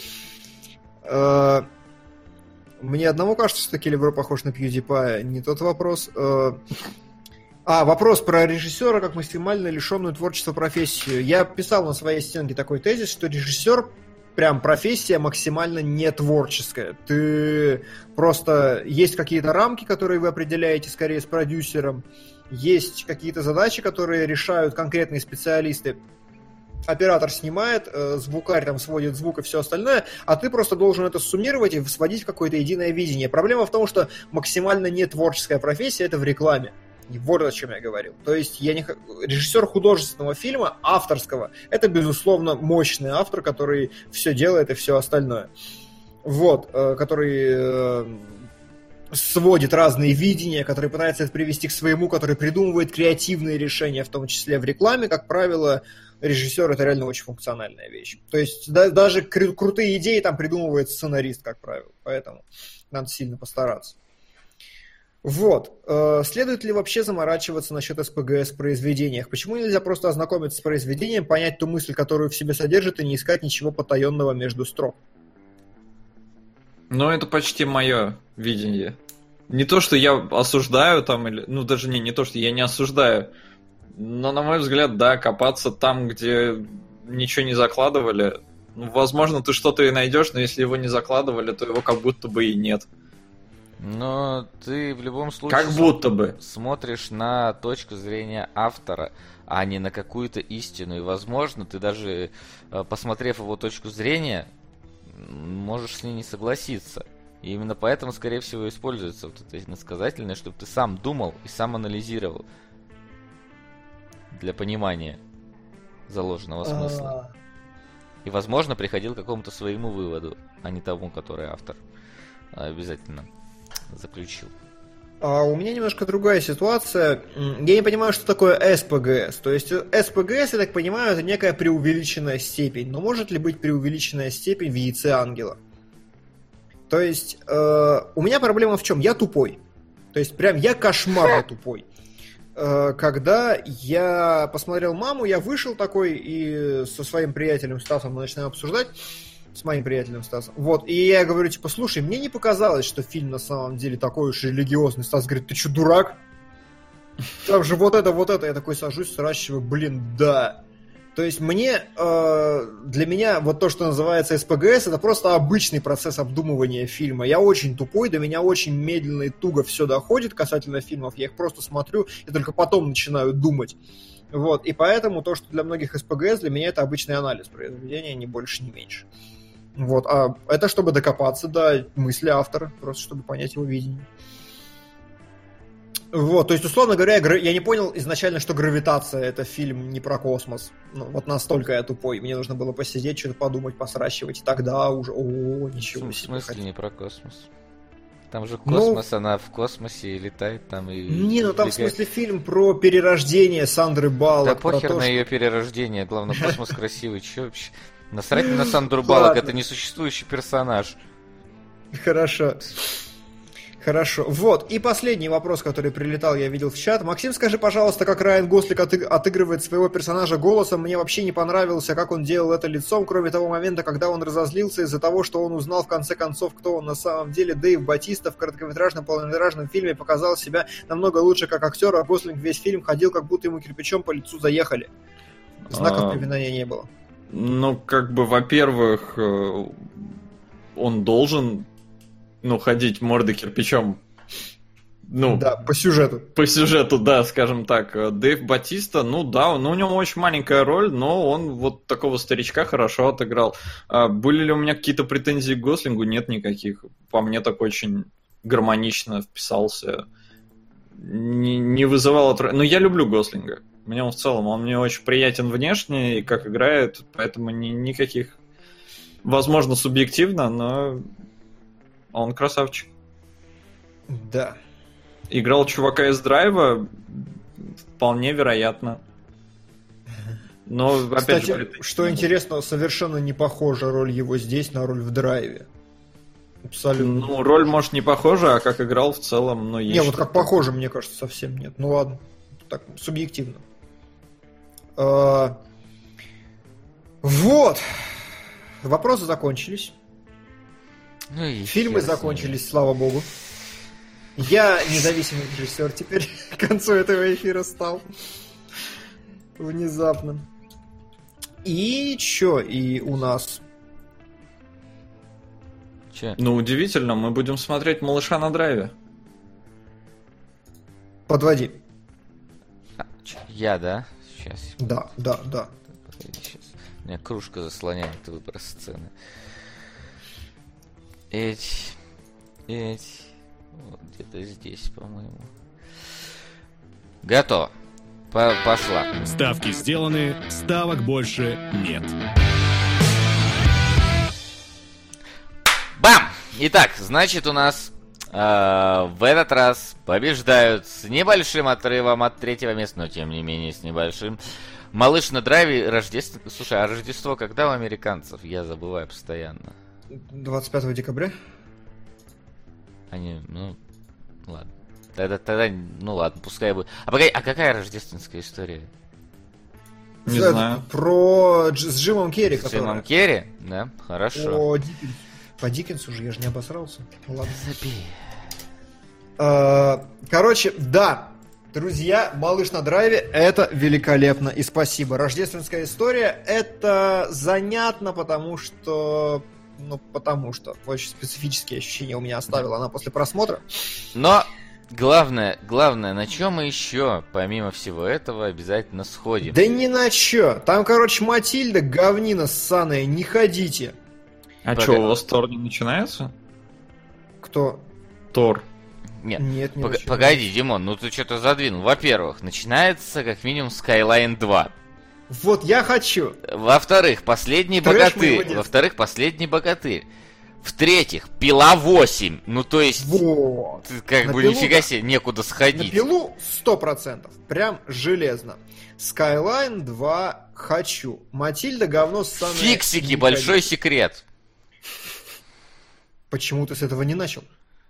Мне одному кажется, что Келебро похож на PewDiePie. Не тот вопрос. Вопрос про режиссера как максимально лишенную творчества профессию. Я писал на своей стенке такой тезис, что режиссер прям профессия максимально не творческая. Ты просто... Есть какие-то рамки, которые вы определяете скорее с продюсером, есть какие-то задачи, которые решают конкретные специалисты. Оператор снимает, звукарь там сводит звук и все остальное, а ты просто должен это суммировать и сводить в какое-то единое видение. Проблема в том, что максимально не творческая профессия — это в рекламе. И вот о чем я говорил. То есть режиссер художественного фильма, авторского, это, безусловно, мощный автор, который все делает и все остальное. Вот, который сводит разные видения, который пытается это привести к своему, который придумывает креативные решения, в том числе в рекламе. Как правило, режиссер — это реально очень функциональная вещь. То есть даже крутые идеи там придумывает сценарист, как правило. Поэтому надо сильно постараться. Вот. Следует ли вообще заморачиваться насчет СПГС в произведениях? Почему нельзя просто ознакомиться с произведением, понять ту мысль, которую в себе содержит, и не искать ничего потаенного между строк? Ну, это почти мое видение. Не то, что я осуждаю там, или... Ну, даже не то, что я не осуждаю. Но, на мой взгляд, да, копаться там, где ничего не закладывали. Ну, возможно, ты что-то и найдешь, но если его не закладывали, то его как будто бы и нет. Но ты в любом случае как будто бы смотришь на точку зрения автора, а не на какую-то истину. И, возможно, ты даже, посмотрев его точку зрения, можешь с ней не согласиться. И именно поэтому, скорее всего, используется вот это иносказательное, чтобы ты сам думал и сам анализировал для понимания заложенного смысла. И, возможно, приходил к какому-то своему выводу, а не тому, который автор обязательно заключил. У меня немножко другая ситуация. Я не понимаю, что такое СПГС. То есть СПГС, я так понимаю, это некая преувеличенная степень. Но может ли быть преувеличенная степень в яйце ангела? То есть у меня проблема в чем? Я тупой. То есть прям я кошмарно тупой. Когда я посмотрел «Маму», я вышел такой и со своим приятелем Стасом мы начинаем обсуждать. С моим приятелем Стасом. Вот. И я говорю, типа, слушай, мне не показалось, что фильм на самом деле такой уж религиозный. Стас говорит, ты что, дурак? Там же вот это. Я такой сажусь, сращиваю, блин, да. То есть мне, для меня вот то, что называется СПГС, это просто обычный процесс обдумывания фильма. Я очень тупой, до меня очень медленно и туго все доходит касательно фильмов. Я их просто смотрю и только потом начинаю думать. Вот. И поэтому то, что для многих СПГС, для меня это обычный анализ произведения, ни больше, ни меньше. Вот, а это чтобы докопаться до мысли автора, просто чтобы понять его видение. Вот, то есть, условно говоря, я не понял изначально, что «Гравитация» — это фильм не про космос. Ну, вот настолько я тупой. Мне нужно было посидеть, что-то подумать, посращивать, и тогда уже, ничего себе. В смысле не про космос? Там же космос, она в космосе и летает там и... Не, ну там в смысле фильм про перерождение Сандры Баллок. Да похер на ее перерождение, главное, космос красивый, че вообще? Насрать на Сандру Баллок, это несуществующий персонаж. Хорошо. Вот. И последний вопрос, который прилетал, я видел в чат. Максим, скажи, пожалуйста, как Райан Гослинг отыгрывает своего персонажа голосом. Мне вообще не понравился, как он делал это лицом, кроме того момента, когда он разозлился из-за того, что он узнал в конце концов, кто он на самом деле. Дэйв Батиста в короткометражном полнометражном фильме показал себя намного лучше как актер, а Гослинг весь фильм ходил, как будто ему кирпичом по лицу заехали. Знаков препинания не было. Ну, как бы, во-первых, он должен, ходить мордой кирпичом. Да, по сюжету. По сюжету, да, скажем так. Дэйв Батиста, у него очень маленькая роль, но он вот такого старичка хорошо отыграл. Были ли у меня какие-то претензии к Гослингу? Нет никаких. По мне так очень гармонично вписался. Не вызывал Но я люблю Гослинга. Мне он в целом, он мне очень приятен внешне и как играет, поэтому никаких, возможно, субъективно, но он красавчик. Да. Играл чувака из Драйва, вполне вероятно. Но, опять кстати, же, что интересно, совершенно не похожа роль его здесь на роль в Драйве. Абсолютно. Роль, может, не похожа, а как играл в целом, но есть. Не, вот как похоже, мне кажется, совсем нет. Ну ладно, так, субъективно. Вот. Вопросы закончились. Фильмы закончились, слава богу. Я независимый режиссер теперь к концу этого эфира стал. Внезапно. И чё? И у нас Че? Ну, удивительно, мы будем смотреть «Малыша на драйве». Подводи. Я, да? Сейчас. Да. Погоди, сейчас. У меня кружка заслоняет выбор сцены. Эть. Вот где-то здесь, по-моему. Готово. Пошла. Ставки сделаны, ставок больше нет. Бам! Итак, значит, у нас в этот раз побеждают с небольшим отрывом от третьего места, но тем не менее с небольшим. «Малыш на драйве», Рождество... Слушай, а Рождество когда у американцев? Я забываю постоянно. 25 декабря? Они, ну, ладно. Тогда, ну ладно, пускай будет. А погоди, а какая рождественская история? Не знаю. С Джимом Керри. С Джимом Керри? Да, хорошо. По Диккенсу же, я же не обосрался. Ладно. Забей. Короче, да, друзья, «Малыш на драйве» — это великолепно, и спасибо. Рождественская история — это занятно, потому что очень специфические ощущения у меня оставила она после просмотра. Но главное, на чем мы еще, помимо всего этого, обязательно сходим? Да ни на чё. Там, короче, Матильда говнина ссаная, не ходите. А что, у вас Тор не начинается? Кто? Тор. Нет, не погоди, Димон, ну ты что-то задвинул. Во-первых, начинается как минимум Skyline 2. Вот я хочу. Во-вторых, последний богатырь. В-третьих, Пила 8. Ну то есть, вот. Как на бы пилу, нифига себе, некуда сходить. На Пилу 100%. Прям железно. Skyline 2 хочу. Матильда говно ссаное. Фиксики, большой секрет. Почему ты с этого не начал?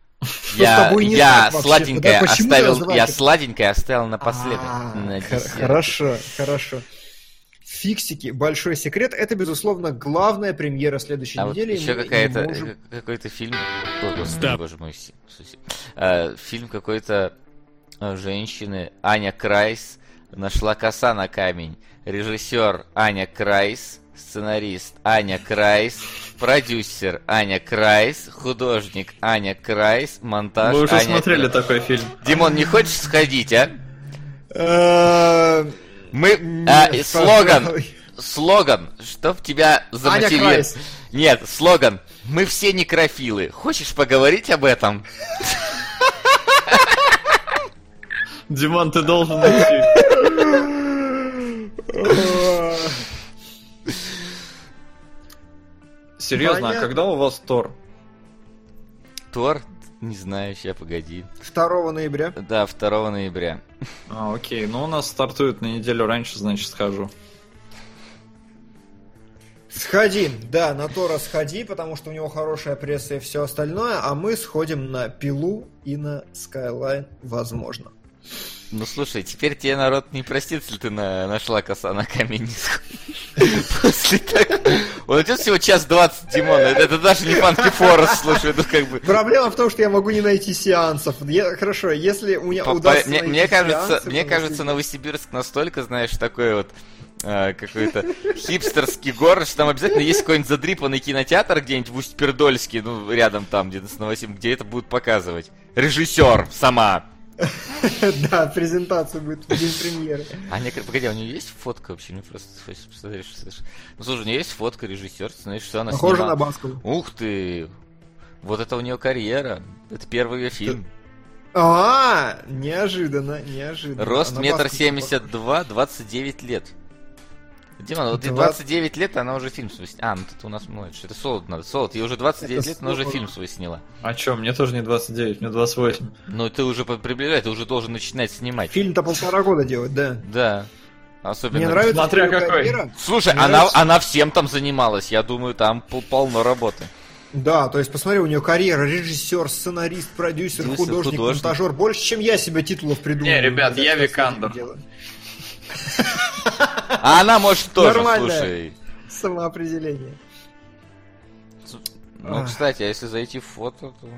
Я сладенькое оставил напоследок. Хорошо. Фиксики, большой секрет, это, безусловно, главная премьера следующей недели. Вот еще какой-то фильм. Боже мой, фильм какой-то женщины Аня Крайс. Нашла коса на камень. Режиссер Аня Крайс. Сценарист Аня Крайс, продюсер Аня Крайс, художник Аня Крайс, монтаж Вы уже Аня смотрели Крайс. Такой фильм. Димон, не хочешь сходить, а? Слоган, чтоб тебя замотивировать. Нет, слоган. Мы все некрофилы. Хочешь поговорить об этом? Димон, ты должен идти. Серьезно, а когда у вас Тор? Тор? Не знаю, сейчас погоди. 2 ноября? Да, 2 ноября. Окей, ну у нас стартует на неделю раньше, значит схожу. Сходи, да, на Тора сходи, потому что у него хорошая пресса и все остальное, а мы сходим на Пилу и на Skyline, возможно. Ну слушай, теперь тебе народ не простит, если ты нашла коса на камень. После такого... Он идет всего 1:20, Димон, это даже не Funky Forest, слушай, это как бы... Проблема в том, что я могу не найти сеансов. Хорошо, если у меня удастся найти сеансы... Мне кажется, Новосибирск настолько, знаешь, такой вот какой-то хипстерский город, что там обязательно есть какой-нибудь задрипанный кинотеатр где-нибудь в Усть-Пердольске, ну, рядом там, где-то с Новосибирском, где это будут показывать. Режиссер сама. Да, презентация будет в день премьеры. Погоди, у нее есть фотка вообще? Ну просто посмотри, что слышишь. Ну слушай, у нее есть фотка, режиссер, знаешь, что она похожа снимала. На Баскову. Ух ты! Вот это у нее карьера. Это первый ее фильм. Неожиданно. Рост 1,72 м, 29 лет. Дима, вот 29 лет, она уже фильм свой сняла. Ну тут у нас младше. Это Солод надо. Солод, ей уже 29 лет, она уже фильм свой сняла. А чё, мне тоже не 29, мне 28. Ну ты уже приближай, ты уже должен начинать снимать. Фильм-то 1,5 года делать, да. Да. Особенно... Мне нравится, смотря какой. Слушай, она всем там занималась. Я думаю, там полно работы. Да, то есть посмотри, у нее карьера: режиссер, сценарист, продюсер, художник, монтажер. Больше, чем я себе титулов придумал. Не, ребят, я Викандер. А она может тоже, нормальное слушай. Самоопределение. Ну, кстати, а если зайти в фото, то...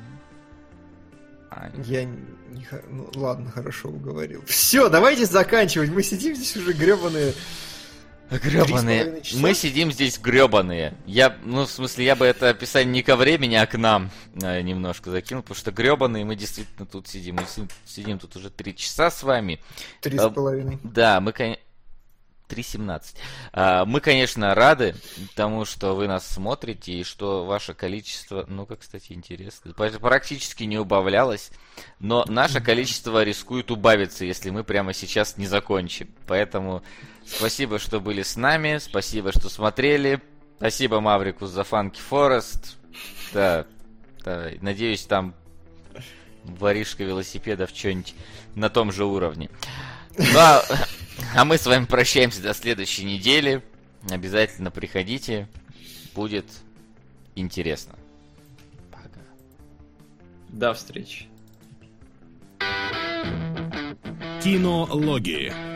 Я не... Ну, ладно, хорошо уговорил. Все, давайте заканчивать. Мы сидим здесь уже гребаные Гребаные. Мы сидим здесь гребаные. Я бы это описание не ко времени, а к нам немножко закинул, потому что гребаные мы действительно тут сидим. Мы сидим тут уже 3 часа с вами. 3,5. Да, мы, конечно... 3:17. Мы, конечно, рады тому, что вы нас смотрите, и что ваше количество, кстати, интересно, практически не убавлялось, но наше количество рискует убавиться, если мы прямо сейчас не закончим. Поэтому спасибо, что были с нами, спасибо, что смотрели, спасибо Маврику за Funky Forest. Да, надеюсь, там воришка велосипедов что-нибудь на том же уровне. А мы с вами прощаемся до следующей недели. Обязательно приходите. Будет интересно. Пока. До встречи. Кинологии.